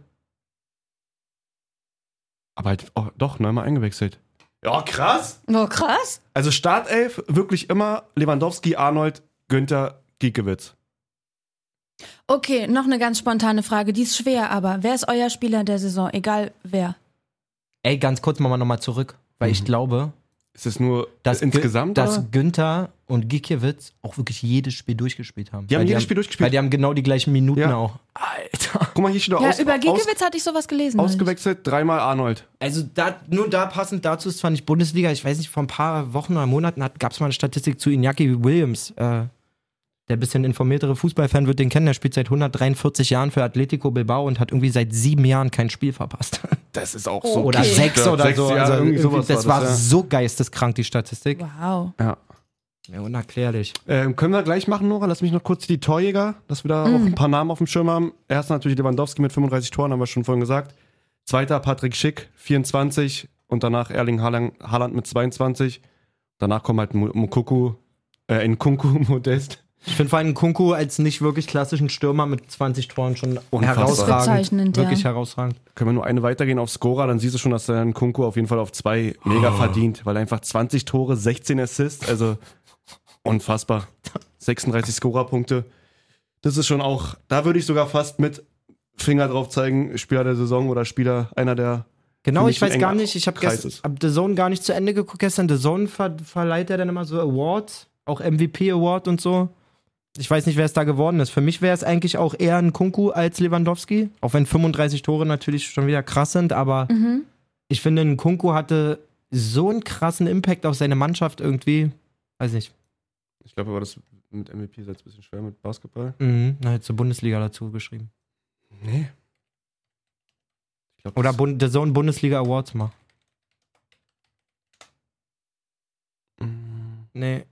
Aber halt oh, doch neunmal eingewechselt. Ja, krass.
Oh, krass.
Also Startelf wirklich immer Lewandowski, Arnold, Günther, Giekewitz.
Okay, noch eine ganz spontane Frage, die ist schwer, aber wer ist euer Spieler der Saison? Egal wer.
Ey, ganz kurz machen wir nochmal zurück, weil ich glaube,
Ist es nur
dass,
das insgesamt?
Gü- dass
oder?
Günther und Gikiewicz auch wirklich jedes Spiel durchgespielt haben.
Die haben
Weil
jedes Spiel durchgespielt.
Weil die haben genau die gleichen Minuten
Ja.
auch. Alter.
Guck mal, hier steht doch
Ja,
aus,
über
aus,
Giekewitz hatte ich sowas gelesen. neulich.
ausgewechselt, dreimal Arnold.
Also da, nur da passend dazu ist zwar nicht Bundesliga, ich weiß nicht, vor ein paar Wochen oder Monaten gab es mal eine Statistik zu Iñaki Williams. Äh, der bisschen informiertere Fußballfan wird den kennen, der spielt seit hundertdreiundvierzig Jahren für Atletico Bilbao und hat irgendwie seit sieben Jahren kein Spiel verpasst.
Das ist auch
Oh,
so.
Oder
Okay.
sechs
Ja,
oder
sechs
so.
Jahre,
Also
irgendwie
irgendwie,
sowas
das
war
war
das, ja.
so geisteskrank, die Statistik.
Wow.
Ja.
Ja, unerklärlich.
Ähm, können wir gleich machen, Nora? Lass mich noch kurz die Torjäger, dass wir da auch ein paar Namen auf dem Schirm haben. Erst natürlich Lewandowski mit fünfunddreißig Toren, haben wir schon vorhin gesagt. Zweiter Patrick Schick, vierundzwanzig. Und danach Erling Haaland, Haaland mit zweiundzwanzig. Danach kommen halt Mukoko, äh, Nkunku, Modest.
Ich finde vor allem Kunku als nicht wirklich klassischen Stürmer mit zwanzig Toren schon
Unfassbar.
herausragend.
Bezeichnend, ja.
Wirklich herausragend.
Können wir nur eine weitergehen auf Scorer, dann siehst du schon, dass der Nkunku auf jeden Fall auf zwei mega verdient, weil er einfach zwanzig Tore, sechzehn Assists, also unfassbar. sechsunddreißig Scorerpunkte. Das ist schon auch, da würde ich sogar fast mit Finger drauf zeigen, Spieler der Saison oder Spieler, einer der
Genau,
für
ich
mich
weiß
ein
gar
enger
nicht, ich habe
Kreis
gest-
ist.
hab The Zone gar nicht zu Ende geguckt gestern. The Zone ver verleiht ja dann immer so Awards, auch M V P Award und so. Ich weiß nicht, wer es da geworden ist. Für mich wäre es eigentlich auch eher ein Kunku als Lewandowski, auch wenn fünfunddreißig Tore natürlich schon wieder krass sind, aber
Mhm.
ich finde, ein Kunku hatte so einen krassen Impact auf seine Mannschaft irgendwie. Weiß nicht.
Ich glaube aber, das mit M V P ist jetzt ein bisschen schwer mit Basketball.
Mhm, na, jetzt zur Bundesliga dazu geschrieben.
Nee. Ich glaub,
Oder
das-
Bund The Zone Bundesliga Awards mal.
Mm,
Nee.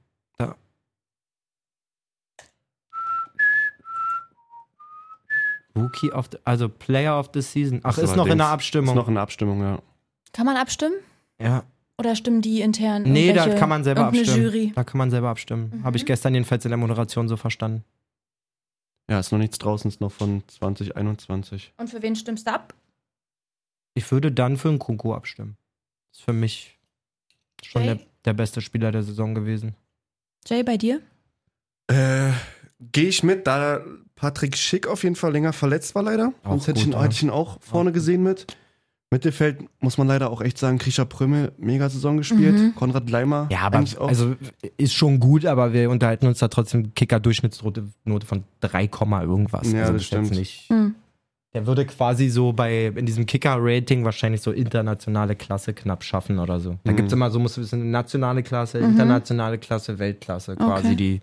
Rookie of the, also Player of the Season. Ach,
Das
ist
war
noch in
Dings.
der
Ist
Abstimmung.
noch in der Abstimmung, ja.
Kann man abstimmen?
Ja.
Oder stimmen die intern?
Nee, da
irgendwelche-
kann man selber
irgendeine
abstimmen.
Jury.
Da kann man selber abstimmen.
Mhm.
Habe ich gestern jedenfalls in der Moderation so verstanden.
Ja, ist noch nichts draußen, ist noch von zwanzig einundzwanzig.
Und für wen stimmst du ab?
Ich würde dann für einen Kunku abstimmen. Ist für mich schon
Jay?
der, der beste Spieler der Saison gewesen.
Jay, bei dir?
Äh, gehe ich mit, da Patrick Schick auf jeden Fall länger verletzt war leider.
Auch
Sonst hätte ich,
gut,
ihn,
ja.
hätte ich ihn auch vorne
Auch
gesehen mit. Mittelfeld muss man leider auch echt sagen, Krischer Prömmel, mega Saison gespielt.
Mhm.
Konrad Leimer.
Ja, aber
eigentlich auch.
also ist schon gut, aber wir unterhalten uns da trotzdem Kicker-Durchschnittsnote Note von drei, irgendwas.
Ja,
also
das
ist jetzt
stimmt.
Nicht,
Hm.
der würde quasi so bei in diesem Kicker-Rating wahrscheinlich so internationale Klasse knapp schaffen oder so. Da
Mhm.
gibt es immer so, muss es eine nationale Klasse,
Mhm.
internationale Klasse, Weltklasse quasi.
Okay.
Die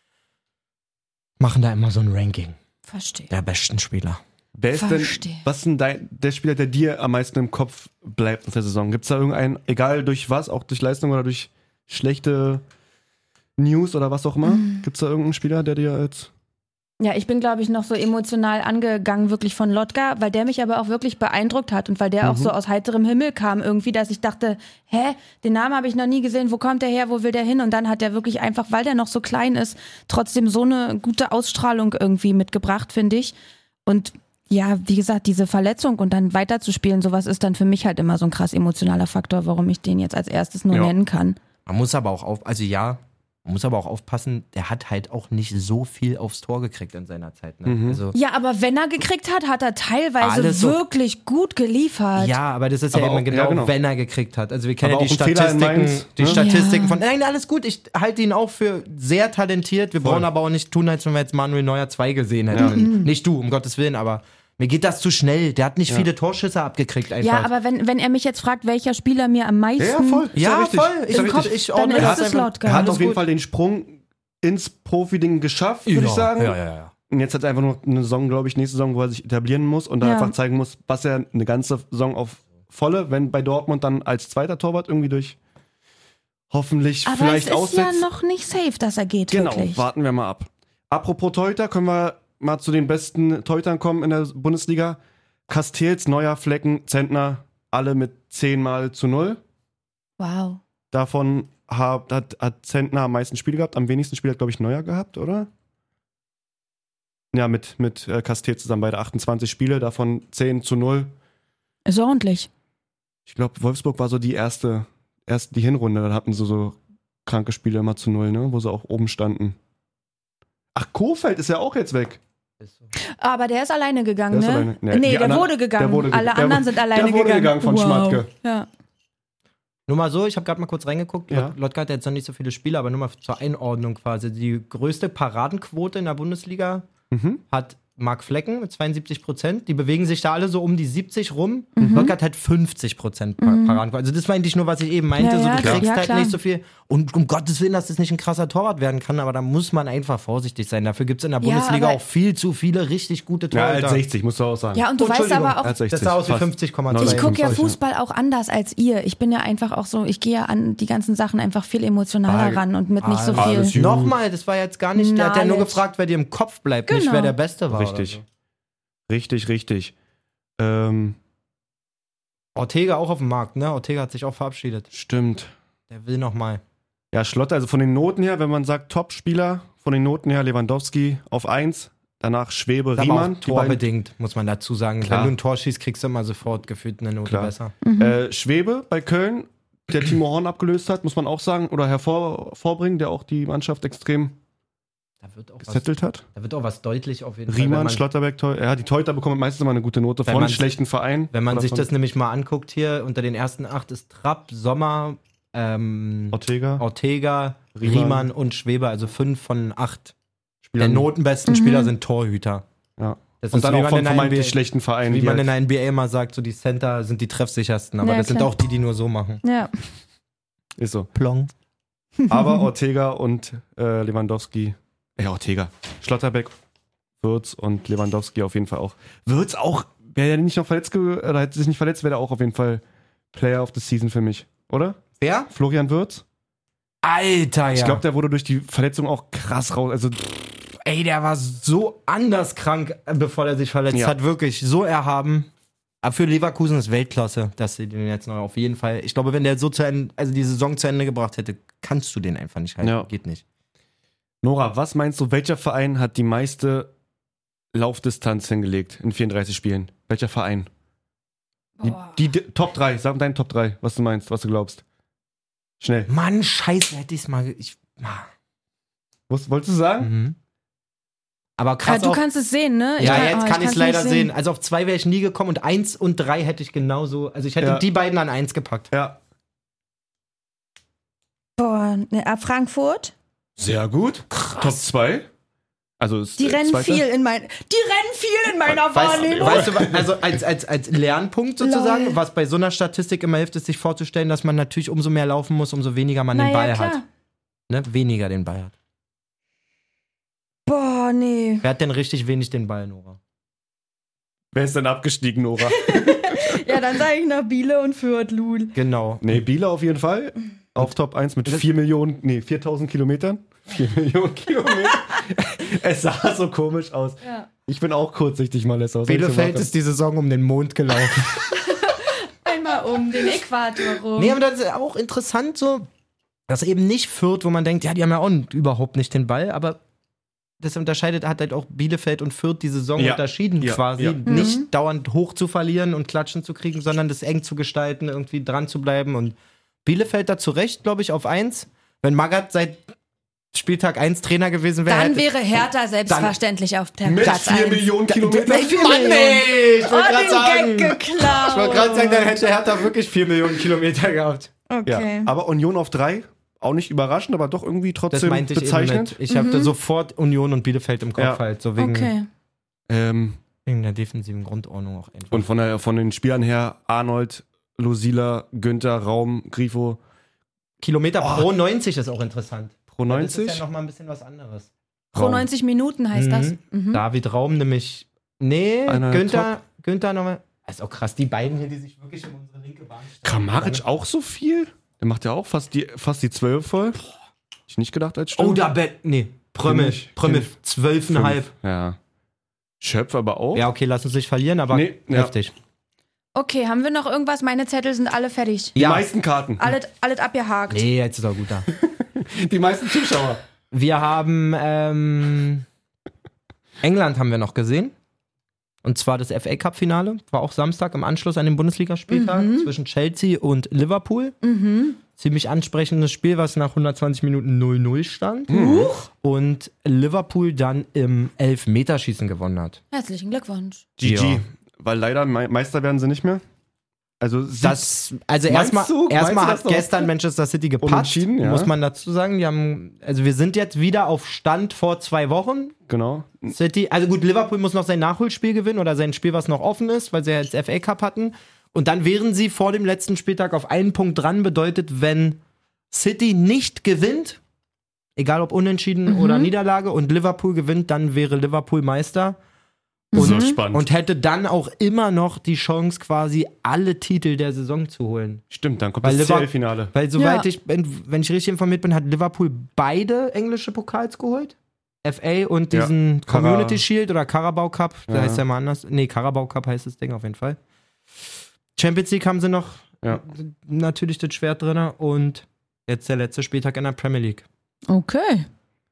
machen da immer so ein Ranking
Verstehe.
der besten Spieler.
Wer ist denn,
Verstehe.
was ist denn dein, der Spieler, der dir am meisten im Kopf bleibt in der Saison? Gibt es da irgendeinen, egal durch was, auch durch Leistung oder durch schlechte News oder was auch immer?
Mhm.
Gibt es da irgendeinen Spieler, der dir jetzt.
Ja, ich bin, glaube ich, noch so emotional angegangen, wirklich von Lotka, weil der mich aber auch wirklich beeindruckt hat und weil der auch
Mhm.
so aus heiterem Himmel kam irgendwie, dass ich dachte, hä, den Namen habe ich noch nie gesehen, wo kommt der her, wo will der hin? Und dann hat der wirklich einfach, weil der noch so klein ist, trotzdem so eine gute Ausstrahlung irgendwie mitgebracht, finde ich. Und ja, wie gesagt, diese Verletzung und dann weiterzuspielen, sowas ist dann für mich halt immer so ein krass emotionaler Faktor, warum ich den jetzt als erstes nur
Ja.
nennen kann.
Man muss aber auch auf, also ja, man muss aber auch aufpassen, der hat halt auch nicht so viel aufs Tor gekriegt in seiner Zeit. Ne?
Mhm.
Also,
Ja, aber wenn er gekriegt hat, hat er teilweise
Alles so-
wirklich gut geliefert.
ja, aber das ist
Aber
ja immer
auch-
genau,
ja, genau.
wenn er gekriegt hat. Also wir kennen
Aber
ja die
auch ein Fehler in
Statistiken,
Mainz,
die
ne?
Statistiken
Ja.
von, nein, alles gut, ich halte ihn auch für sehr talentiert. Wir
Voll.
brauchen aber auch nicht tun, als wenn wir jetzt Manuel Neuer zwei gesehen hätten. Nicht du, um Gottes Willen, aber mir geht das zu schnell. Der hat nicht
Ja.
viele Torschüsse abgekriegt einfach.
Ja, aber wenn, wenn er mich jetzt fragt, welcher Spieler mir am meisten
Ja, voll. Ist
Ja,
richtig.
voll.
Ist
Ich,
ja
im
richtig.
Kopf,
ich
dann
ordne
ist
das
es
einfach-
Lotka.
Er hat
Alles
auf jeden
gut.
Fall den Sprung ins Profi-Ding geschafft, würde
ja,
ich sagen.
Ja, ja, ja.
Und jetzt hat er einfach nur eine Saison, glaube ich, nächste Saison, wo er sich etablieren muss und dann
Ja.
einfach zeigen muss, was er eine ganze Saison auf volle, wenn bei Dortmund dann als zweiter Torwart irgendwie durch hoffentlich
Aber
vielleicht
es ist
aussetzt.
ja noch nicht safe, dass er geht,
Genau,
wirklich.
warten wir mal ab. Apropos Torhüter, können wir mal zu den besten Torhütern kommen in der Bundesliga. Castells, Neuer, Flecken, Zentner, alle mit zehn mal zu null.
Wow.
Davon hat, hat, hat Zentner am meisten Spiele gehabt, am wenigsten Spiele hat, glaube ich, Neuer gehabt, oder? Ja, mit, mit äh, Castells zusammen beide achtundzwanzig Spiele, davon zehn zu null.
Ist ordentlich.
Ich glaube, Wolfsburg war so die erste, erst die Hinrunde, da hatten sie so kranke Spiele immer zu null, ne? Wo sie auch oben standen. Ach, Kohfeldt ist ja auch jetzt weg.
Aber der ist alleine gegangen,
Der ist
ne?
alleine- nee,
nee,
die
der
anderen-
wurde gegangen.
der wurde ge-
Alle
der
anderen
wurde-
sind alleine
der wurde
gegangen.
gegangen von
wow.
Schmatke.
Ja.
Nur mal so, ich habe gerade mal kurz reingeguckt.
Ja.
Lot- Lotka hat jetzt noch nicht so viele Spiele, aber nur mal zur Einordnung quasi. Die größte Paradenquote in der Bundesliga
Mhm.
hat Marc Flecken mit zweiundsiebzig Prozent. Die bewegen sich da alle so um die siebzig rum.
Mhm.
Lotka hat halt fünfzig Prozent pa Paradenquote. Also das war eigentlich nur, was ich eben meinte.
Ja,
so,
ja,
du
klar.
kriegst
Ja,
halt
klar.
nicht so viel. Und um Gottes Willen, dass das nicht ein krasser Torwart werden kann, aber da muss man einfach vorsichtig sein. Dafür gibt es in der
Ja,
Bundesliga
aber-
auch viel zu viele richtig gute
Ja,
Torhüter.
als sechzig, musst du auch sagen.
Ja, und du
Oh,
weißt
Entschuldigung.
aber auch,
Als sechzig,
das sah aus wie
fast.
fünfzig Komma zwei.
ich gucke ja
fünfzig,
Fußball auch anders als ihr. Ich bin ja einfach auch so, ich gehe ja an die ganzen Sachen einfach viel emotionaler
Ah,
ran und mit nicht so
alles
viel.
gut.
Nochmal, das war jetzt gar nicht, der hat ja nur
Knowledge.
gefragt, wer dir im Kopf bleibt, nicht
Genau.
wer der Beste war.
Richtig.
Oder
Richtig, richtig. Ähm,
so. Ortega auch auf dem Markt, ne? Ortega hat sich auch verabschiedet.
stimmt.
Der will nochmal.
Ja, Schlotter, also von den Noten her, wenn man sagt Top-Spieler, von den Noten her Lewandowski auf eins, danach Schwebe,
Aber
Riemann.
auch
die beiden-
torbedingt, muss man dazu sagen.
Klar.
Wenn du ein Tor schießt, kriegst du immer sofort gefühlt eine Note
Klar.
besser.
Äh, Schwebe bei Köln, der Timo Horn abgelöst hat, muss man auch sagen, oder hervorbringen, der auch die Mannschaft extrem
Da wird auch was,
gesettelt hat.
da wird auch was deutlich auf jeden Fall.
Riemann,
wenn man,
Schlotterbeck, Teu- ja, die Teuter bekommen meistens immer eine gute Note
Wenn
von
man-
schlechten Vereinen.
wenn man
Oder
sich
von
das nämlich mal anguckt hier, unter den ersten acht ist Trapp, Sommer, ähm,
Ortega.
Ortega,
Riemann.
Riemann und Schweber, also fünf von acht. Der
Spielern.
notenbesten Spieler sind Torhüter.
Ja.
Das
Und
ist,
dann
wie
auch
man
von
in der
vermeintlich
N B A
schlechten Vereinen.
Wie
die
man in
halt,
der N B A immer sagt, so die Center sind die treffsichersten, aber
Ja,
das sind
klar.
auch die, die nur so machen.
Ja.
ist so.
Plong.
Aber Ortega und äh, Lewandowski, ja, Ortega, Schlotterbeck, Wirtz und Lewandowski auf jeden Fall auch. Wirtz auch, wäre er nicht noch verletzt, ge- oder hätte sich nicht verletzt, wäre er auch auf jeden Fall Player of the Season für mich, oder?
Wer?
Florian Wirtz?
Alter, ja.
Ich glaube, der wurde durch die Verletzung auch krass raus. Also,
Ey, der war so anders krank, äh, bevor er sich verletzt
Ja.
hat. Wirklich so erhaben. Aber für Leverkusen ist Weltklasse, dass sie den jetzt noch auf jeden Fall. Ich glaube, wenn der so zu Ende, also die Saison zu Ende gebracht hätte, kannst du den einfach nicht halten.
Ja.
Geht nicht.
Nora, was meinst du, welcher Verein hat die meiste Laufdistanz hingelegt in vierunddreißig Spielen? Welcher Verein? Die, die, die Top drei, sag deinen Top drei, was du meinst, was du glaubst. Schnell.
Mann, scheiße, hätte ich's mal. Ich, ah.
Was wolltest du sagen?
mhm. Aber
Ah,
krass.
du
auch,
kannst es sehen, ne? Ich
ja,
kann-
jetzt
oh,
kann ich
kann's
es leider
nicht
sehen. Also auf zwei wäre ich nie gekommen und eins und drei hätte ich genauso. Also ich hätte
Ja.
die beiden an eins gepackt.
Ja.
Boah, ne, ab Frankfurt.
Sehr gut. Top zwei. Also ist
Die
äh,
rennen
Zweiter.
viel in mein, die rennen viel in meiner
Weißt,
Wahrnehmung.
weißt du, wa- also als, als, als Lernpunkt sozusagen,
Lol.
was bei so einer Statistik immer hilft, ist sich vorzustellen, dass man natürlich umso mehr laufen muss, umso weniger man
Na
den
ja,
Ball
klar.
hat. Ne? Weniger den Ball hat.
Boah, nee.
Wer hat denn richtig wenig den Ball, Nora?
Wer ist denn abgestiegen, Nora?
Ja, dann sage ich nach Biele und Fürth, Lul.
Genau.
nee, Biele auf jeden Fall. Auf Top eins mit vier Millionen, nee, viertausend Kilometern. vier Millionen Kilometer. Es sah so komisch aus.
Ja.
Ich bin auch kurzsichtig, Malessa. Was soll ich so
Bielefeld
machen?
ist die Saison um den Mond gelaufen.
Einmal um den Äquator rum.
Nee, aber das ist auch interessant so, dass eben nicht Fürth, wo man denkt, ja, die haben ja auch überhaupt nicht den Ball, aber das unterscheidet, hat halt auch Bielefeld und Fürth die Saison
Ja.
unterschieden
Ja.
quasi.
Ja.
Nicht dauernd hoch zu verlieren und klatschen zu kriegen, sondern das eng zu gestalten, irgendwie dran zu bleiben. Und Bielefeld da zu Recht, glaube ich, auf eins. Wenn Magath seit Spieltag eins Trainer gewesen wäre,
Dann
hätte-
wäre Hertha selbstverständlich auf der
Mit
Platz
vier
eins.
Millionen Kilometern.
Mann, ey, ich wollte
Oh,
gerade sagen.
den Gag geklaut.
Ich wollte gerade sagen, dann hätte Hertha wirklich vier Millionen Kilometer gehabt.
Okay.
Ja. Aber Union auf drei, auch nicht überraschend, aber doch irgendwie
Das
trotzdem
meinte ich eben
bezeichnend.
mit. Ich habe sofort Union und Bielefeld im Kopf
Ja.
halt, so wegen,
Okay.
Ähm,
wegen der defensiven Grundordnung auch einfach.
und von, der, von den Spielern her, Arnold, Lusila, Günther, Raum, Grifo,
Kilometer
Oh.
pro neunzig ist auch interessant.
pro
Das
neunzig.
ist ja nochmal ein bisschen was anderes.
Pro
Raum.
neunzig Minuten heißt das.
Mhm.
Mhm.
David Raum nämlich. Nee,
Einer
Günther, Günther nochmal. Das ist auch krass, die beiden hier, die sich wirklich in unsere linke Bahn stellen.
Kramaric auch so viel? Der macht ja auch fast die, fast die zwölf voll. Hätte ich nicht gedacht als Stürmer.
Oh, da Bet. Nee, Prömmel.
Kenn ich,
Prömmel,
kenn ich.
zwölfeinhalb.
Fünf. Ja. Schöpf aber auch.
Ja, okay, lass uns nicht verlieren, aber
Nee, ja.
heftig.
Okay, haben wir noch irgendwas? Meine Zettel sind alle fertig.
Die
Ja.
meisten Karten.
Alles, alles abgehakt.
Nee, jetzt ist auch gut da.
Die meisten Zuschauer.
Wir haben ähm, England haben wir noch gesehen. Und zwar das F A Cup Finale. War auch Samstag im Anschluss an den Bundesligaspieltag zwischen Chelsea und Liverpool.
Mhm.
Ziemlich ansprechendes Spiel, was nach hundertzwanzig Minuten null null stand. Und Liverpool dann im Elfmeterschießen gewonnen hat.
Herzlichen Glückwunsch.
G G.
Ja.
Weil leider Me- Meister werden sie nicht mehr. Also sie-
Das, also
Meinst
erstmal
du?
erstmal
Meinst du
hat
das noch?
gestern Manchester City gepatzt,
Unentschieden, ja.
muss man dazu sagen. Die haben, also wir sind jetzt wieder auf Stand vor zwei Wochen.
genau.
City, also gut, Liverpool muss noch sein Nachholspiel gewinnen oder sein Spiel, was noch offen ist, weil sie ja jetzt F A Cup hatten. Und dann wären sie vor dem letzten Spieltag auf einen Punkt dran. Bedeutet, wenn City nicht gewinnt, egal ob Unentschieden oder Niederlage, und Liverpool gewinnt, dann wäre Liverpool Meister.
So spannend.
Und hätte dann auch immer noch die Chance, quasi alle Titel der Saison zu holen.
Stimmt, dann kommt
Weil
das
Liver-
C L-Finale.
Weil soweit
Ja.
ich, wenn, wenn ich richtig informiert bin, hat Liverpool beide englische Pokals geholt. F A und
Ja.
diesen
Kara-
Community Shield oder Carabao Cup. Da
Ja.
heißt ja mal anders. Nee, Carabao Cup heißt das Ding auf jeden Fall. Champions League haben sie noch
Ja.
natürlich das Schwert drin. Und jetzt der letzte Spieltag in der Premier League.
Okay.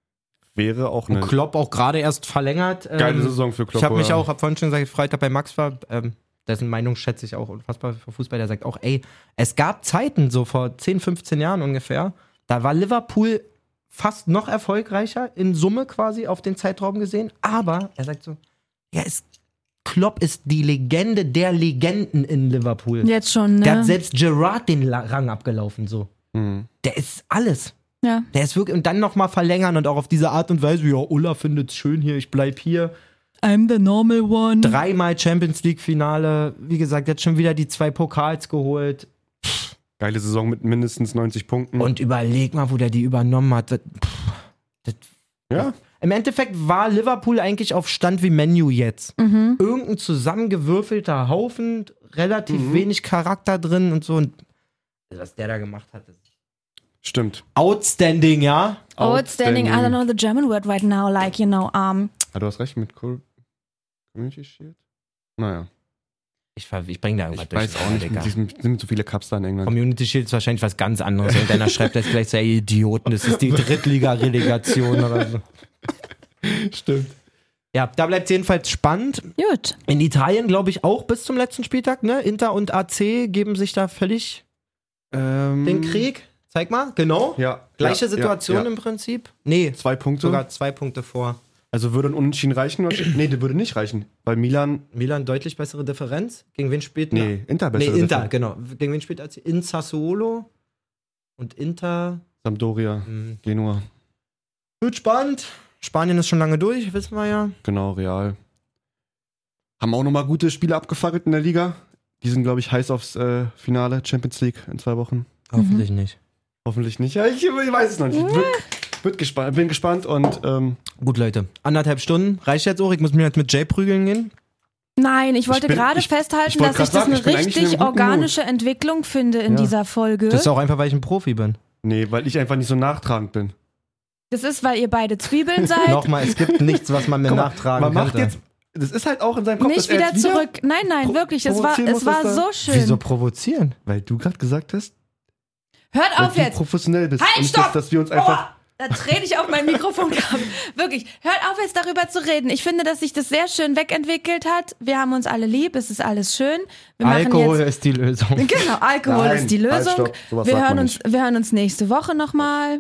Wäre auch
Und
eine
Klopp auch gerade erst verlängert.
geile
Ähm,
Saison für Klopp.
Ich habe mich
oder?
auch, hab vorhin schon gesagt, Freitag bei Max war, ähm, dessen Meinung schätze ich auch unfassbar für Fußball, der sagt auch, ey, es gab Zeiten, so vor zehn, fünfzehn Jahren ungefähr, da war Liverpool fast noch erfolgreicher in Summe quasi auf den Zeitraum gesehen. Aber er sagt so, ja, es, Klopp ist die Legende der Legenden in Liverpool.
Jetzt schon, ne?
Der hat selbst Gerrard den La- Rang abgelaufen, so.
Mhm.
Der ist alles.
Ja.
Der ist wirklich, und dann nochmal verlängern und auch auf diese Art und Weise, ja, Ulla findet's schön hier, ich bleib hier.
I'm the normal one.
Dreimal Champions League Finale, wie gesagt, jetzt schon wieder die zwei Pokals geholt.
Geile Saison mit mindestens neunzig Punkten.
Und überleg mal, wo der die übernommen hat. Das, pff, das,
ja.
Im Endeffekt war Liverpool eigentlich auf Stand wie Man U jetzt.
Mhm.
Irgendein zusammengewürfelter Haufen, relativ
Mhm.
wenig Charakter drin und so. Und was der da gemacht hat, ist
Stimmt.
outstanding, ja?
Outstanding. I don't know the German word right now, like, you know, um.
Ah, du hast recht mit Col- Community Shield? Naja.
Ich, ver- ich bring da irgendwas
Ich weiß auch nicht,
Digga.
mit diesem, sind so viele Cups da in England.
Community Shield ist wahrscheinlich was ganz anderes. Irgendeiner schreibt jetzt gleich so, ey, Idioten, das ist die Drittliga-Relegation oder so.
Stimmt.
Ja, da bleibt es jedenfalls spannend.
Gut.
In Italien, glaube ich, auch bis zum letzten Spieltag, ne? Inter und A C geben sich da völlig
Ähm,
den Krieg. Zeig mal, genau.
Ja.
Gleiche
ja,
Situation
ja, ja.
im Prinzip. Nee,
Zwei Punkte.
sogar zwei Punkte vor.
Also würde ein Unentschieden reichen? Oder? Nee, der würde nicht reichen. Weil Milan.
Milan deutlich bessere Differenz. Gegen wen spielt
Nee, Inter
Nee,
besser.
Inter, genau. Gegen wen spielt A C? In Sassuolo. Und Inter.
Sampdoria,
Mh.
Genua.
Wird spannend. Spanien ist schon lange durch, wissen wir ja.
Genau, Real. Haben auch nochmal gute Spiele abgefackelt in der Liga. Die sind, glaube ich, heiß aufs äh, Finale Champions League in zwei Wochen.
Hoffentlich nicht.
Hoffentlich nicht. Ja, ich, ich weiß es noch nicht. Wird, wird gespannt, bin gespannt und ähm,
Gut, Leute. Anderthalb Stunden. Reicht jetzt auch. Ich muss mir jetzt mit Jay prügeln gehen.
Nein, ich wollte
bin-
gerade
ich-
festhalten,
ich wollte
dass ich
grad
das
sagen,
eine
ich bin eigentlich in einem
richtig
guten
organische Entwicklung finde in
Ja.
dieser Folge.
Das ist auch einfach, weil ich ein Profi bin.
nee, weil ich einfach nicht so nachtragend bin.
Das ist, weil ihr beide Zwiebeln seid.
Nochmal, es gibt nichts, was man mir
Guck mal,
nachtragen
man macht
könnte.
jetzt, das ist halt auch in seinem Kopf,
Nicht
dass er
wieder
jetzt
zurück. Nein, nein,
pro-
wirklich. Es war,
provozieren
es
muss,
war
dass da-
so schön.
Wieso provozieren?
Weil du gerade gesagt hast,
Hört
weil
auf
du
jetzt.
professionell bist.
Halt,
und
stopp!
Dass, dass wir uns einfach.
Oh, da trete ich auf mein Mikrofon. Wirklich. Hört auf jetzt darüber zu reden. Ich finde, dass sich das sehr schön wegentwickelt hat. Wir haben uns alle lieb. Es ist alles schön. Wir
Alkohol
machen jetzt,
ist die Lösung.
Genau, Alkohol
Nein,
ist die
halt,
Lösung.
stopp. Sowas
wir,
sagt
hören
man
uns, wir hören uns nächste Woche nochmal.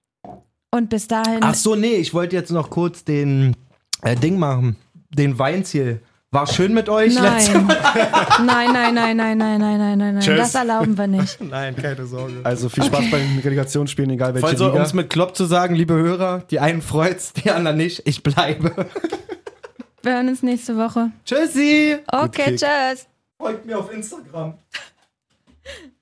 Und bis dahin.
Ach so, nee, ich wollte jetzt noch kurz den äh, Ding machen. Den Weinziel. War schön mit euch. letzte
Nein. nein, nein, nein, nein, nein, nein, nein, nein, nein.
Tschüss.
Das erlauben wir nicht.
Nein, keine Sorge.
Also viel Spaß beim Relegationsspielen, egal welche
Also, um
Liga.
es mit Klopp zu sagen, liebe Hörer, die einen freut's, die anderen nicht. Ich bleibe.
Wir hören uns nächste Woche.
Tschüssi.
Okay,
Kick.
tschüss.
Folgt mir auf Instagram.